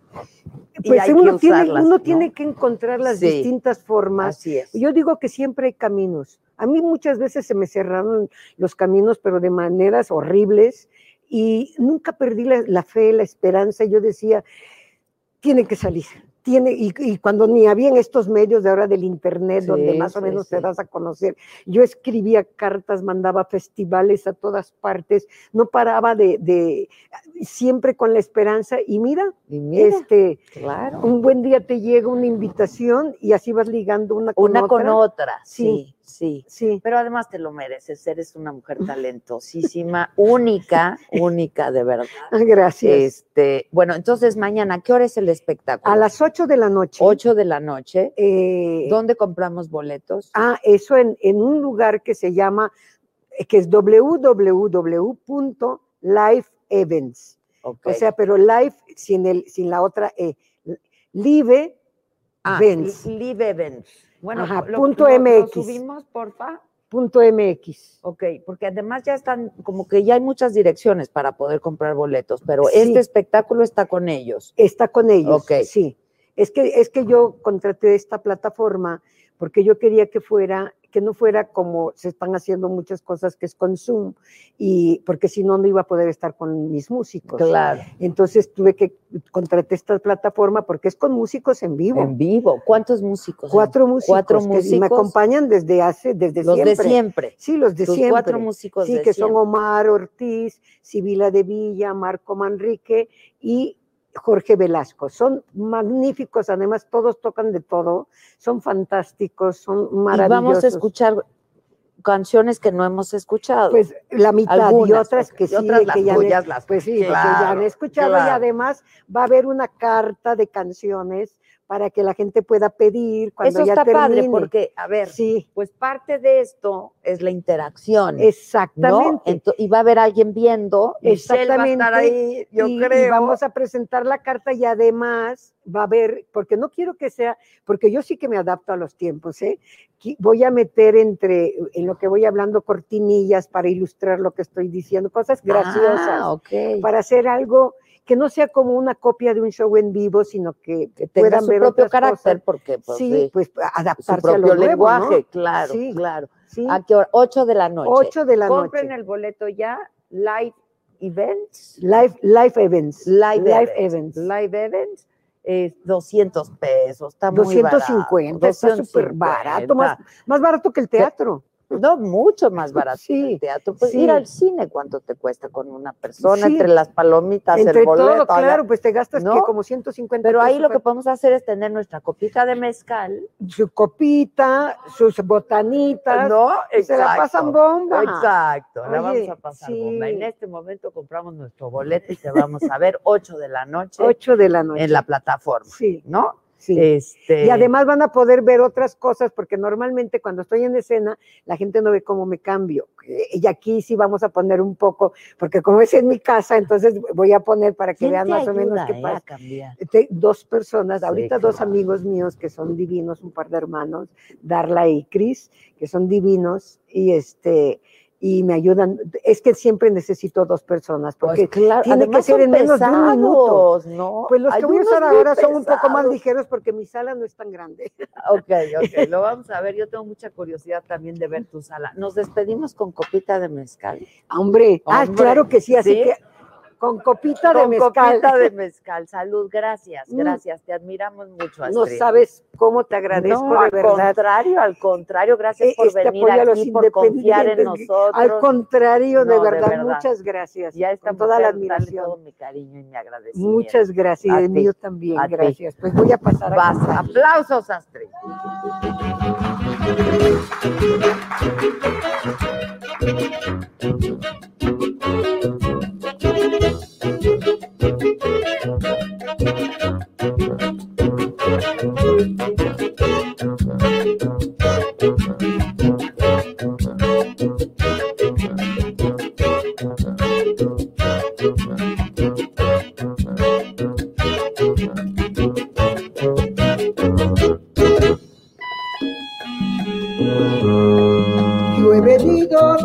Pues uno, tiene, uno ¿no? tiene que encontrar las sí. distintas formas. Así es. Yo digo que siempre hay caminos. A mí muchas veces se me cerraron los caminos, pero de maneras horribles. Y nunca perdí la, la fe, la esperanza. Yo decía, tiene que salir. Tiene, y, y cuando ni habían estos medios de ahora del internet, sí, donde más o menos sí, te sí. das a conocer, yo escribía cartas, mandaba festivales a todas partes, no paraba de, de siempre con la esperanza, y mira, y mira este, claro. un buen día te llega una invitación y así vas ligando una con una otra. Una con otra, sí. Sí, sí, sí. Pero además te lo mereces, eres una mujer talentosísima, única, única, de verdad. Gracias. Este, bueno, entonces mañana, ¿qué hora es el espectáculo? A las ocho de la noche. ocho de la noche. Eh, ¿Dónde compramos boletos? Ah, eso en, en un lugar que se llama, que es doble u doble u doble u punto live events. Okay. O sea, pero live sin, el, sin la otra E. Live ah, Events. Live Events. Bueno, Ajá, lo, punto lo, M X. ¿lo subimos, porfa? Punto M X. Ok, porque además ya están, como que ya hay muchas direcciones para poder comprar boletos, pero sí. este espectáculo está con ellos. Está con ellos, okay. sí. Es que, es que yo contraté esta plataforma porque yo quería que fuera, que no fuera como se están haciendo muchas cosas que es con Zoom, y porque si no, no iba a poder estar con mis músicos. Claro. Entonces tuve que contratar esta plataforma porque es con músicos en vivo. En vivo. ¿Cuántos músicos? Cuatro músicos. Cuatro que músicos. me acompañan desde hace, desde los siempre. Los de siempre. Sí, los de Tus siempre. Cuatro músicos sí, de que siempre. son Omar Ortiz, Sibila de Villa, Marco Manrique y Jorge Velasco. Son magníficos, además todos tocan de todo, son fantásticos, son maravillosos. Y vamos a escuchar canciones que no hemos escuchado. Pues la mitad. Algunas, y otras que sí, otras las que ya, tuyas, han, las pues sí, claro, que ya han escuchado, claro. Y además va a haber una carta de canciones para que la gente pueda pedir cuando Eso ya está termine. Padre porque, a ver, sí. pues parte de esto es la interacción. Exactamente. ¿No? Entonces, y va a haber alguien viendo, exactamente. Va a estar ahí, yo y, creo. Y vamos a presentar la carta y además va a haber, porque no quiero que sea, porque yo sí que me adapto a los tiempos, ¿eh? Voy a meter entre, en lo que voy hablando, cortinillas para ilustrar lo que estoy diciendo, cosas graciosas, ah, okay. para hacer algo que no sea como una copia de un show en vivo, sino que, que tenga puedan su ver propio otras carácter, cosas. porque pues, sí, sí, pues adaptarse su propio a lo nuevo, lenguaje, ¿no? claro, sí, claro. Sí. ¿A qué hora? Ocho de la noche. Ocho de la Compren noche. el boleto ya, live events. Live, live events. Live, live events. events. Live events. Eh, doscientos pesos, está muy doscientos cincuenta, barato. Está súper barato, más, más barato que el teatro. No, mucho más barato sí, que el teatro. Pues sí. ir al cine, ¿cuánto te cuesta con una persona? Sí. Entre las palomitas, Entre el boleto. todo, claro, allá. pues te gastas ¿no? que como ciento cincuenta Pero ahí pesos, lo que podemos hacer es tener nuestra copita de mezcal. Su copita, sus botanitas. No, exacto. Se la pasan bomba. Exacto, la Oye, vamos a pasar sí. bomba. En este momento compramos nuestro boleto y te vamos a ver ocho de la noche. ocho de la noche. En la plataforma, sí. ¿no? Sí. Este... Y además van a poder ver otras cosas, porque normalmente cuando estoy en escena, la gente no ve cómo me cambio. Y aquí sí vamos a poner un poco, porque como es en mi casa, entonces voy a poner para que vean más o menos qué eh, pasa. Cambiar? Dos personas, sí, ahorita claro. dos amigos míos que son divinos, un par de hermanos, Darla y Cris, que son divinos, y este... y me ayudan, es que siempre necesito dos personas, porque pues claro, tiene que ser en menos pesados, de un minuto. ¿no? Pues los Hay que voy a usar muy ahora son un pesados. poco más ligeros porque mi sala no es tan grande. Ok, ok, lo vamos a ver. Yo tengo mucha curiosidad también de ver tu sala. Nos despedimos con copita de mezcal. Hombre, ah, Hombre, claro que sí, así ¿sí? que con copita con de mezcal. copita de mezcal. Salud, gracias, gracias. Te admiramos mucho, Astrid. No sabes cómo te agradezco, no, de al verdad. Al contrario, al contrario, gracias por este venir apoyo a los aquí, por confiar en nosotros. Al contrario, no, de, verdad, de verdad, muchas gracias. Ya está con toda la admiración. admiración. Todo mi cariño y mi agradecimiento. Muchas gracias, a el ti, mío también, a gracias. ti. Pues voy a pasar Vas, a cantar. aplausos, Astrid.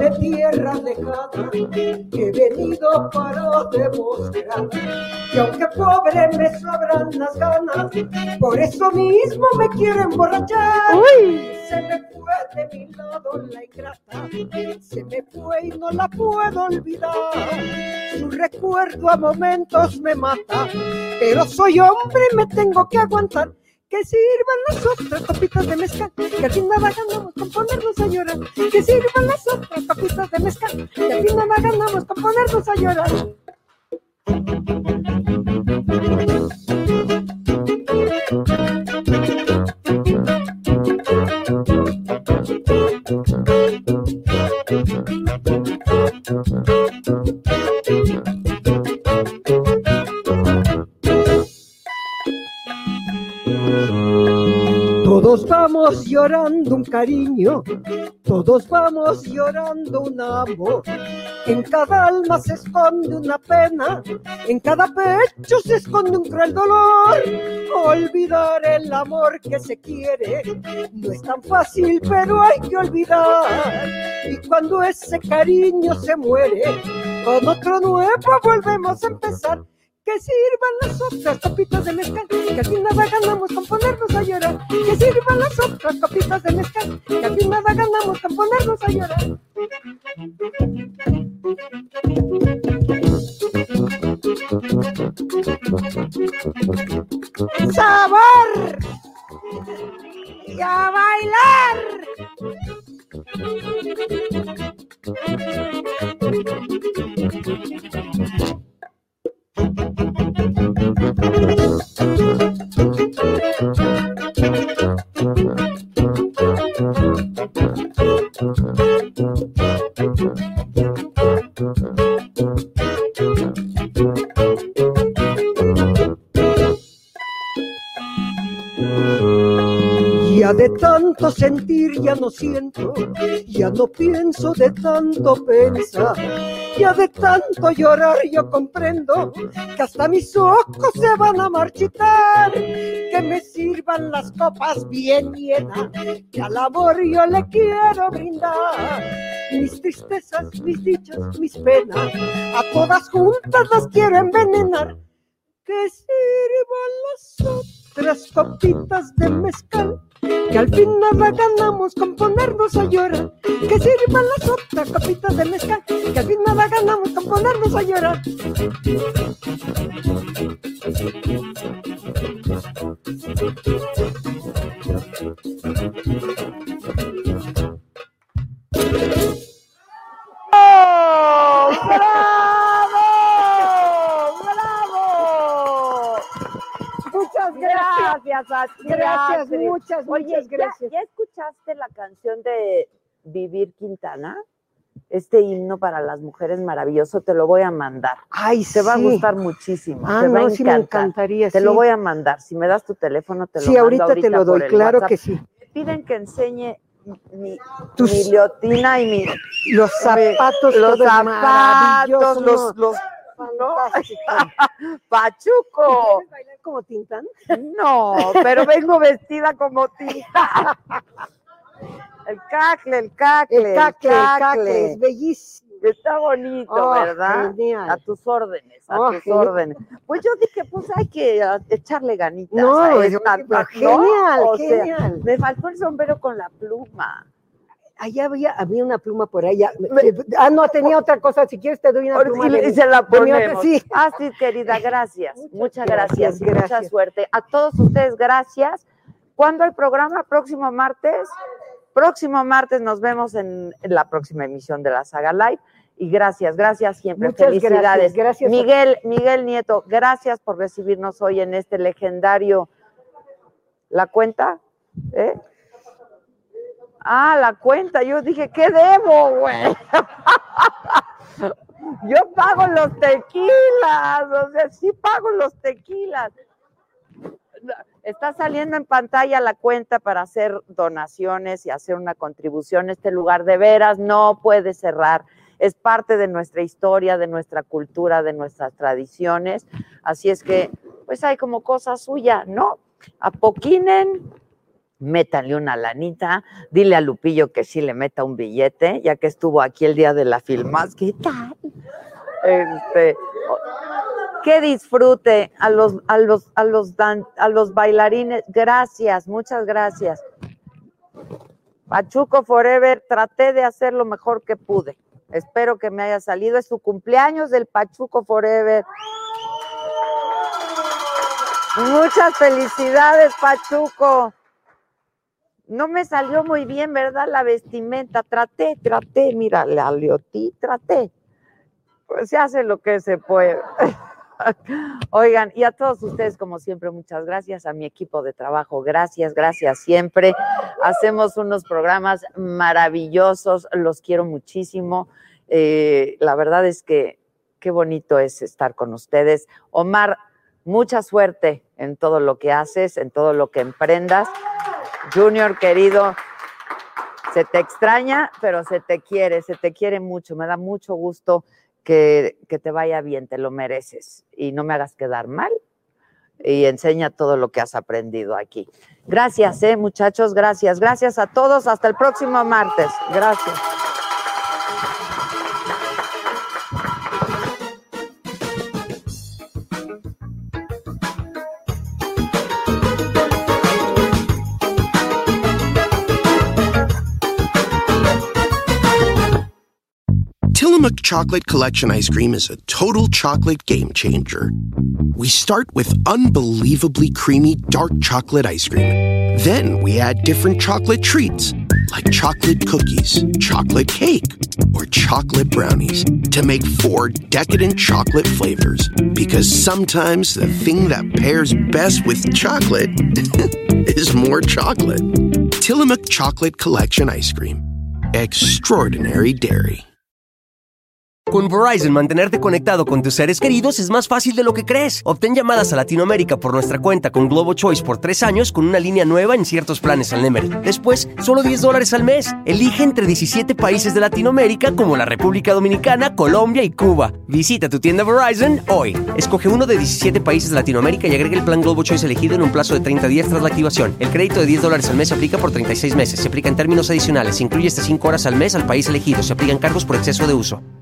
de tierra lejana, he venido para demostrar que aunque pobre me sobran las ganas, por eso mismo me quiero emborrachar. Uy. Se me fue de mi lado la ingrata, se me fue y no la puedo olvidar. Su recuerdo a momentos me mata, pero soy hombre y me tengo que aguantar. Que sirvan las otras copitas de mezcal, que al fin nada ganamos con ponernos a llorar. Que sirvan las otras copitas de mezcal, que al fin nada ganamos con ponernos a llorar. Todos vamos llorando un cariño, todos vamos llorando un amor. En cada alma se esconde una pena, en cada pecho se esconde un cruel dolor. Olvidar el amor que se quiere no es tan fácil, pero hay que olvidar. Y cuando ese cariño se muere, con otro nuevo volvemos a empezar. Que sirvan las otras copitas de mezcal, que al fin nada ganamos con ponernos a llorar. Que sirvan las otras copitas de mezcal, que al fin nada ganamos con ponernos a llorar. ¡Sabor! ¡Y a bailar! Ya de tanto sentir ya no siento, ya no pienso de tanto pensar, ya de tanto llorar yo comprendo que hasta mis ojos se van a marchitar. Que me sirvan las copas bien llenas, que al amor yo le quiero brindar. Mis tristezas, mis dichas, mis penas, a todas juntas las quiero envenenar. Que sirvan las otras copitas de mezcal, que al fin nada ganamos con ponernos a llorar. Que sirvan las otras copitas de mezcal, que al fin nada ganamos con ponernos a llorar. ¡Oh! ¡Bravo! ¡Bravo! Muchas gracias a ti. Gracias, Astrid. muchas, Oye, muchas gracias. ¿ya, ¿ya escuchaste la canción de Vivir Quintana? Este himno para las mujeres maravilloso, te lo voy a mandar. Ay, Te sí. va a gustar muchísimo. Ah, te va no, a sí me encantar. encantaría. Te sí. lo voy a mandar. Si me das tu teléfono, te lo Sí, mando ahorita, ahorita te lo por doy, el claro WhatsApp. que sí. Me piden que enseñe mi, Tus- mi guillotina y mi... Los zapatos, los todo es zapatos, maravilloso, los, ¿no? los, ¿no? Fantástico. Pachuco. ¿Quieres bailar como Tintán? No, pero vengo vestida como Tintán. El cacle, el cacle, El cacle, el cacle, es bellísimo. Está bonito, Oh, ¿verdad? genial. A tus órdenes, a Oh, tus genial. órdenes. Pues yo dije, pues hay que uh, echarle ganitas. No, a yo- esta, ¿no? genial, O sea, genial. me faltó el sombrero con la pluma. Allá había, había una pluma por allá. Ah, no, tenía otra cosa. Si quieres te doy una pluma. Y, de y mi- se la de mi otra- ponemos. sí. Astrid, querida, gracias. Muchas, Muchas gracias, gracias, y mucha gracias. suerte. A todos ustedes, gracias. ¿Cuándo hay programa? ¿Próximo martes? Próximo martes nos vemos en, en la próxima emisión de la Saga Live. Y gracias, gracias siempre. Muchas Felicidades. gracias, gracias a- Miguel, Miguel Nieto, gracias por recibirnos hoy en este legendario ¿La Cuenta? ¿Eh? Ah, La Cuenta. Yo dije, ¿qué debo, güey? Yo pago los tequilas, o sea, sí pago los tequilas. Está saliendo en pantalla la cuenta para hacer donaciones y hacer una contribución. Este lugar de veras no puede cerrar. Es parte de nuestra historia, de nuestra cultura, de nuestras tradiciones. Así es que, pues hay como cosa suya, ¿no? Apoquinen, métanle una lanita, dile a Lupillo que sí le meta un billete, ya que estuvo aquí el día de la filmaz. ¿Qué tal? Este, que disfrute a los, a los, a los, dan, a los bailarines. Gracias, muchas gracias. Pachuco Forever, traté de hacer lo mejor que pude. Espero que me haya salido. Es su cumpleaños del Pachuco Forever. Muchas felicidades, Pachuco. No me salió muy bien, ¿verdad? La vestimenta. Traté, traté, mira, la Leotí, traté. Pues se hace lo que se puede. Oigan, y a todos ustedes, como siempre, muchas gracias. A mi equipo de trabajo, gracias, gracias siempre. Hacemos unos programas maravillosos, los quiero muchísimo. Eh, la verdad es que qué bonito es estar con ustedes. Omar, mucha suerte en todo lo que haces, en todo lo que emprendas. Junior, querido, se te extraña, pero se te quiere, se te quiere mucho. Me da mucho gusto que, que te vaya bien, te lo mereces. Y no me hagas quedar mal y enseña todo lo que has aprendido aquí. Gracias, eh, muchachos, gracias. Gracias a todos. Hasta el próximo martes. Gracias. Tillamook Chocolate Collection Ice Cream is a total chocolate game changer. We start with unbelievably creamy dark chocolate ice cream. Then we add different chocolate treats, like chocolate cookies, chocolate cake, or chocolate brownies, to make four decadent chocolate flavors. Because sometimes the thing that pairs best with chocolate is more chocolate. Tillamook Chocolate Collection Ice Cream. Extraordinary Dairy. Con Verizon, mantenerte conectado con tus seres queridos es más fácil de lo que crees. Obtén llamadas a Latinoamérica por nuestra cuenta con Globo Choice por tres años con una línea nueva en ciertos planes al Nemery. Después, solo diez dólares al mes. Elige entre diecisiete países de Latinoamérica como la República Dominicana, Colombia y Cuba. Visita tu tienda Verizon hoy. Escoge uno de diecisiete países de Latinoamérica y agrega el plan Globo Choice elegido en un plazo de treinta días tras la activación. El crédito de diez dólares al mes se aplica por treinta y seis meses. Se aplica en términos adicionales. Se incluye hasta cinco horas al mes al país elegido. Se aplican cargos por exceso de uso.